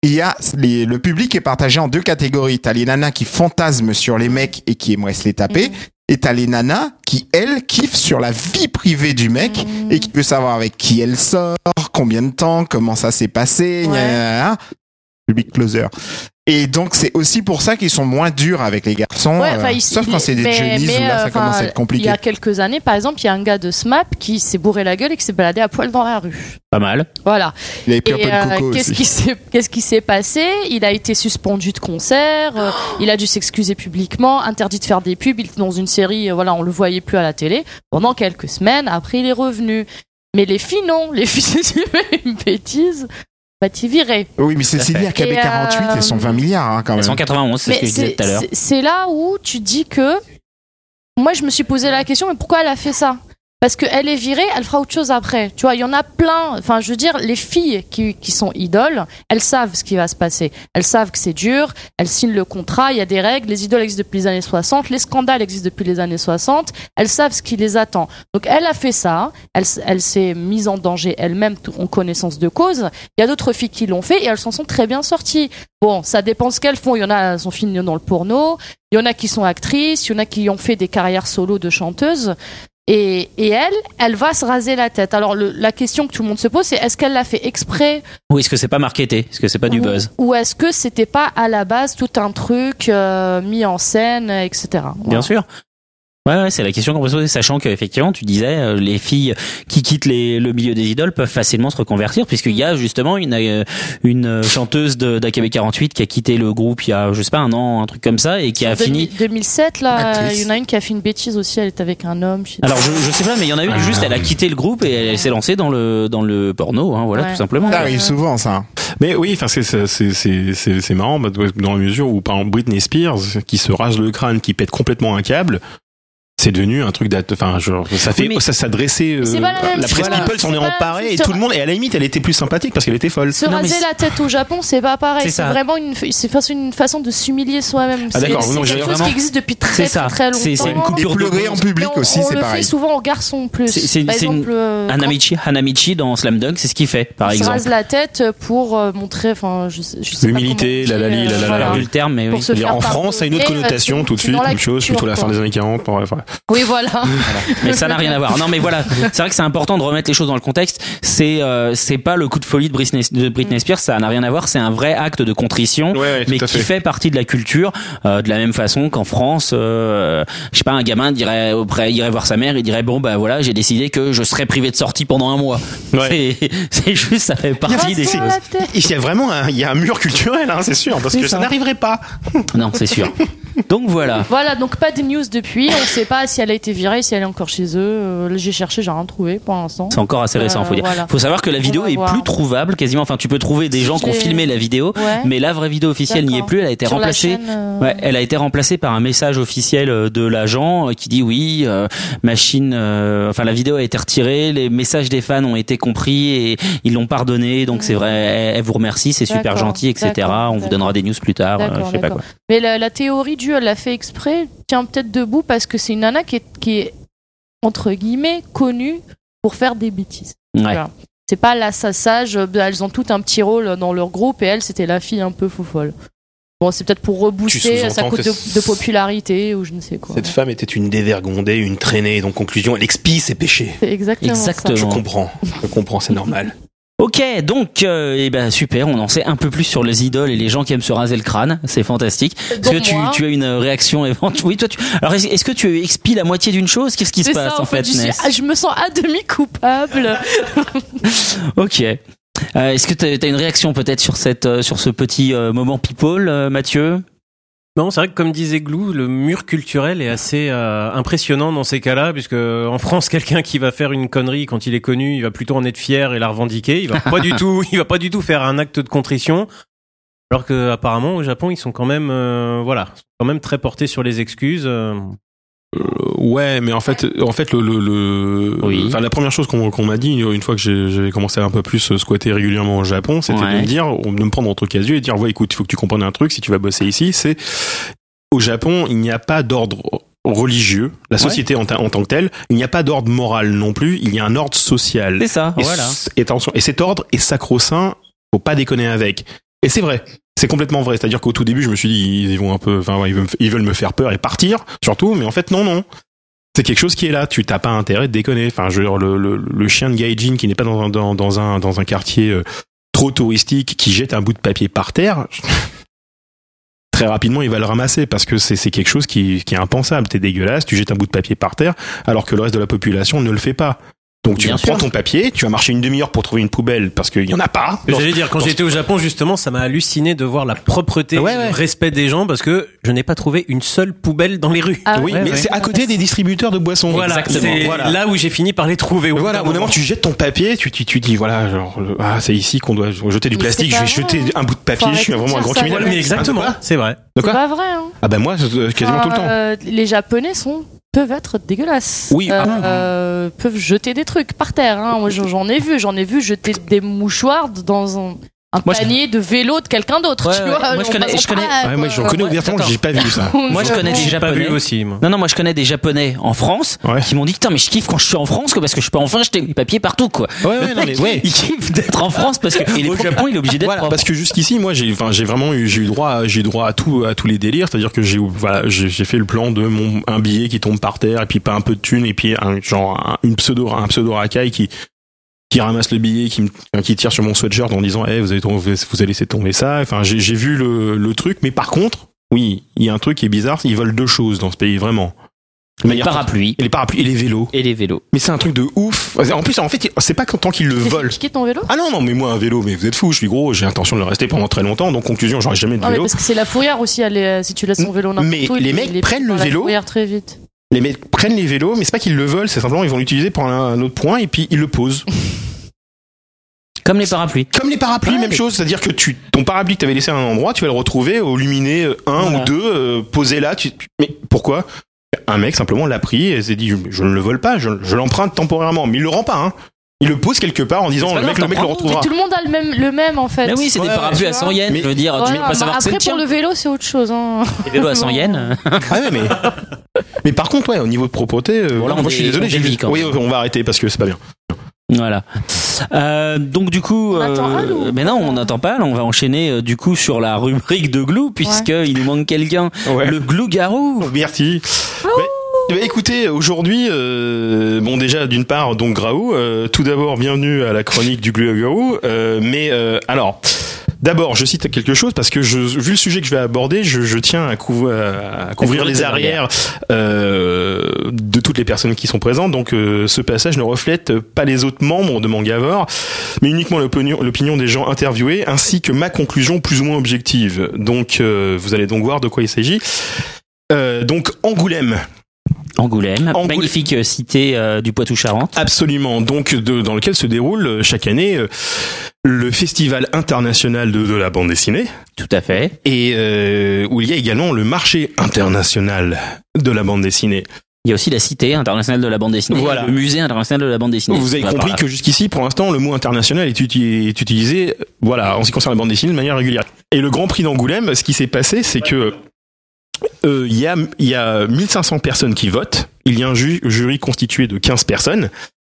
il y a les, le public est partagé en deux catégories. T'as les nanas qui fantasment sur les mecs et qui aimeraient se les taper. Mmh. Et t'as les nanas qui, elles, kiffent sur la vie privée du mec Mmh. et qui veut savoir avec qui elle sort, combien de temps, comment ça s'est passé, Ouais. gna, gna, gna. Public closer. Et donc, c'est aussi pour ça qu'ils sont moins durs avec les garçons. Ouais, euh, enfin, il- sauf il- quand c'est des mais- Johnnies mais, où là, euh, ça commence à enfin, être compliqué. Il y a quelques années, par exemple, il y a un gars de SMAP qui s'est bourré la gueule et qui s'est baladé à poil dans la rue. Pas mal. Voilà. Il avait pris un Et peu de euh, coco qu'est-ce aussi. qui s'est qu'est-ce qui s'est passé? Il a été suspendu de concert, euh, il a dû s'excuser publiquement, interdit de faire des pubs, il était dans une série, euh, voilà, on le voyait plus à la télé pendant quelques semaines. Après, il est revenu. Mais les filles non, les filles si tu fais une bêtise, bah t'y virais. Oui, mais Cécilie a K B Et, quarante-huit, euh, elles sont vingt milliards hein, quand même. cent quatre-vingt-onze, c'est ce que je disais tout à l'heure. c'est- c'est là où tu dis que moi je me suis posé la question, mais pourquoi elle a fait ça? Parce qu'elle est virée, elle fera autre chose après. Tu vois, il y en a plein. Enfin, je veux dire, les filles qui, qui sont idoles, elles savent ce qui va se passer. Elles savent que c'est dur, elles signent le contrat, il y a des règles. Les idoles existent depuis les années soixante, les scandales existent depuis les années soixante. Elles savent ce qui les attend. Donc, elle a fait ça. Elle, s- elle s'est mise en danger elle-même tout- en connaissance de cause. Il y a d'autres filles qui l'ont fait et elles s'en sont très bien sorties. Bon, ça dépend ce qu'elles font. Il y en a, elles sont finies dans le porno. Il y en a qui sont actrices. Il y en a qui ont fait des carrières solo de chanteuses. Et, et elle, elle va se raser la tête. Alors le- la question que tout le monde se pose, c'est est-ce qu'elle l'a fait exprès Ou est-ce que c'est pas marketé? Est-ce que c'est pas du ou, buzz? ou est-ce que c'était pas à la base tout un truc euh, mis en scène, et cetera. Bien Voilà. sûr. Ouais, ouais, c'est la question qu'on peut se poser, sachant qu'effectivement, tu disais, euh, les filles qui quittent les, le milieu des idoles peuvent facilement se reconvertir, puisqu'il y a justement une, euh, une chanteuse de d'A K B quarante-huit qui a quitté le groupe il y a, je sais pas, un an, un truc comme ça, et qui a En fini... deux mille sept, là, Actrice. il y en a une qui a fait une bêtise aussi. Elle est avec un homme. je sais Alors je, je sais pas, mais il y en a une Ah, juste, elle a oui. quitté le groupe et elle s'est lancée dans le dans le porno, hein, voilà, Ouais. tout simplement. Ça Ouais. arrive souvent, ça. Mais oui, enfin c'est c'est c'est c'est c'est c'est marrant bah, dans la mesure où par exemple Britney Spears qui se rase le crâne, qui pète complètement un câble, c'est devenu un truc d'at- enfin genre ça fait Oui, mais- ça s'adressait euh, C'est pas la même la chose. presse people s'en est C'est pas- emparée et c'est- tout le monde et à la limite elle était plus sympathique parce qu'elle était folle. Se Non, mais raser c'est- la tête au Japon, c'est pas pareil. C'est C'est ça. vraiment une, c'est fa- une façon de s'humilier soi-même. Ah, C'est d'accord, c'est non, j'ai quelque chose vraiment- qui existe depuis très C'est très, ça. très longtemps. C'est- c'est une Et coupure de pleurer en bronze. public Et on, aussi, on c'est le pareil. fait souvent aux garçons plus. C'est- c'est- Par c'est exemple, une- euh, quand Hanamichi, Hanamichi dans Slam Dunk, c'est ce qu'il fait, par on se exemple. rase la tête pour euh, montrer, enfin, je, sais- je sais L'humilité, pas comment on dit, la, la, la, la, euh, la, voilà. la. J'ai le terme, mais Pour oui. se C'est-à-dire, faire en France, ça a une autre pardonner, connotation euh, tout de c'est suite, dans la même chose, culture, plutôt la fin quoi. des années quarante. Bref, voilà. Oui, voilà. Mais ça n'a rien à voir. Non, mais voilà, c'est vrai que c'est important de remettre les choses dans le contexte. C'est euh, c'est pas le coup de folie de Britney, de Britney Spears, ça n'a rien à voir. C'est un vrai acte de contrition, Ouais, ouais, mais tout à qui fait. fait partie de la culture. Euh, de la même façon qu'en France, euh, je sais pas, un gamin dirait auprès, irait voir sa mère, il dirait bon bah voilà, j'ai décidé que je serais privé de sortie pendant un mois. Ouais. C'est c'est juste, ça fait partie des Rase-toi choses. la tête. Il y a vraiment un, il y a un mur culturel, hein, c'est sûr, parce C'est que ça ça. n'arriverait pas. Non, c'est sûr. Donc voilà. Voilà, donc pas de news depuis. On sait pas si elle a été virée, si elle est encore chez eux. Euh, là, j'ai cherché, j'ai rien trouvé pour l'instant. C'est encore assez récent, Euh, faut dire. voilà. Faut savoir que la On vidéo va est voir. plus trouvable quasiment. Enfin, tu peux trouver des Si gens qui ont j'ai- filmé la vidéo, Ouais. mais la vraie vidéo officielle n'y est D'accord. plus. Elle a été Sur la remplacée. chaîne, euh, Ouais, elle a été remplacée par un message officiel euh, de l'agent euh, qui dit oui, euh, machine. euh, enfin, la vidéo a été retirée, les messages des fans ont été compris et ils l'ont pardonné. Donc c'est vrai, elle, elle vous remercie, c'est super D'accord, gentil, et cetera. d'accord, On vous d'accord. donnera des news plus tard. euh, D'accord, je sais pas d'accord. quoi. Mais la, la théorie du elle l'a fait exprès tient peut-être debout parce que c'est une nana qui est, qui est entre guillemets connue pour faire des bêtises. Ouais. Voilà. C'est pas l'assassage, euh, elles ont toutes un petit rôle dans leur groupe et elle c'était la fille un peu fofolle. Bon, c'est peut-être pour Tu rebooster sa sous-entends cote que de, c- de popularité ou je ne sais quoi. Cette femme était une dévergondée, une traînée, donc conclusion, elle expie ses péchés. C'est exactement Exactement. Je comprends, je comprends, c'est normal. Ok, donc euh, eh ben super, on en sait un peu plus sur les idoles et les gens qui aiment se raser le crâne, c'est fantastique. ça. Est-ce Donc que tu, moi, tu as une réaction éventuelle? Oui, toi, tu. Alors, est-ce est-ce que tu expies la moitié d'une chose? Qu'est-ce qui se c'est passe ça, en fait, je, suis- Ness ah, je me sens à demi coupable. Ok. Euh, est-ce que tu as une réaction peut-être sur cette, euh, sur ce petit euh, moment people, euh, Mathieu? Non, c'est vrai que comme disait Glou, le mur culturel est assez euh, impressionnant dans ces cas-là, puisque en France, quelqu'un qui va faire une connerie quand il est connu, il va plutôt en être fier et la revendiquer. Il va pas du tout, il va pas du tout faire un acte de contrition. Alors que apparemment au Japon, ils sont quand même, euh, voilà, quand même très portés sur les excuses. euh. Euh, ouais, mais en fait, en fait, le, le, le- Oui. enfin, la première chose qu'on qu'on m'a dit une fois que j'ai- j'avais commencé à un peu plus squatter régulièrement au Japon, c'était Ouais. de me dire, de me prendre entre casieux et de dire, ouais, écoute, il faut que tu comprennes un truc si tu vas bosser ici. C'est au Japon, il n'y a pas d'ordre religieux, la société en, ta- en tant que telle, il n'y a pas d'ordre moral non plus, il y a un ordre social. C'est ça, Et, voilà. c- et attention, et cet ordre est sacro-saint, faut pas déconner avec. Et c'est vrai. C'est complètement vrai. C'est-à-dire qu'au tout début, je me suis dit, ils vont un peu, enfin, ils veulent, ils veulent me faire peur et partir, surtout. Mais en fait, non, non. C'est quelque chose qui est là. Tu t'as pas intérêt de déconner. Enfin, je veux dire, le, le, le chien de Gaijin qui n'est pas dans, dans, dans un, dans un quartier euh, trop touristique, qui jette un bout de papier par terre. Très rapidement, il va le ramasser parce que c'est, c'est quelque chose qui, qui est impensable. T'es dégueulasse, tu jettes un bout de papier par terre, alors que le reste de la population ne le fait pas. Donc tu Bien prends sûr. ton papier, tu vas marcher une demi-heure pour trouver une poubelle parce qu'il y en a pas. J'allais dire, quand j'étais au Japon, justement, ça m'a halluciné de voir la propreté, Ouais, ouais. le respect des gens, parce que je n'ai pas trouvé une seule poubelle dans les rues. Ah Oui, ouais, mais ouais. c'est à côté des distributeurs de boissons. Voilà, Exactement. c'est Voilà. là où j'ai fini par les trouver. Au Voilà, bout au d'un moment tu jettes ton papier, tu, tu, tu dis voilà, genre, le- ah, c'est ici qu'on doit jeter du Mais plastique, c'est je pas vais jeter vrai. un bout de papier, Faut je suis arrêter de vraiment un dire grand ça, criminel. Voilà, mais exactement, Ah, de quoi c'est vrai. De C'est quoi pas vrai, hein. Ah bah moi, euh, quasiment tout le temps. Euh, les Japonais sont peuvent être dégueulasses. Oui, Euh, ah. euh, peuvent jeter des trucs par terre. Hein. Moi, j'en j'en ai vu, j'en ai vu jeter des mouchoirs dans un, un Moi, je- panier de vélo de quelqu'un d'autre. Ouais, tu ouais. vois, Moi, je en connais- passant je connais- par là, Ouais, moi, quoi. je reconnais ouais, ouvertement, attends. j'ai pas vu ça. Moi, je connais des J'ai pas Japonais. vu aussi, moi. Non, non, moi je connais des Japonais en France Ouais. qui m'ont dit putain mais je kiffe quand je suis en France quoi, parce que je peux enfin jeter du papier partout quoi. Ouais, ouais, non, mais ouais. Il kiffe d'être en France parce que Et les au pro- Japon il est obligé d'être Voilà, propre. parce que jusqu'ici, moi, j'ai, enfin, j'ai vraiment eu, j'ai eu droit, à, j'ai eu droit à tout, à tous les délires. C'est-à-dire que j'ai, voilà, j'ai, j'ai fait le plan de mon, un billet qui tombe par terre, et puis pas un peu de thune, et puis un, genre, un, une pseudo, un pseudo racaille qui, qui ramasse le billet, qui me, qui tire sur mon sweatshirt en disant, eh, vous avez, tombé- vous avez laissé tomber ça. Enfin, j'ai, j'ai vu le, le truc, mais par contre, oui, il y a un truc qui est bizarre, ils volent deux choses dans ce pays, vraiment. De Les manière- parapluies Et les parapluies et les vélos. et les vélos. Mais c'est un truc de ouf. En plus, en fait, c'est pas tant qu'ils le T'es fait volent. piquer ton vélo. Ah non, non, mais moi, un vélo, mais vous êtes fous, je suis gros, j'ai l'intention de le rester pendant très longtemps, donc conclusion, j'aurai jamais de Non, mais vélo. parce que c'est la fourrière aussi, elle est- si tu laisses ton vélo n'importe Mais où, les il- mecs il est prennent pris le dans la vélo. fourrière très vite. Les mecs prennent les vélos, mais c'est pas qu'ils le volent, c'est simplement ils vont l'utiliser pour un, un autre point et puis ils le posent. Comme les parapluies. Comme les parapluies, Ouais, même mais- chose, c'est-à-dire que tu, ton parapluie que t'avais laissé à un endroit, tu vas le retrouver au luminé un Voilà. ou deux, euh, posé là. Tu, tu- mais pourquoi? Un mec simplement l'a pris et s'est dit je, je ne le vole pas, je, je l'emprunte temporairement, mais il le rend pas. Hein. Il le pose quelque part en disant C'est pas le mec, grave, le mec t'en le prends. retrouvera. Mais tout le monde a le même, le même en fait. Mais oui, c'est Ouais, des ouais, parapluies tu à cent vois. yens, Mais- je veux dire, tu Voilà, veux pas bah savoir que c'est après le tien. pour le vélo c'est autre chose. Hein. Les vélos à cent yens. Ah ouais, mais mais par contre, ouais, au niveau de propreté, euh, Bon, là, on moi je suis dé- désolé, on j'ai vu. dévie quand Oui, même. on va arrêter parce que c'est pas bien. Voilà. Euh, donc du coup, On attend Al ou- mais non, on n'attend pas. Là, on va enchaîner euh, du coup sur la rubrique de Glou puisque il nous manque quelqu'un. Ouais. Le Glou-garou. Merci. Bah, bah, écoutez, aujourd'hui, euh, bon déjà d'une part, donc Graou, euh, tout d'abord bienvenue à la chronique du Glou-garou, euh, mais euh, alors. D'abord, je cite quelque chose parce que je, vu le sujet que je vais aborder, je, je tiens à, couv- à couvrir les arrières euh, de toutes les personnes qui sont présentes. Donc, euh, ce passage ne reflète pas les autres membres de Mangavore, mais uniquement l'opinion, l'opinion des gens interviewés, ainsi que ma conclusion plus ou moins objective. Donc, euh, vous allez donc voir de quoi il s'agit. Euh, donc, Angoulême. Angoulême, Angoulême. magnifique euh, cité euh, du Poitou-Charentes. Absolument. Donc, de, dans lequel se déroule euh, chaque année euh, le Festival international de, de la bande dessinée, Tout à fait. et euh, où il y a également le marché international de la bande dessinée. Il y a aussi la cité internationale de la bande dessinée, Voilà. le musée international de la bande dessinée. Vous avez On va compris par là. que jusqu'ici, pour l'instant, le mot international est, uti- est utilisé, voilà, en ce qui concerne la bande dessinée, de manière régulière. Et le Grand Prix d'Angoulême, ce qui s'est passé, c'est que euh, il y a il y a mille cinq cents personnes qui votent. Il y a un ju- jury constitué de quinze personnes.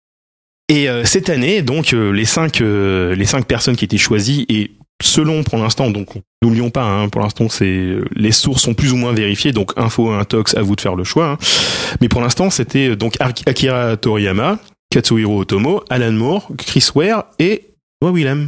Et euh, cette année, donc euh, les cinq euh, les cinq personnes qui étaient choisies et selon pour l'instant, donc n'oublions pas, hein, pour l'instant c'est les sources sont plus ou moins vérifiées, donc info intox, à vous de faire le choix. Hein. Mais pour l'instant, c'était donc Ak- Akira Toriyama, Katsuhiro Otomo, Alan Moore, Chris Ware et Noah Willem.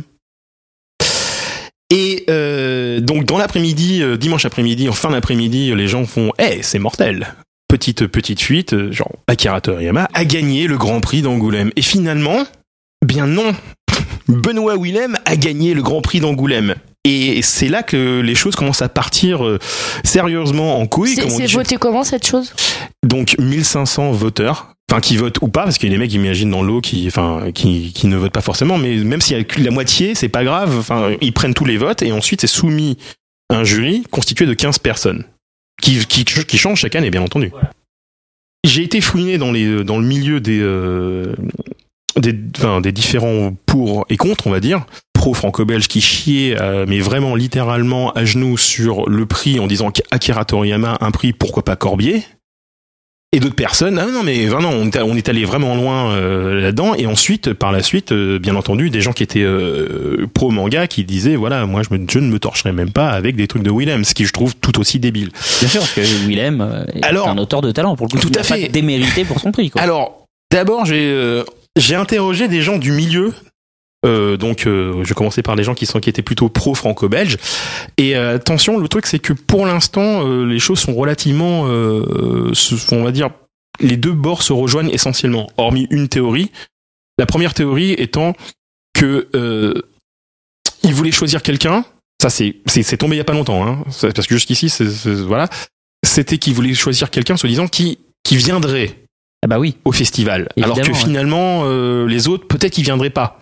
Et euh, donc dans l'après-midi, euh, dimanche après-midi, en fin d'après-midi, les gens font « Eh, c'est mortel !» Petite petite fuite, euh, genre Akira Toriyama a gagné le Grand Prix d'Angoulême. Et finalement, bien non, Benoît Willem a gagné le Grand Prix d'Angoulême. Et c'est là que les choses commencent à partir euh, sérieusement en couille. C'est comme on c'est dit. voté comment cette chose? Donc mille cinq cents voteurs, enfin qui votent ou pas, parce qu'il y a des mecs, imaginent dans l'eau, qui, enfin, qui, qui ne votent pas forcément, mais même s'il y a que la moitié, c'est pas grave. Enfin, ils prennent tous les votes et ensuite c'est soumis à un jury constitué de quinze personnes, qui, qui, qui change chaque année, bien entendu. J'ai été fouiné dans les, dans le milieu des, euh, des, enfin, des différents pour et contre, on va dire. Pro franco-belge qui chiait, euh, mais vraiment littéralement à genoux sur le prix en disant qu'Akira Toriyama, un prix, pourquoi pas Corbier. Et d'autres personnes, ah non mais vraiment, on est, on est allé vraiment loin euh, là-dedans. Et ensuite, par la suite, euh, bien entendu, des gens qui étaient euh, pro manga qui disaient, voilà, moi je, me, je ne me torcherai même pas avec des trucs de Willem, ce qui je trouve tout aussi débile. Bien sûr, parce que Willem euh, est Alors, un auteur de talent pour le coup. tout il à n'a fait. Pas démérité pour son prix. Quoi. Alors, d'abord, j'ai euh, j'ai interrogé des gens du milieu. Euh, donc, euh, je commençais par des gens qui sont qui étaient plutôt pro-franco-belge. Et euh, attention, le truc c'est que pour l'instant, euh, les choses sont relativement, euh, se, on va dire, les deux bords se rejoignent essentiellement. Hormis une théorie, la première théorie étant que euh, ils voulaient choisir quelqu'un. Ça, c'est c'est, c'est tombé il y a pas longtemps, hein, c'est, parce que jusqu'ici, c'est, c'est, voilà, c'était qu'ils voulaient choisir quelqu'un, soi-disant, qui qui viendrait Ah bah oui. au festival. Évidemment, Alors que ouais. finalement, euh, les autres, peut-être qu'ils viendraient pas.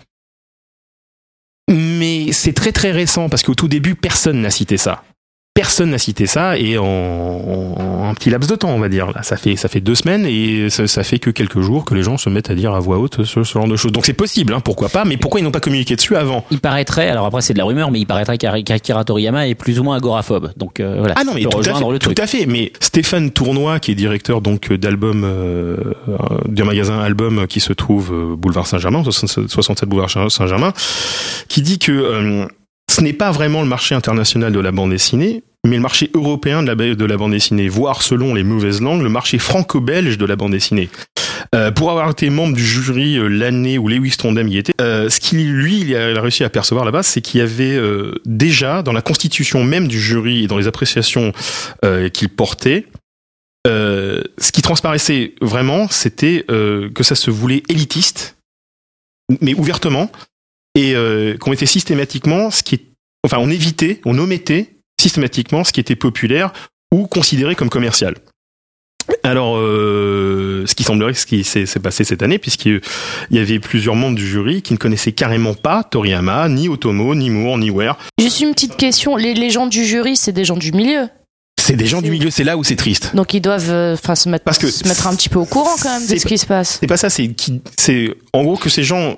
Mais c'est très très récent parce qu'au tout début, personne n'a cité ça. Personne n'a cité ça et en, en un petit laps de temps, on va dire. Là, ça fait ça fait deux semaines et ça, ça fait que quelques jours que les gens se mettent à dire à voix haute ce, ce genre de choses. Donc c'est possible, hein, pourquoi pas. Mais pourquoi ils n'ont pas communiqué dessus avant ? Il paraîtrait, alors après c'est de la rumeur, mais il paraîtrait qu'Akira Toriyama est plus ou moins agoraphobe. Donc euh, voilà. Ah non, mais peut tout à, rejoindre fait, le truc. tout à fait. Mais Stéphane Tournoy, qui est directeur donc d'album euh, d'un magasin Album qui se trouve euh, boulevard Saint-Germain, soixante-sept boulevard Saint-Germain, qui dit que euh, ce n'est pas vraiment le marché international de la bande dessinée, mais le marché européen de la, de la bande dessinée, voire selon les mauvaises langues, le marché franco-belge de la bande dessinée. Euh, pour avoir été membre du jury euh, l'année où Lewis Trondheim y était, euh, ce qu'il lui il a réussi à percevoir là-bas, c'est qu'il y avait euh, déjà dans la constitution même du jury et dans les appréciations euh, qu'il portait, euh, ce qui transparaissait vraiment, c'était euh, que ça se voulait élitiste, mais ouvertement, et euh, qu'on était systématiquement ce qui est, enfin on évitait, on omettait systématiquement ce qui était populaire ou considéré comme commercial. Alors, euh, ce qui semblerait ce qui s'est, s'est passé cette année, puisqu'il y avait plusieurs membres du jury qui ne connaissaient carrément pas Toriyama, ni Otomo, ni Moore, ni Ware. Juste une petite question, les, les gens du jury, c'est des gens du milieu. C'est des gens C'est- du milieu, c'est là où c'est triste. Donc ils doivent euh, enfin se, mettre, Parce que se mettre un petit peu au courant quand même de c'est ce qui se passe. C'est pas ça, c'est, qui, c'est en gros que ces gens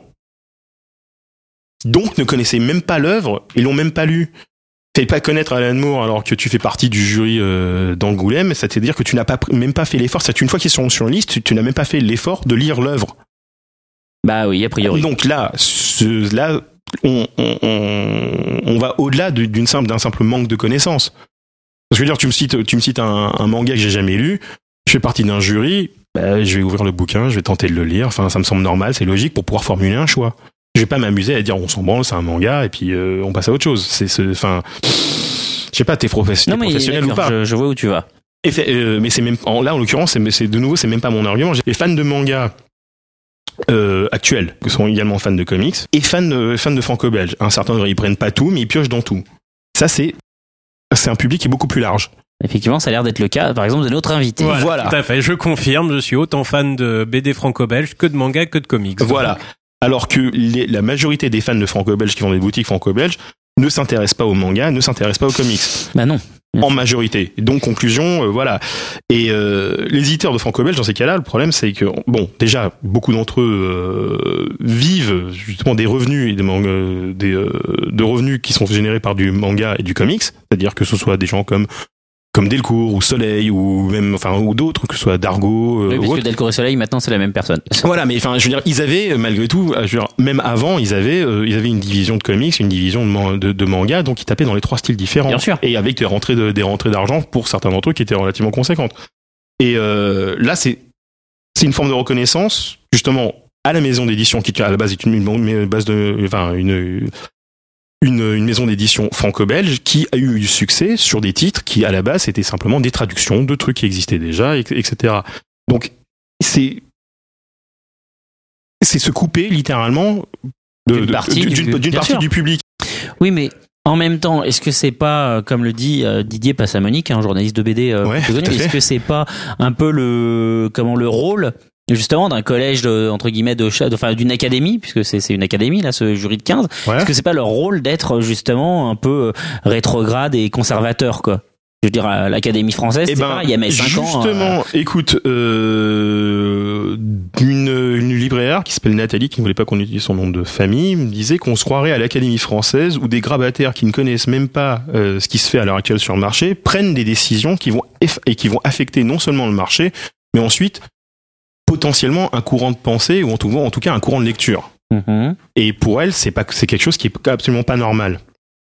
donc ne connaissaient même pas l'œuvre et l'ont même pas lu. Fais pas connaître Alan Moore alors que tu fais partie du jury euh, d'Angoulême, ça veut dire que tu n'as pas même pas fait l'effort. C'est une fois qu'ils sont sur une liste, tu, tu n'as même pas fait l'effort de lire l'œuvre. Bah oui, a priori. Donc là, ce, là, on, on, on, on va au-delà de- d'une simple d'un simple manque de connaissances. Parce que je veux dire, tu me cites, tu me cites un, un manga que j'ai jamais lu. Je fais partie d'un jury. Bah, je vais ouvrir le bouquin, je vais tenter de le lire. Enfin, ça me semble normal, c'est logique pour pouvoir formuler un choix. Je vais pas m'amuser à dire on s'en branle, c'est un manga et puis euh, on passe à autre chose. C'est, c'est, enfin, je sais pas, t'es, professe- Non t'es mais professionnel ou d'accord, pas. je, je vois où tu vas. Et fait, euh, mais c'est même en- là en l'occurrence, c'est, c'est de nouveau, c'est même pas mon argument. Les fans de manga euh, actuels, qui sont également fans de comics, et fans de, fans de franco-belge. Un certain nombre, ils prennent pas tout, mais ils piochent dans tout. Ça, c'est c'est un public qui est beaucoup plus large. Effectivement, ça a l'air d'être le cas, par exemple, de notre invité. Voilà, Voilà. tout à fait. Je confirme, je suis autant fan de B D franco-belge que de manga que de comics. Voilà. Alors que les- la majorité des fans de franco-belge qui vont dans des boutiques franco-belges ne s'intéressent pas au manga, ne s'intéressent pas aux comics. Bah non. En majorité. Donc, conclusion, euh, voilà. Et euh, les éditeurs de franco-belge, dans ces cas-là, le problème, c'est que, bon, déjà, beaucoup d'entre eux euh, vivent justement des revenus et des, man- euh, des euh, de revenus qui sont générés par du manga et du comics. C'est-à-dire que ce soit des gens comme comme Delcourt ou Soleil ou même enfin ou d'autres, que ce soit Dargo euh, Oui, ou puisque autre. Delcourt et Soleil, maintenant, c'est la même personne. Voilà, mais enfin, je veux dire, ils avaient euh, malgré tout, euh, je veux dire, même avant, ils avaient, euh, ils avaient une division de comics, une division de, man- de, de manga, donc ils tapaient dans les trois styles différents. Bien sûr. Et avec des rentrées, de, des rentrées d'argent pour certains d'entre eux qui étaient relativement conséquentes. Et euh, là, c'est, c'est une forme de reconnaissance, justement, à la maison d'édition qui à la base est une, une, une base de, enfin une une, une maison d'édition franco-belge qui a eu du succès sur des titres qui à la base étaient simplement des traductions de trucs qui existaient déjà, et cetera. Donc c'est c'est se couper littéralement de, D'une de- partie d'une, du- d'une bien partie sûr. du public. Oui, mais en même temps, est-ce que c'est pas, euh, comme le dit euh, Didier Passamonique, un journaliste de B D euh, Ouais, plutôt connu, tout à fait. est-ce que c'est pas un peu le, comment, le rôle justement d'un collège de, entre guillemets de, cha- de- enfin d'une académie, puisque c'est c'est une académie là, ce jury de quinze. Ouais. Est-ce que c'est pas leur rôle d'être justement un peu euh, rétrograde et conservateur, quoi? Je veux dire, à l'Académie française, Eh c'est ben, pareil, il y a mes cinq ans. justement, euh, écoute, euh, une, une libraire qui s'appelle Nathalie, qui ne voulait pas qu'on utilise son nom de famille, me disait qu'on se croirait à l'Académie française où des grabataires qui ne connaissent même pas euh, ce qui se fait à l'heure actuelle sur le marché prennent des décisions qui vont eff- et qui vont affecter non seulement le marché, mais ensuite potentiellement un courant de pensée ou en tout, en tout cas un courant de lecture. Mhm. Et pour elle, c'est pas c'est quelque chose qui est absolument pas normal.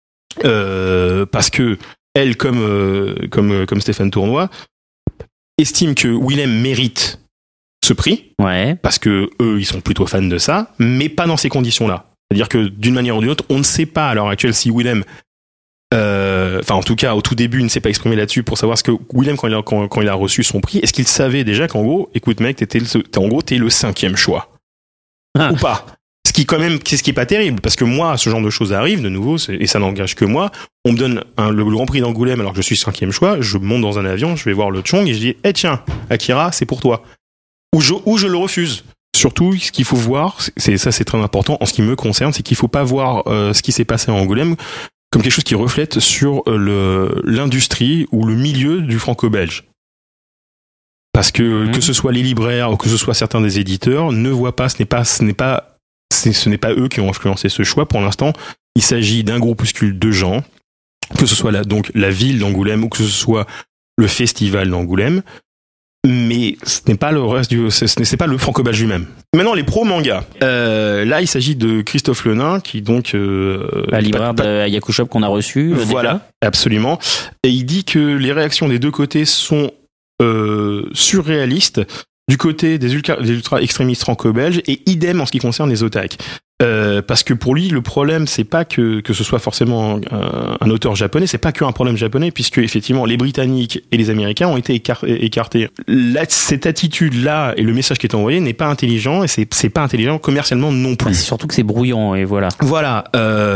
Euh, parce que elle, comme euh, comme comme Stéphane Tournoy, estime que Willem mérite ce prix Ouais. parce que eux, ils sont plutôt fans de ça, mais pas dans ces conditions-là. C'est-à-dire que d'une manière ou d'une autre, on ne sait pas à l'heure actuelle si Willem, euh, enfin en tout cas au tout début, il ne s'est pas exprimé là-dessus pour savoir ce que Willem quand il a quand, quand il a reçu son prix, est-ce qu'il savait déjà qu'en gros, écoute mec, t'étais le, t'es, en gros t'es le cinquième choix Ah. ou pas? Ce qui quand même, ce qui est pas terrible, parce que moi, ce genre de choses arrive de nouveau, c'est- et ça n'engage que moi. On me donne un, le Grand Prix d'Angoulême alors que je suis cinquième choix. Je monte dans un avion, je vais voir le Chong et je dis, eh tiens, Akira, c'est pour toi. Ou je, ou je le refuse. Surtout, ce qu'il faut voir, c'est ça, c'est très important en ce qui me concerne, c'est qu'il faut pas voir euh, ce qui s'est passé à Angoulême comme quelque chose qui reflète sur euh, le l'industrie ou le milieu du franco-belge. Parce que Mhm. que ce soit les libraires ou que ce soit certains des éditeurs ne voient pas, ce n'est pas, ce n'est pas C'est, ce n'est pas eux qui ont influencé ce choix. Pour l'instant, il s'agit d'un groupuscule de gens, que ce soit la, donc la ville d'Angoulême ou que ce soit le festival d'Angoulême. Mais ce n'est pas le reste du, c'est, c'est pas le franco-belge lui-même. Maintenant, les pro-mangas. Euh, là, il s'agit de Christophe Lenain, qui donc euh, La libraire pas- pas- de Yaku Shop qu'on a reçu. euh, voilà, absolument. Et il dit que les réactions des deux côtés sont euh, surréalistes du côté des ultra, des ultra-extrémistes franco-belges et idem en ce qui concerne les otaku. Euh, parce que pour lui, le problème, c'est pas que, que ce soit forcément un, un auteur japonais, c'est pas qu'un problème japonais, puisque effectivement les Britanniques et les Américains ont été écar- écartés. Là, cette attitude-là et le message qui est envoyé n'est pas intelligent et c'est, c'est pas intelligent commercialement non déjà. plus. C'est surtout que c'est brouillon et voilà. Voilà. Euh,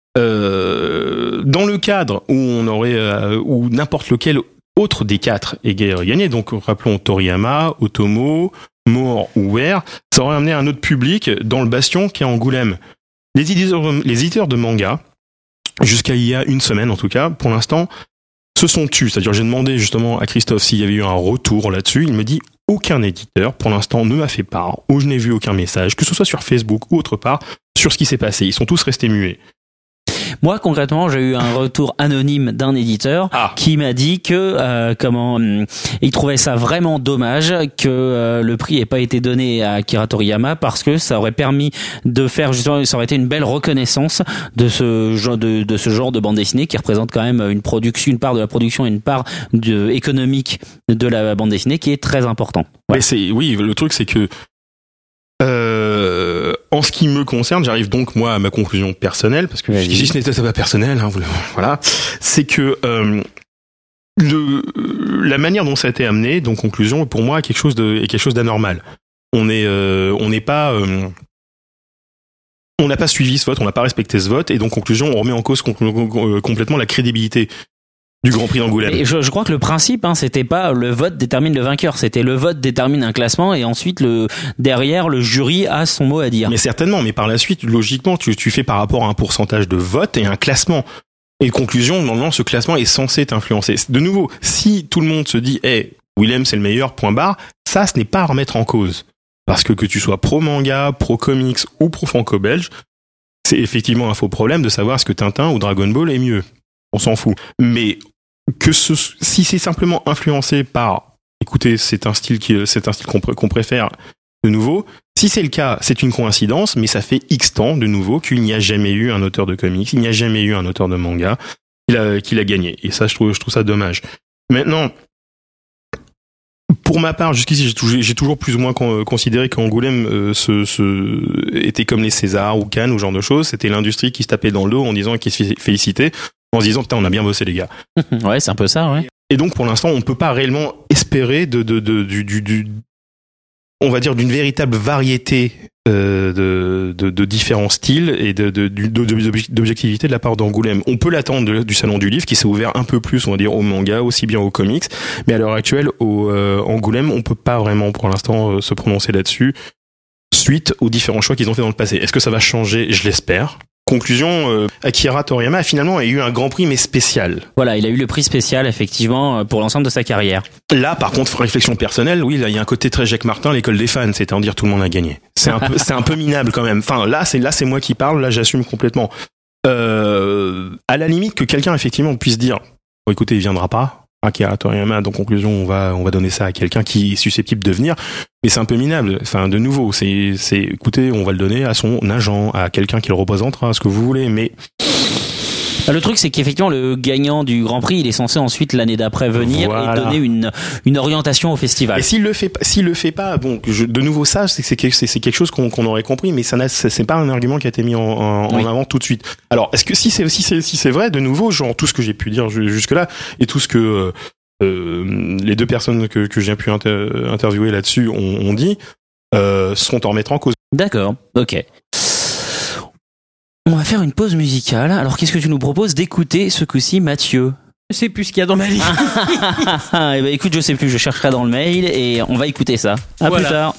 euh, dans le cadre où on aurait, euh, où n'importe lequel autre des quatre est gagné, donc rappelons Toriyama, Otomo, Moore ou Ware, ça aurait amené un autre public dans le bastion qui est Angoulême. Les éditeurs, les éditeurs de manga, jusqu'à il y a une semaine en tout cas, pour l'instant, se sont tus. C'est-à-dire, j'ai demandé justement à Christophe s'il y avait eu un retour là-dessus. Il me dit aucun éditeur, pour l'instant, ne m'a fait part, ou je n'ai vu aucun message, que ce soit sur Facebook ou autre part, sur ce qui s'est passé. Ils sont tous restés muets. Moi, concrètement, j'ai eu un retour anonyme d'un éditeur Ah. qui m'a dit que euh, comment hum, il trouvait ça vraiment dommage que euh, le prix ait pas été donné à Akira Toriyama parce que ça aurait permis de faire justement, ça aurait été une belle reconnaissance de ce genre de, de ce genre de bande dessinée qui représente quand même une production, une part de la production et une part de, économique de la bande dessinée qui est très important. Mais c'est, oui, le truc, c'est que, euh, en ce qui me concerne, j'arrive donc, moi, à ma conclusion personnelle, parce que Vas-y. si ce n'était pas personnel, hein, vous le- voilà, c'est que, euh, le, la manière dont ça a été amené, donc conclusion, pour moi, est quelque chose de, est quelque chose d'anormal. On est, euh, on n'est pas, euh, on n'a pas suivi ce vote, on n'a pas respecté ce vote, et donc conclusion, on remet en cause com- com- complètement la crédibilité du Grand Prix d'Angoulême. Et je, je crois que le principe, hein, c'était pas le vote détermine le vainqueur, c'était le vote détermine un classement et ensuite le derrière le jury a son mot à dire. Mais certainement, mais par la suite, logiquement, tu, tu fais par rapport à un pourcentage de vote et un classement. Et conclusion, normalement, ce classement est censé t'influencer. De nouveau, si tout le monde se dit, hey, Willem, c'est le meilleur, point barre, ça, ce n'est pas à remettre en cause. Parce que que tu sois pro-manga, pro-comics ou pro-franco-belge, c'est effectivement un faux problème de savoir est-ce que Tintin ou Dragon Ball est mieux. On s'en fout. Mais que ce, si c'est simplement influencé par, écoutez, c'est un style qui, c'est un style qu'on, pr- qu'on préfère, de nouveau, si c'est le cas, c'est une coïncidence, mais ça fait X temps, de nouveau, qu'il n'y a jamais eu un auteur de comics, il n'y a jamais eu un auteur de manga qui l'a, qui l'a gagné. Et ça, je trouve, je trouve ça dommage. Maintenant, pour ma part, jusqu'ici, j'ai toujours, j'ai toujours plus ou moins con- considéré qu'Angoulême euh, se, se, était comme les Césars ou Cannes ou ce genre de choses. C'était l'industrie qui se tapait dans le dos en disant qu'il se félicitait, en se disant, putain, on a bien bossé, les gars. Ouais, c'est un peu ça, ouais. Et donc, pour l'instant, on ne peut pas réellement espérer de, de, de, du, du, du, on va dire, d'une véritable variété euh, de, de, de différents styles et de, de, de, de- d'objectivité de la part d'Angoulême. On peut l'attendre de- du Salon du Livre, qui s'est ouvert un peu plus, on va dire, au manga, aussi bien aux comics. Mais à l'heure actuelle, au euh, Angoulême, on peut pas vraiment, pour l'instant, euh, se prononcer là-dessus, suite aux différents choix qu'ils ont fait dans le passé. Est-ce que ça va changer? Je l'espère. Conclusion, euh, Akira Toriyama a finalement eu un Grand Prix, mais spécial. Voilà, il a eu le prix spécial effectivement pour l'ensemble de sa carrière. Là, par contre, réflexion personnelle, oui, là, il y a un côté très Jacques Martin, l'école des fans, c'est-à-dire tout le monde a gagné. C'est un peu, c'est un peu minable quand même. Enfin, là, c'est là, c'est moi qui parle, là, j'assume complètement. Euh, à la limite que quelqu'un effectivement puisse dire, bon, écoutez, il viendra pas. Akira Toriyama, donc conclusion, on va on va donner ça à quelqu'un qui est susceptible de venir, mais c'est un peu minable. Enfin, de nouveau, c'est c'est écoutez, on va le donner à son agent, à quelqu'un qui le représentera, ce que vous voulez, mais Le truc, c'est qu'effectivement, le gagnant du Grand Prix, il est censé ensuite l'année d'après venir Voilà. et donner une une orientation au festival. Et s'il le fait pas, s'il le fait pas, bon, je, de nouveau ça, c'est c'est quelque, c'est, c'est quelque chose qu'on, qu'on aurait compris, mais ça n'a, c'est, c'est pas un argument qui a été mis en, en, Oui. en avant tout de suite. Alors, est-ce que si c'est si c'est si c'est vrai, de nouveau, genre tout ce que j'ai pu dire jusque là et tout ce que euh, euh, les deux personnes que que j'ai pu inter- interviewer là-dessus ont, ont dit, euh, sont en remettre en cause. D'accord, ok. On va faire une pause musicale. Alors, qu'est-ce que tu nous proposes d'écouter ce coup-ci, Mathieu? Je sais plus ce qu'il y a dans ma liste. Eh ben, écoute, je sais plus, je chercherai dans le mail et on va écouter ça. À Voilà. plus tard.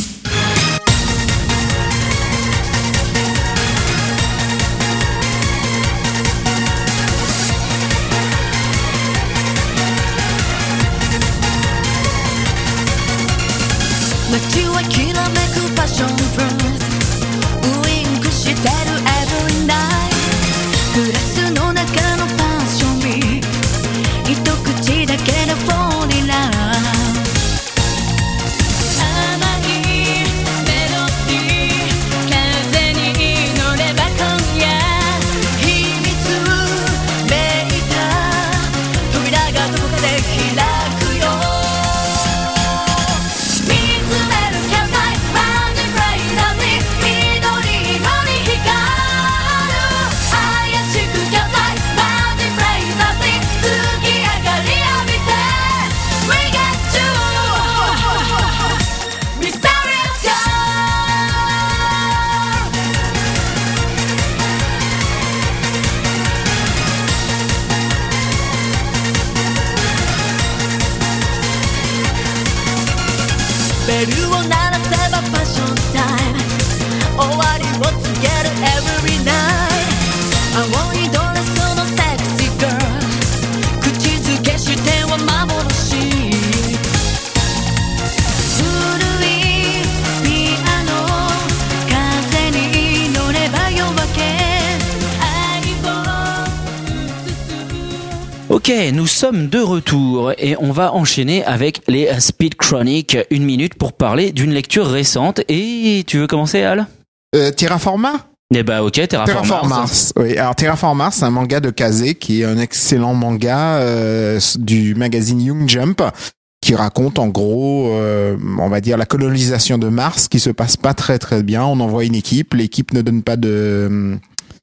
Ok, nous sommes de retour et on va enchaîner avec les Speed Chroniques. Une minute pour parler d'une lecture récente. Et tu veux commencer, Al? Euh, Terraforma Eh bah ok, Terraform Terraform Mars. Mars. Oui, alors Terraform Mars, c'est un manga de Kaze qui est un excellent manga euh, du magazine Young Jump qui raconte en gros, euh, on va dire, la colonisation de Mars qui se passe pas très très bien. On envoie une équipe, l'équipe ne donne pas de...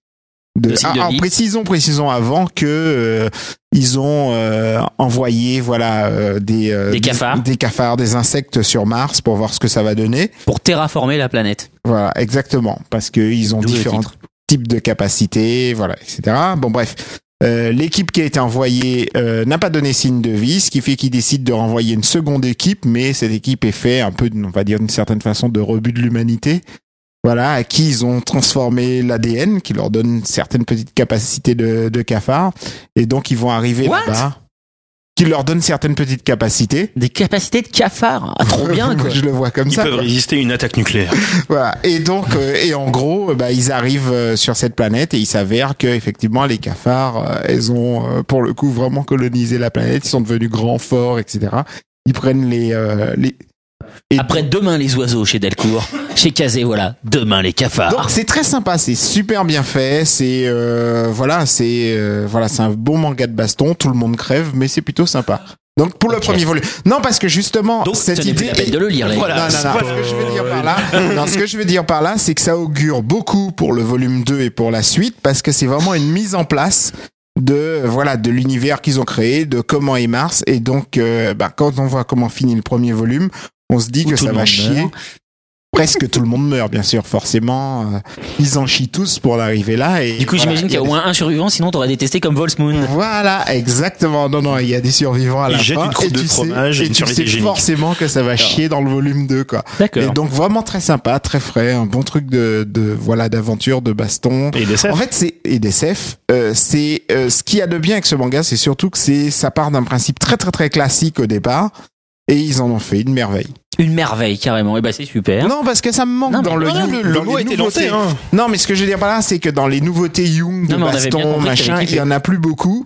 De, De signe de ah, vie. précisons, précisons avant que euh, ils ont euh, envoyé voilà euh, des euh, Des cafards. des cafards, des insectes sur Mars pour voir ce que ça va donner. Pour terraformer la planète. Voilà, exactement, parce que ils ont D'où le différents titre. types de capacités, voilà, et cetera. Bon, bref, euh, l'équipe qui a été envoyée euh, n'a pas donné signe de vie, ce qui fait qu'ils décident de renvoyer une seconde équipe, mais cette équipe est faite un peu, on va dire d'une certaine façon, de rebut de l'humanité. Voilà, à qui ils ont transformé l'A D N, qui leur donne certaines petites capacités de, de cafards, et donc ils vont arriver What là-bas, qui leur donne certaines petites capacités. Des capacités de cafard. Ah, trop bien, Moi, quoi. je le vois comme Ils ça. peuvent quoi. résister à une attaque nucléaire. Voilà. Et donc, euh, et en gros, euh, bah, ils arrivent euh, sur cette planète et il s'avère que effectivement les cafards, euh, elles ont euh, pour le coup vraiment colonisé la planète. Ils sont devenus grands, forts, et cetera. Ils prennent les euh, les. Et Après demain les oiseaux chez Delcourt, chez Kazé, voilà, demain les cafards. donc c'est très sympa, c'est super bien fait. C'est euh, voilà, c'est euh, voilà, c'est un bon manga de baston. Tout le monde crève, mais c'est plutôt sympa. Donc pour le Ok. premier volume. Non, parce que justement Donc cette ce n'est plus idée. la peine de le lire. Là. Voilà. Non, non, non. Ce que je veux dire par là, non, ce que je veux dire par là, c'est que ça augure beaucoup pour le volume deux et pour la suite, parce que c'est vraiment une mise en place de voilà de l'univers qu'ils ont créé, de comment est Mars, et donc euh, bah, quand on voit comment finit le premier volume, on se dit Où que tout ça le va monde chier. meurt. Presque tout le monde meurt, bien sûr, forcément. euh, ils en chient tous pour l'arriver là. Et Du coup, voilà, j'imagine qu'il y a des- au moins un survivant, sinon t'aurais détesté comme Volsmoon. Voilà, exactement. Non, non, il y a des survivants à Ils la jettent fin. une croûte et de tu sais- fromage et et une tu serviette sais hygiénique. forcément que ça va chier dans le volume deux, quoi. D'accord. Et donc vraiment très sympa, très frais, un bon truc de, de voilà d'aventure, de baston. Et des En fait, c'est et des S F. Euh, c'est euh, ce qu'il y a de bien avec ce manga, c'est surtout que c'est ça part d'un principe très très très classique au départ, et ils en ont fait une merveille. Une merveille, carrément. Et bah, c'est super. Non, parce que ça me manque Non, mais dans le, non, you- le- le dans mot les a été nouveautés. lancé, hein. Non, mais ce que je veux dire par là, c'est que dans les nouveautés Young, de Non, mais on avait bien baston, compris que machin, t'avais il kiffé. y en a plus beaucoup.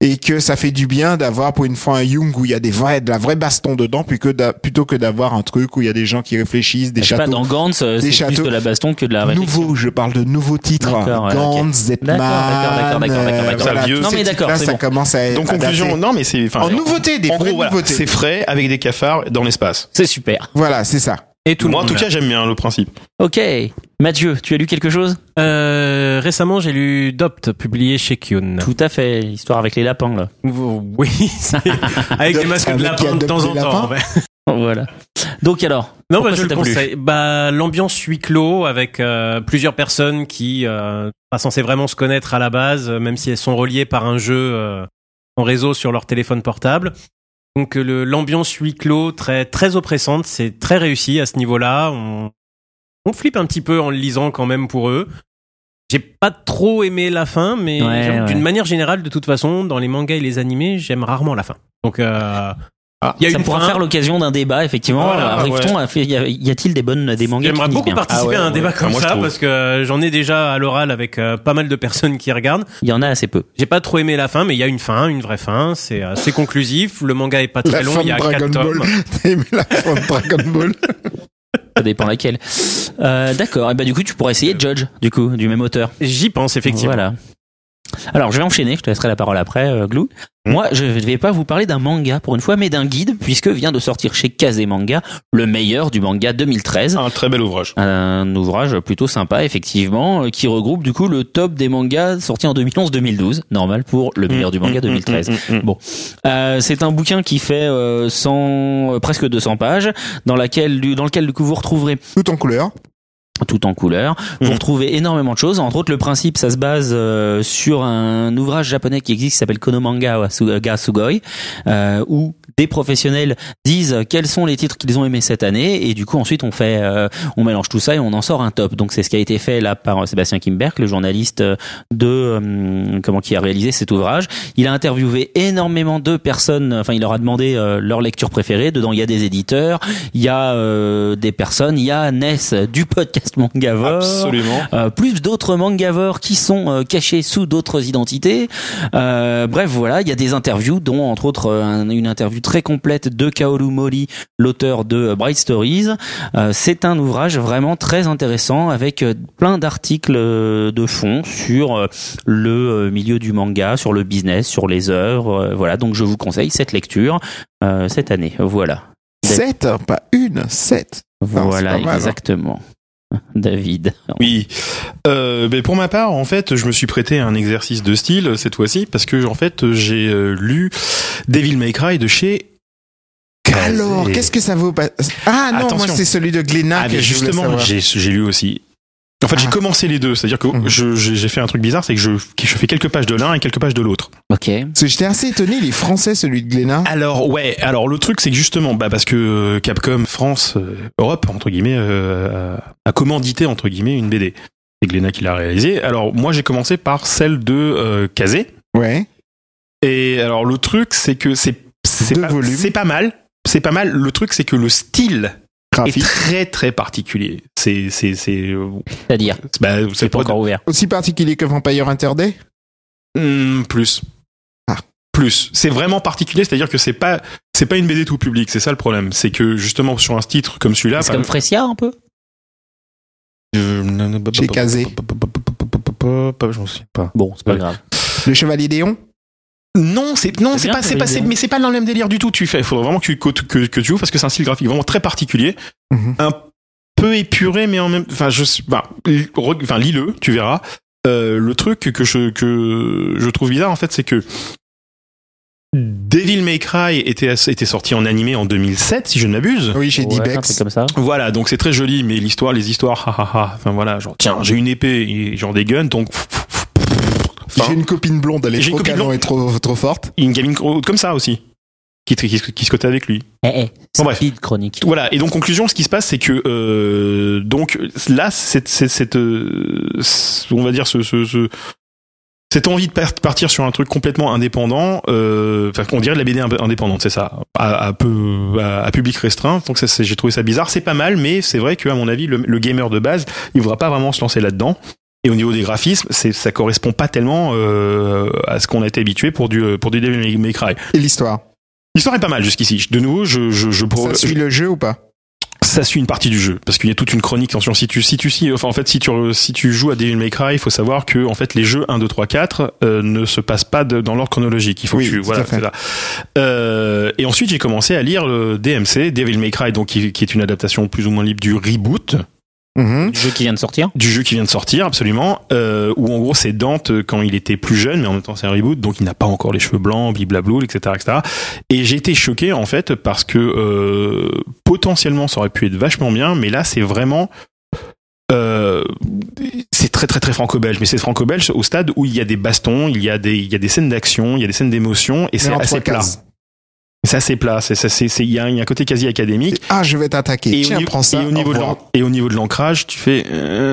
et que ça fait du bien d'avoir pour une fois un Young où il y a des vrais, de la vraie baston dedans, plutôt que d'a- plutôt que d'avoir un truc où il y a des gens qui réfléchissent, des Je sais pas, châteaux. dans Gantz, euh, des c'est plus châteaux de la baston que de la réflexion. Nouveau, je parle de nouveaux titres. D'accord, ouais, Gantz, ok. Zetman. D'accord, d'accord, d'accord, d'accord, d'accord. voilà, Vieux. tous Non, ces mais d'accord, titres-là, c'est ça bon. commence à être Donc conclusion, adapté. non mais c'est enfin En nouveauté, des en vraies gros voilà, nouveautés. c'est frais avec des cafards dans l'espace. C'est super. Voilà, c'est ça. Et tout Moi le en monde. tout cas j'aime bien le principe. Ok. Mathieu, tu as lu quelque chose? Euh, récemment, j'ai lu Dopt, publié chez Kyun. Tout à fait. L'histoire avec les lapins, là. Oui, c'est- avec des Dopt, masques un de mec qui lapin de adopte temps en des temps. lapins. ouais. Voilà. Donc alors. Non, pourquoi bah, je ça le t'a plu conseille. Bah, l'ambiance huis clos avec euh, plusieurs personnes qui euh, pas censées vraiment se connaître à la base, euh, même si elles sont reliées par un jeu euh, en réseau sur leur téléphone portable. Donc euh, le, l'ambiance huis clos très très oppressante, c'est très réussi à ce niveau-là. On, on flippe un petit peu en le lisant quand même pour eux. J'ai pas trop aimé la fin, mais Ouais, j'avoue que ouais. d'une manière générale, de toute façon, dans les mangas et les animés, j'aime rarement la fin. Donc euh, il y a Ça une pourra fin. faire l'occasion d'un débat, effectivement. Voilà, Arrive-t-on à faire, y a- y a-t-il des bonnes, des mangas qui J'aimerais finissent beaucoup bien? participer Ah ouais, à un ouais. débat Ah, comme moi, je ça trouve. parce que euh, j'en ai déjà à l'oral avec euh, pas mal de personnes qui regardent. Il y en a assez peu. J'ai pas trop aimé la fin, mais il y a une fin, une vraie fin. C'est assez conclusif. Le manga est pas La très long. fin Il y a de Dragon quatre Ball. tomes. T'as aimé la fin de Dragon Ball? Ça dépend laquelle. Euh, d'accord. Et bah, du coup, tu pourrais essayer Judge, du coup, du même auteur. J'y pense effectivement. Voilà. Alors, je vais enchaîner, je te laisserai la parole après, euh, Glou. Mmh. Moi, je ne vais pas vous parler d'un manga pour une fois, mais d'un guide, puisque vient de sortir chez Kazé Manga, le meilleur du manga deux mille treize. Un très bel ouvrage. Un ouvrage plutôt sympa, effectivement, euh, qui regroupe du coup le top des mangas sortis en deux mille onze deux mille douze, normal pour le meilleur du manga deux mille treize. Bon, euh, c'est un bouquin qui fait euh, cent, euh, presque deux cents pages, dans laquelle, dans lequel du coup vous retrouverez Tout en couleur. tout en couleur. Vous Mhm. retrouvez énormément de choses. Entre autres, le principe, ça se base euh, sur un ouvrage japonais qui existe qui s'appelle Konomanga ga Sugoi, euh, où des professionnels disent quels sont les titres qu'ils ont aimés cette année, et du coup ensuite on fait, euh, on mélange tout ça et on en sort un top. Donc c'est ce qui a été fait là par Sébastien Kimberg, le journaliste de euh, comment qui a réalisé cet ouvrage. Il a interviewé énormément de personnes. Enfin, il leur a demandé euh, leur lecture préférée. Dedans, il y a des éditeurs, il y a euh, des personnes, il y a Ness du podcast Mangavore. Absolument. Euh, plus d'autres mangavores qui sont euh, cachés sous d'autres identités. Euh, bref, voilà, il y a des interviews, dont entre autres euh, un- une interview très complète de Kaoru Mori, l'auteur de euh, Bright Stories. Euh, c'est un ouvrage vraiment très intéressant avec euh, plein d'articles euh, de fond sur euh, le euh, milieu du manga, sur le business, sur les œuvres. Euh, voilà, donc je vous conseille cette lecture euh, cette année. Voilà. Sept, pas une, sept. Non, Voilà, c'est pas mal, hein. exactement. David. Oui. Euh, ben pour ma part, en fait, je me suis prêté à un exercice de style cette fois-ci parce que en fait, j'ai euh, lu Devil May Cry de chez Kazé. Alors, qu'est-ce que ça vaut pas... Ah non, Attention. moi c'est celui de Glénat Ah, que mais je voulais justement, savoir. j'ai j'ai lu aussi. En fait, j'ai Ah. commencé les deux, c'est-à-dire que Mhm. je- j'ai j'ai fait un truc bizarre, c'est que je, que je fais quelques pages de l'un et quelques pages de l'autre. Ok. Parce que j'étais assez étonné, il est français celui de Glénat. Alors ouais, alors le truc c'est que justement, bah parce que euh, Capcom France, euh, Europe entre guillemets, euh, a commandité entre guillemets une B D. C'est Glénat qui l'a réalisé. Alors moi j'ai commencé par celle de euh, Kazé. Ouais. Et alors le truc c'est que c'est c'est Deux pas, volumes. c'est pas mal, c'est pas mal. Le truc c'est que le style est Graphique. très très particulier. C'est c'est c'est euh, C'est-à-dire, bah c'est c'est pas pas encore ouvert. Aussi particulier que Vampire Interdit. Hmm, plus. Ah. Plus. C'est vraiment particulier, c'est-à-dire que c'est pas c'est pas une B D tout public, c'est ça le problème. C'est que justement sur un titre comme celui-là, C'est par- comme Fresia un peu. Euh, Chez Kazé. Je m'en souviens pas. Bon, c'est pas Ouais. grave. Le Chevalier d'Éon. Non, c'est non, C'est c'est bien, pas, c'est t'avais pas, une c'est- idée. mais c'est pas dans le même délire du tout. Tu fais, il faudrait vraiment que tu que, que, que tu ouvres parce que c'est un style graphique vraiment très particulier, Mhm. un peu épuré, mais en même, enfin, je, sais- bah, li- re- enfin, lis-le, tu verras. Euh, le truc que je que je trouve bizarre en fait, c'est que Devil May Cry était était sorti en animé en deux mille sept, si je ne m'abuse. Oui, chez Ouais, un truc D-Bex. comme ça. Voilà, donc c'est très joli, mais l'histoire, les histoires, ha ha ha. Enfin voilà, genre tiens, j'ai une épée et genre des guns, donc. Enfin, J'ai une copine blonde, elle est J'ai une trop copine canon blonde. et trop, trop forte. une gamine comme ça aussi, qui qui, qui, qui se cotait avec lui. Eh, eh, Bon, bref. speed chronique. Voilà, et donc conclusion, ce qui se passe, c'est que euh, donc là, cette, cette, cette euh, on va dire ce, ce, ce cette envie de par- partir sur un truc complètement indépendant, euh, enfin on dirait de la B D indépendante, c'est ça, à, à peu à, à public restreint. Donc ça, c'est- j'ai trouvé ça bizarre. C'est pas mal, mais c'est vrai que à mon avis, le, le gamer de base, il voudra pas vraiment se lancer là-dedans. Et au niveau des graphismes, c'est, ça correspond pas tellement euh, à ce qu'on a été habitué pour du pour du Devil May Cry. Et l'histoire? L'histoire est pas mal jusqu'ici. De nouveau, je je je Ça suit le jeu ou pas? Ça suit une partie du jeu parce qu'il y a toute une chronique. Attention, si tu si tu si enfin en fait si tu si tu joues à Devil May Cry, il faut savoir que en fait les jeux un, deux, trois, quatre euh, ne se passent pas de, dans l'ordre chronologique. Il faut oui, que tu voilà c'est ça. Euh, et ensuite j'ai commencé à lire le D M C, Devil May Cry, donc qui, qui est une adaptation plus ou moins libre du reboot. Mmh. Du jeu qui vient de sortir. Du jeu qui vient de sortir, absolument. Euh, où en gros c'est Dante quand il était plus jeune, mais en même temps c'est un reboot, donc il n'a pas encore les cheveux blancs, bliblablou, et cetera, et cetera. Et j'ai été choqué en fait parce que euh, potentiellement ça aurait pu être vachement bien, mais là c'est vraiment euh, c'est très très très franco-belge, mais c'est franco-belge au stade où il y a des bastons, il y a des il y a des scènes d'action, il y a des scènes d'émotion, et c'est assez plat. C'est assez plat, c'est ça, c'est, c'est, il y a, il y a un côté quasi académique. Ah, je vais t'attaquer. Et Tiens, au niveau, prends ça. Et au niveau de l'an- et au niveau de l'ancrage, tu fais,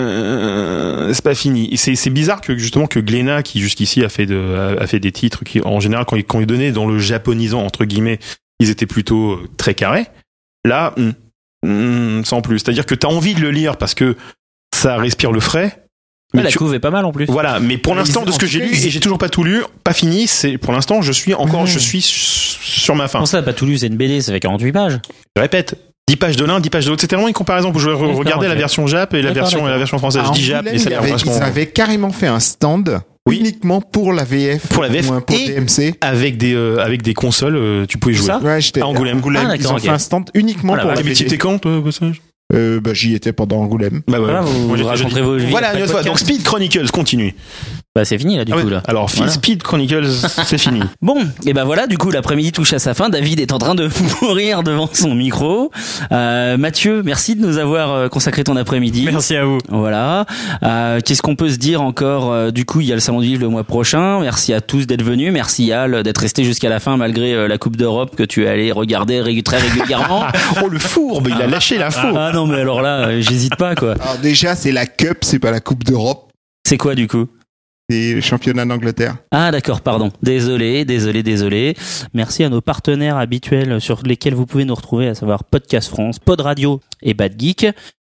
euh, c'est pas fini. Et c'est, c'est bizarre que justement que Glénat, qui jusqu'ici a fait de, a, a fait des titres qui, en général, quand ils, quand ils donnaient dans le japonisant entre guillemets, ils étaient plutôt très carrés. Là, hum, hum, sans plus. C'est-à-dire que t'as envie de le lire parce que ça respire le frais. Mais la tu- couve est pas mal en plus. Voilà, mais pour Mais l'instant, ils- de ce en que tout j'ai cas, lu, ils- et j'ai toujours pas tout lu, pas fini, c'est, pour l'instant, je suis encore, Mmh. je suis sur ma fin. Comment ça, pas tout lu, c'est une B D, ça fait quarante-huit pages. Je répète, dix pages de l'un, dix pages de l'autre. C'est tellement une comparaison. Je D'accord, regardais la ok. version Jap et la D'accord, version, d'accord. la version française. À Je dis Jap, Angoulême, mais ça a ils l'air avaient, vachement. ils avaient carrément fait un stand Oui. uniquement pour la V F. Pour la V F ou pour et- D M C. Avec des, euh, avec des consoles, euh, tu pouvais jouer. Ça Ouais, j'étais À Angoulême. Angoulême. Ah, ils d'accord, ont ok. fait un stand uniquement Oh la pour vache. la Mais V tu F. étais quand, toi, au passage? Euh, bah, j'y étais pendant Angoulême. Bah ouais. Voilà, vous, Moi, vous j'ai- raconterez j'ai- vos vies. Voilà, après une le autre fois. podcast. Donc Speed Chronicles continue. Bah c'est fini là du Ah ouais. coup là. Alors, Voilà. Speed Chronicles, c'est fini. Bon, et ben voilà, du coup l'après-midi touche à sa fin. David est en train de mourir devant son micro. Euh, Mathieu, merci de nous avoir euh, consacré ton après-midi. Merci à vous. Voilà. Euh, qu'est-ce qu'on peut se dire encore euh, Du coup, il y a le salon du livre le mois prochain. Merci à tous d'être venus. Merci Al d'être resté jusqu'à la fin malgré euh, la Coupe d'Europe que tu es allé regarder rég- très régulièrement. Oh, le fourbe, il a lâché l'info. Ah non, mais alors là, euh, j'hésite pas quoi. Alors déjà, c'est la Cup, c'est pas la Coupe d'Europe. C'est quoi du coup C'est le championnat d'Angleterre. Ah d'accord, pardon. Désolé, désolé, désolé. Merci à nos partenaires habituels sur lesquels vous pouvez nous retrouver, à savoir Podcast France, Pod Radio et Bad Geek.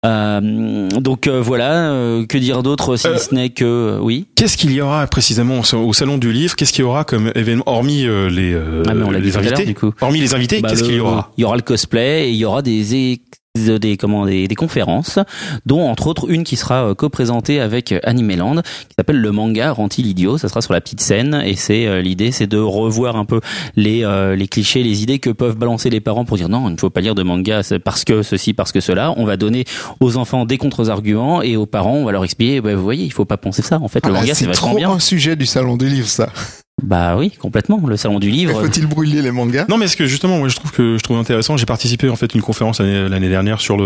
Euh, donc euh, voilà, euh, que dire d'autre si Euh, ce n'est que euh, oui. Qu'est-ce qu'il y aura précisément au au salon du livre? Qu'est-ce qu'il y aura comme événement, hormis euh, les, euh, Ah mais on l'a dit les tout à l'heure invités? du coup. Hormis les invités, Bah, qu'est-ce le- qu'il y aura? Il y aura le cosplay et il y aura des ex- des comment des, des conférences, dont entre autres une qui sera euh, co-présentée avec euh, Animeland, qui s'appelle Le manga rend-il idiot. Ça sera sur la petite scène et c'est euh, l'idée, c'est de revoir un peu les euh, les clichés, les idées que peuvent balancer les parents pour dire non, il ne faut pas lire de manga c'est parce que ceci, parce que cela. On va donner aux enfants des contre-arguments et aux parents, on va leur expliquer. Bah, vous voyez, il faut pas penser ça. En fait, le Ah, manga c'est c'est vachement trop bien. un sujet du salon du livre, ça. Bah oui, complètement. Le salon du livre. Faut-il brûler les mangas? Non, mais ce que justement, moi, je trouve que je trouve intéressant. J'ai participé en fait à une conférence l'année, l'année dernière sur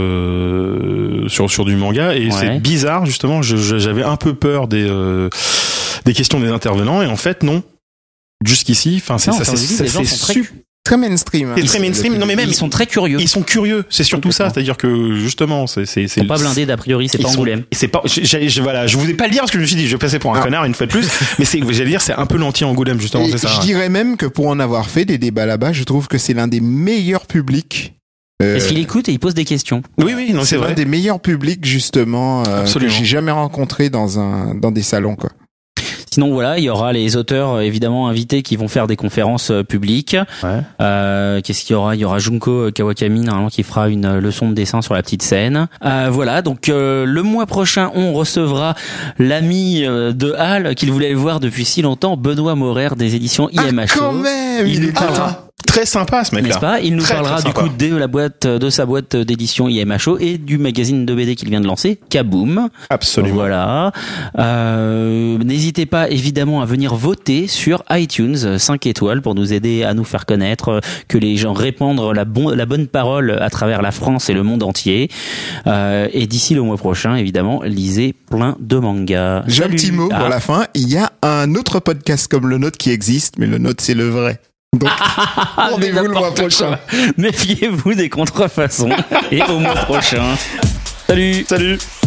le sur sur du manga et Ouais. c'est bizarre justement. Je, je- j'avais un peu peur des euh, des questions des intervenants et en fait non. Jusqu'ici, enfin c'est Non, ça, salon c'est du livre, ça, les gens c'est sont très super. Très mainstream. hein. C'est très mainstream. Non, mais même Ils sont très curieux. ils sont curieux. C'est surtout ça. Complètement. C'est-à-dire que justement, c'est c'est Ils c'est sont pas blindés d'a priori, c'est Ils pas sont- Angoulême. et c'est pas, je, je, je- voilà, je voulais pas le dire parce que je me suis dit, je vais passer pour un Ah. connard une fois de plus, mais c'est, j'allais dire, c'est un peu l'anti-Angoulême, justement, Et c'est ça. je dirais même que pour en avoir fait des débats là-bas, je trouve que c'est l'un des meilleurs publics. euh, Est-ce qu'il écoute et il pose des questions? Oui, oui, non, c'est c'est l'un vrai. des meilleurs publics justement euh, que Absolument. j'ai jamais rencontré dans un dans des salons quoi. Sinon voilà, il y aura les auteurs euh, évidemment invités qui vont faire des conférences euh, publiques. Ouais. Euh, qu'est-ce qu'il y aura? Il y aura Junko Kawakami normalement qui fera une euh, leçon de dessin sur la petite scène. Euh, voilà, donc euh, le mois prochain, on recevra l'ami euh, de Hal qu'il voulait voir depuis si longtemps, Benoît Morer des éditions I M H O. Ah, quand même, Il il, nous est parlera. là. Très sympa, ce N'est-ce mec-là. pas? Il nous Très, parlera très du coup sympa. de la boîte de sa boîte d'édition I M H O et du magazine de B D qu'il vient de lancer, Kaboom. Absolument. Voilà. Euh, n'hésitez pas évidemment à venir voter sur iTunes cinq étoiles pour nous aider à nous faire connaître, que les gens répandent la, bon, la bonne parole à travers la France et le monde entier. Euh, et d'ici le mois prochain, évidemment, lisez plein de mangas. J'ai un Salut. petit mot Ah. pour la fin. Il y a un autre podcast comme le nôtre qui existe, mais le nôtre c'est le vrai. Donc Ah, mais rendez-vous le mois n'importe prochain. quoi. Méfiez-vous des contrefaçons et au mois prochain. Salut. Salut.